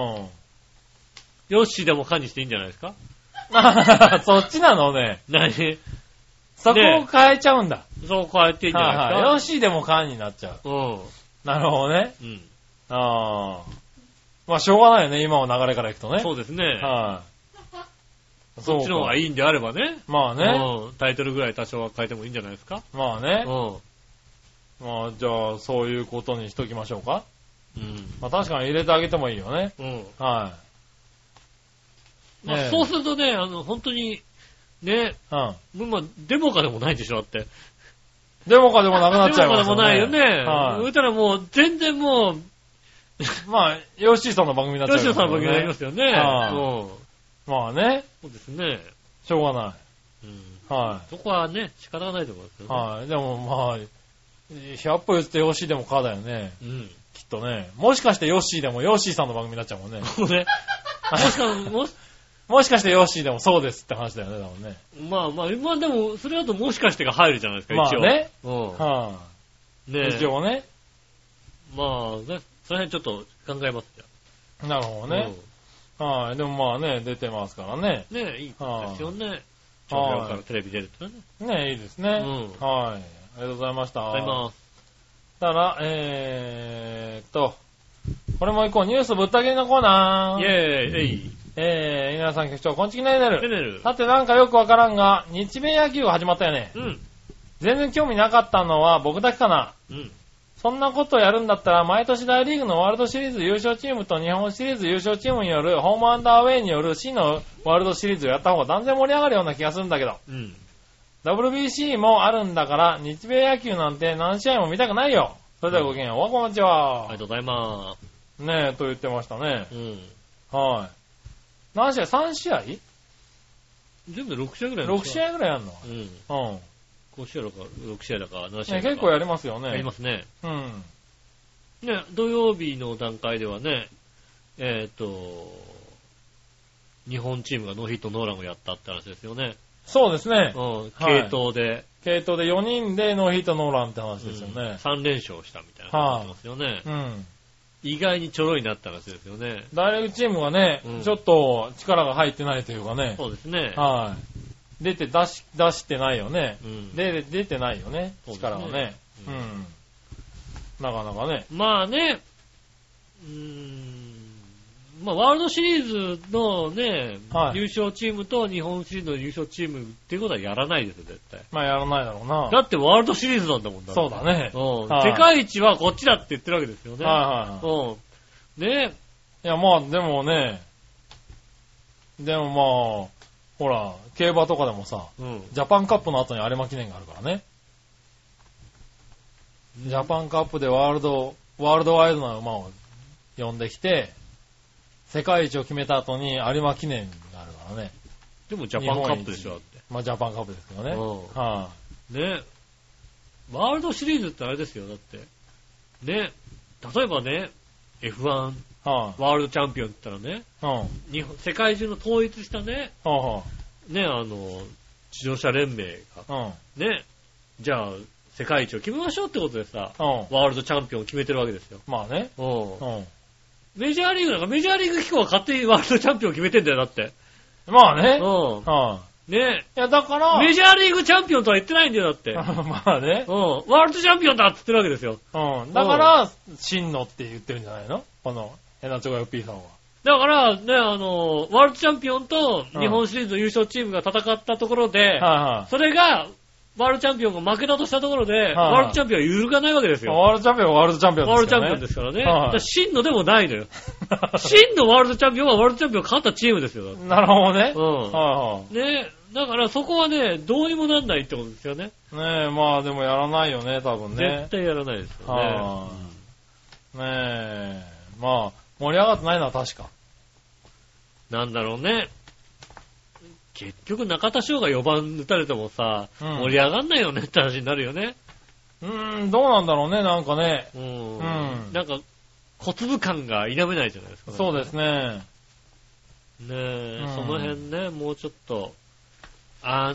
ヨッシーでもカにしていいんじゃないですか？ そっちなのね。 何？ そこを変えちゃうんだ。 そう変えていいんじゃないですか？ ヨッシーでもカになっちゃう。なるほどね。まあ、しょうがないよね、今の流れからいくとね。 そうですね。 そっちの方がいいんであればね。 まあね。 タイトルぐらい多少は変えてもいいんじゃないですか。 まあね。まあ、じゃあ、そういうことにしときましょうか。まあ、確かに入れてあげてもいいよね。まあ、そうするとね、本当に、ね、まあ、デモカでもないでしょ、だって。 デモカでもなくなっちゃいますよね。 デモカでもないよね。言ったらもう、全然もう、 まあ、ヨッシーさんの番組になっちゃう、 ヨッシーさんの番組になりますよね。 まあね。 そうですね。 しょうがない。 そこはね、仕方がないと思いますよね。 でもまあ、100歩言ってヨッシーでもカーだよね。きっとね。もしかしてヨッシーでもヨッシーさんの番組になっちゃうもんね。もしかしてヨッシーでもそうですって話だよね、多分ね。 まあでも、それだともしかしてが入るじゃないですか、一応。 まあね。 一応ね。 まあね、その辺ちょっと考えますよ。 なるほどね。でもまあね、出てますからね。 ねいいですよね。ちょうどからテレビ出るってね。 ねいいですね。ありがとうございました。 ありがとうございます。 だから、これも行こう。ニュースぶった切りのコーナー。 イェーイ。 皆さん局長、こんちきねるねる。 さてなんかよくわからんが、日米野球が始まったよね。全然興味なかったのは僕だけかな。そんなことやるんだったら、毎年大リーグのワールドシリーズ優勝チームと日本シリーズ優勝チームによるホームアンダーウェイによる C のワールドシリーズをやった方が断然盛り上がるような気がするんだけど。WBC もあるんだから、日米野球なんて何試合も見たくないよ。それではごきげんよう。こんにちは。 ありがとうございます。 ねえ、と言ってましたね。何試合 ?3 試合全部で6試合ぐらい 6試合ぐらいやんの 5試合だか6試合だか7試合だか。 結構やりますよね。 やりますね。ね、土曜日の段階ではね、日本チームがノーヒットノーランをやったって話ですよね。 そうですね。 継投で。 継投で4人でノーヒットノーランって話ですよね。 3連勝したみたいな話ですよね。意外にちょろいなった話ですよね。 大リーグチームがね、ちょっと力が入ってないというかね。 そうですね。 出してないよね。出てないよね。力がね。なかなかね。 まあね。 まあ、ワールドシリーズのね、はい、優勝チームと日本シリーズの優勝チームっていうことはやらないですよ、絶対。 まあ、やらないだろうな。 だってワールドシリーズなんだもんだ。 そうだね。 世界一はこっちだって言ってるわけですよね。 はいはい。 ね。 いや、まあ、でもまあ、ほら、競馬とかでもさ、ジャパンカップの後に有馬記念があるからね。ジャパンカップでワールドワイドな馬を呼んできて、世界一を決めた後に有馬記念があるからね。 でもジャパンカップでしょ、だって。 まあジャパンカップですけどね。 はい、ね。ワールドシリーズってあれですよ、だって。ね。例えばね、F1、ワールドチャンピオンって言ったらね、世界中の統一したね、ね、自動車連盟が、ね、じゃあ、世界一を決めましょうってことでさ、ワールドチャンピオンを決めてるわけですよ。 まあね。 メジャーリーグなんかメジャーリーグ機構は勝手にワールドチャンピオンを決めてんだよ、だって。 まあね。 ね。 いや、だから、 メジャーリーグチャンピオンとは言ってないんだよ、だって。 まあね。 ワールドチャンピオンだって言ってるわけですよ。 だから、真のって言ってるんじゃないのこの、エナチョガヨピーさんは。 だから、ね、ワールドチャンピオンと日本シリーズの優勝チームが戦ったところで、それが、ワールドチャンピオンが負けたとしたところで、ワールドチャンピオンは揺るがないわけですよ。 ワールドチャンピオンはワールドチャンピオンですからね。 ワールドチャンピオンですからね。だから真のでもないのよ。真のワールドチャンピオンはワールドチャンピオンが勝ったチームですよ。 なるほどね。 ね、だからそこはね、どうにもなんないってことですよね。 ねえ、まあでもやらないよね、多分ね。 絶対やらないですよね。 ねえ、まあ、盛り上がってないのは確か。 なんだろうね。結局中田翔が4番打たれてもさ、盛り上がんないよねって話になるよね。 どうなんだろうね、なんかね。 なんか、小粒感が否めないじゃないですか。 そうですね。 ねえ、その辺ね、もうちょっと、まあ、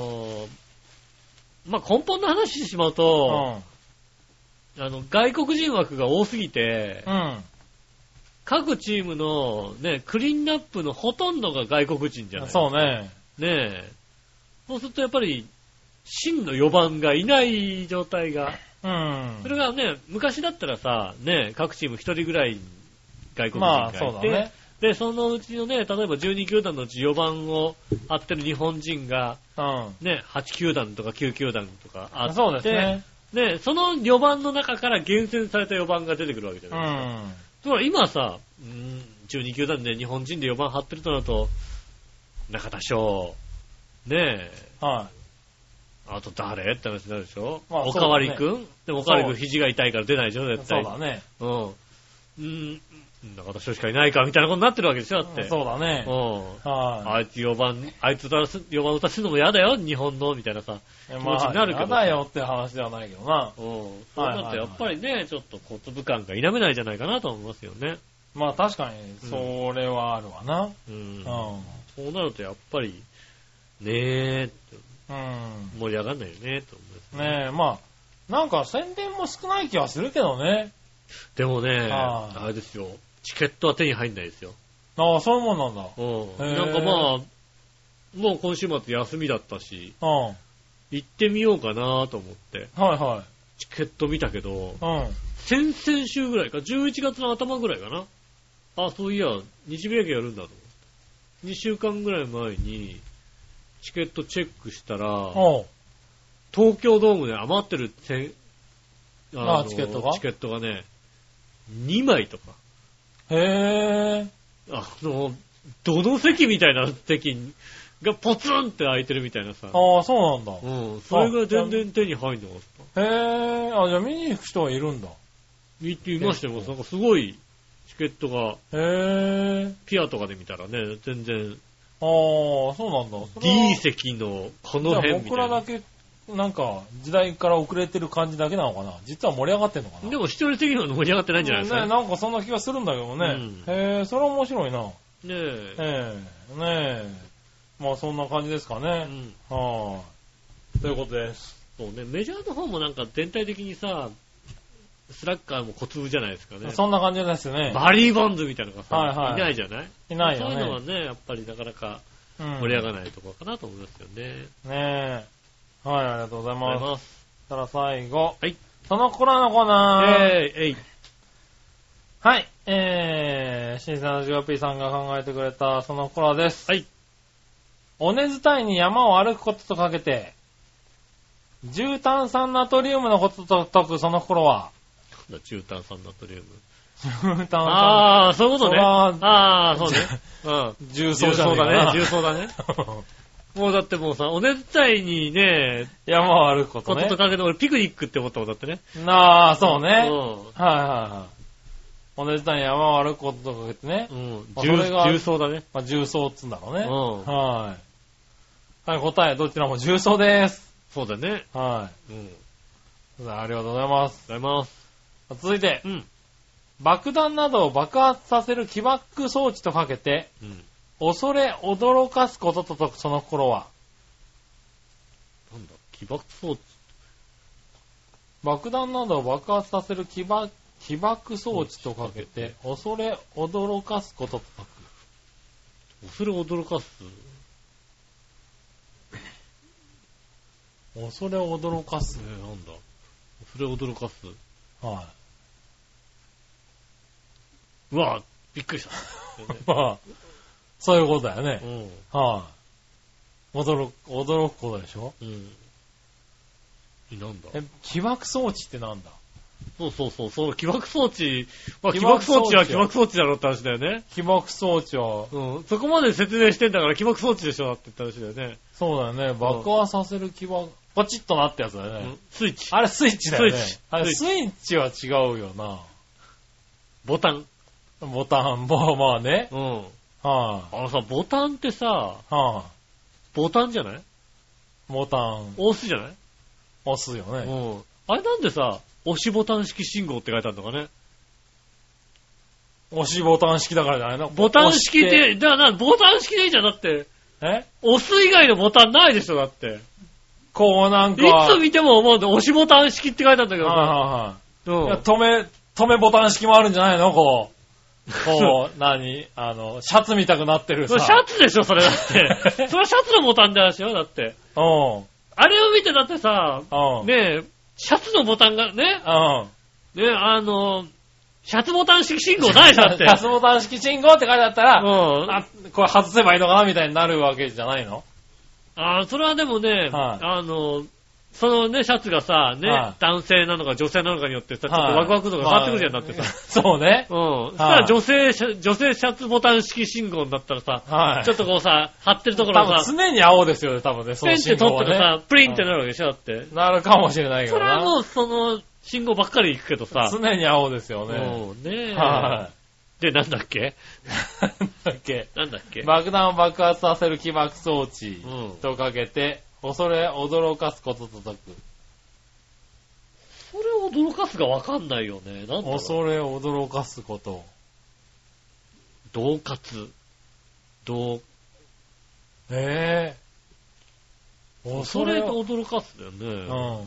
根本の話してしまうと、外国人枠が多すぎて、各チームのね、クリーンナップのほとんどが外国人じゃないですか。 そうね。 ねえ。そうするとやっぱり、真の4番がいない状態が。それがね、昔だったらさ、ね、各チーム1人ぐらい外国人がいて、 そうだね。 で、そのうちのね、例えば12球団のうち4番を張ってる日本人が、ね、8球団とか9球団とかあって、 そうですね。 で、その4番の中から厳選された4番が出てくるわけじゃないですか。だから今さ、12球団で日本人で4番張ってるとなると、中田翔、ねえ、あと誰って話になるでしょ、おかわりくんでもおかわりくん肘が痛いから出ないでしょ絶対。 そうだね。 中田翔しかいないかみたいなことになってるわけでしょだって。 そうだね。 あいつ4番打たせるのも嫌だよ、日本の、みたいなさ、気持ちになるけど。 嫌だよって話ではないけどな。 そうなってやっぱりね、ちょっと小粒感が否めないじゃないかなと思いますよね。 まあ確かに、それはあるわな。 そうなるとやっぱり、ねえ、盛り上がんないよね、と思いますね。ねえ、まあ、なんか宣伝も少ない気はするけどね。 でもね、あれですよ。チケットは手に入んないですよ。 ああ、そういうもんなんだ。 なんかまあ、もう今週末休みだったし、行ってみようかなと思って。チケット見たけど、先々週ぐらいか、11月の頭ぐらいかな。あ、そういや、日米やるんだと思って。2週間ぐらい前に、チケットチェックしたら、東京ドームで余ってるチケットがね、2枚とか。 へぇどの席みたいな席がポツンって空いてるみたいなさ。 ああ、そうなんだ。 それが全然手に入んなかった。 じゃあ見に行く人はいるんだ。 見てみましたよ。なんかすごいチケットが。ピアとかで見たらね、全然。 そうなんだ。 D 席のこの辺みたいな。 僕らだけ、なんか、時代から遅れてる感じだけなのかな。実は盛り上がってんのかな。 でも一人的には盛り上がってないんじゃないですか。 なんかそんな気がするんだけどね。それは面白いな。ねえ。まあそんな感じですかね。ということです。 そうね、メジャーの方もなんか全体的にさ、スラッガーも小粒じゃないですかね。 そんな感じですよね。 バリーボンズみたいなのがさ、いないじゃない？ いないよね。 そういうのはね、やっぱりなかなか盛り上がらないところかなと思いますよね。 ねえ。はい、ありがとうございます。そしたら最後。 はい。 そのコーナーのコーナー。 はい。新鮮なジュワピーさんが考えてくれたその頃です。 はい。 おね伝いに山を歩くこととかけて、重炭酸ナトリウムのことと解くその頃は。 なんだ、重炭酸ナトリウム。 重炭酸。 ああ、そういうことね。ああ、そうね。 うん。重曹だね。 重曹だね。もうだってもうさ、おね伝いにね、 山を歩くことね。 こととかけて俺ピクニックって思ったもんだってね。 ああ、そうね。はいはいはい。おね伝いに山を歩くこととかけてね。 うん。重曹だね。 まあ、重曹っつうんだろうね。うん。はい。はい、答えどちらも重曹です。 そうだね。 はい。うん。ありがとうございます。 ありがとうございます。 続いて、うん。爆弾などを爆発させる起爆装置とかけて、うん。恐れ驚かすことと解くその頃は。 なんだ、起爆装置。 爆弾などを爆発させる起爆装置とかけて、恐れ驚かすことと解く。 恐れ驚かす。 恐れ驚かす。 なんだ。恐れ驚かす。 はい。 うわぁ、びっくりした。 まあ、そういうことだよね。 うん。 はい、驚くことでしょ。うん。 なんだ。 起爆装置ってなんだ。 そう、起爆装置。まあ、起爆装置は起爆装置だろって話だよね。 起爆装置は。 うん。そこまで説明してんだから起爆装置でしょって言った話だよね。 そうだよね。爆破させる起爆。ポチッとなってやつだよね。うん、 スイッチ。 あれスイッチだよね。あれスイッチは違うよな。 ボタン、 まあね。 うん。はい、あ。さ、ボタンってさ、 はい、 ボタンじゃない？ ボタン。 押すじゃない？ 押すよね。 うん。あれなんでさ、押しボタン式信号って書いてあるのかね。 押しボタン式だからじゃないの？ ボタン式って、ボタン式でいいじゃん、だって。押す以外のボタンないでしょ、だって。 こうなんか。 いつ見ても思うんで、押しボタン式って書いてあるんだけどさ。 はいはいはい。うん。いや、止めボタン式もあるんじゃないの？こう、シャツ見たくなってるさ。 シャツでしょ、それだって。それはシャツのボタンでしょ、だって。 うん。 あれを見てだってさ、ねえ、シャツのボタンがね、ねえ、シャツボタン式信号ないじゃんって。 シャツボタン式信号って書いてあったら、これ外せばいいのかなみたいになるわけじゃないの？ それはでもね、そのね、シャツがさ、ね、男性なのか女性なのかによってさ、ちょっとワクワクとか変わってくるじゃん、だってさ。 そうね。 うん。そしたら女性シャツボタン式信号になったらさ、ちょっとこうさ、貼ってるところがさ、 常に青ですよね、多分ね、その信号はね。 ペンって取ってさ、プリンってなるわけでしょ、だって。 なるかもしれないけどな。 それはもうその、信号ばっかり行くけどさ。 常に青ですよね。 ねえ。 はい。 で、なんだっけ爆弾を爆発させる起爆装置とかけて、恐れ驚かすことと解く。 それを驚かすがわかんないよね。なんだろう。 恐れ驚かすこと。 恫喝。恐れ驚かすだよね。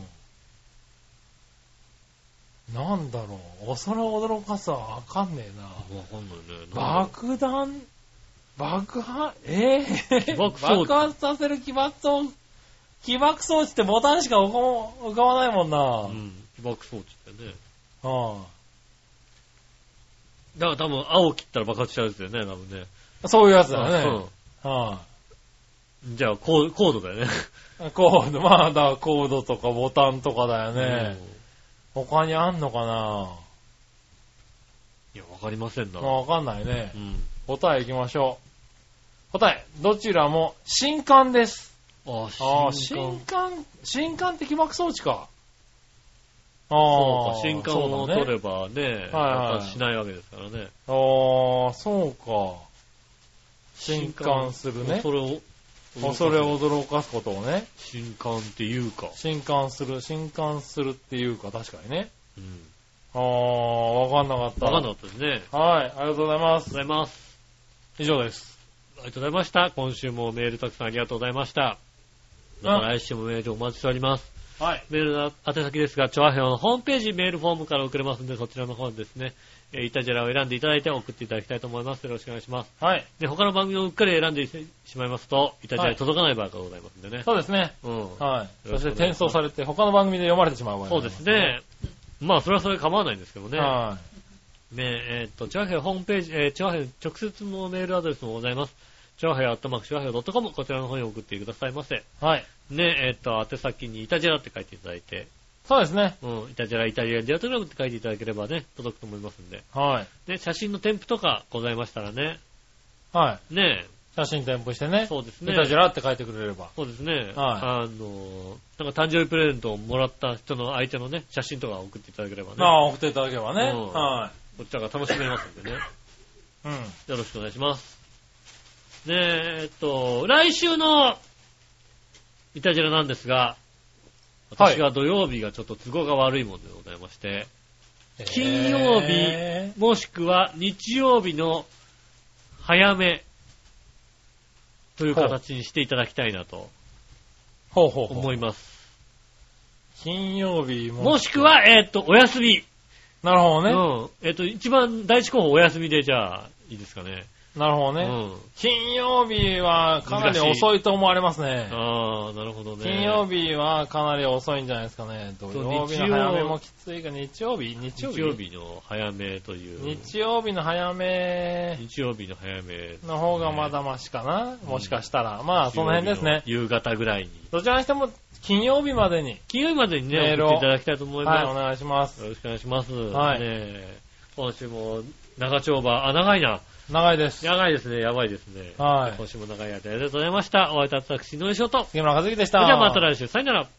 うん。なんだろう。恐れ驚かすはわかんねえな。 わかんないね。 爆弾爆発させる起爆装置ってボタンしか浮かばないもんな。 うん。起爆装置ってね。だから多分青切ったら爆発しちゃうんですよね、多分ね。 そういうやつだよね。 じゃあコードだよね。 コード、まあだ、コードとかボタンとかだよね。他にあんのかな？ いや、わかりませんな。 わかんないね。答え行きましょう。答え、どちらも新刊です。新刊って起爆装置か。 そうか、新刊を取ればね、爆発しないわけですからね。 そうか。新刊するね。恐れ驚かすことをね。 新刊っていうか。 新刊するっていうか、確かにね。わかんなかった。 わかんなかったですね。 はい、ありがとうございます。 ありがとうございます。 以上です。 ありがとうございました。今週もメールたくさんありがとうございました。また来週もメールお待ちしております。 はい。 メールの宛先ですが、チョアヘオのホームページメールフォームから送れますので、そちらの方にですね、イタジェラを選んでいただいて送っていただきたいと思います。よろしくお願いします。 はい。 で、他の番組をうっかり選んでしまいますと、イタジェラに届かない場合がございますんでね。 そうですね。はい。そして転送されて他の番組で読まれてしまう場合。 そうですね。まあ、それはそれ構わないんですけどね。 はねチョアヘイホームページ、チョアヘイ直接のメールアドレスもございます。チョアヘイ@chua.com こちらの方に送ってくださいませ。 はい。 ね宛先にイタジェラって書いていただいて。 そうですね。 イタジェライタリアンジェラトグラムって書いていただければね、届くと思いますんで。 はい。 ね、写真の添付とかございましたらね。 はい。 ね写真添付してね。 そうですね。 イタジェラって書いてくれれば。 そうですね。 はい。 なんか誕生日プレゼントをもらった人の相手のね、写真とか送っていただければね。 送っていただければね。はい。 こちらが楽しめますんでね。 うん。よろしくお願いします。来週のイタジェラなんですが、私が土曜日がちょっと都合が悪いものでございまして、金曜日もしくは日曜日の早めという形にしていただきたいなと思います。 金曜日もしくは、お休み。 なるほどね。一番第一候補お休みでじゃあいいですかね。 なるほどね。金曜日はかなり遅いと思われますね。 ああ、なるほどね。 金曜日はかなり遅いんじゃないですかね。土曜日の早めもきついが、日曜日の早めという。 日曜日の早めの方がまだマシかな。もしかしたら。まあ、その辺ですね。 夕方ぐらいに。 どちらにしても、金曜日までにね、 送っていただきたいと思います。 はい、お願いします。 よろしくお願いします。 はい。 今週も長丁場、長いな。 長いです。 長いですね。やばいですね。 はい。 今週も長い間ありがとうございました。お会いいたい私、井上翔と。 杉村和樹でした。 それではまた来週。さよなら。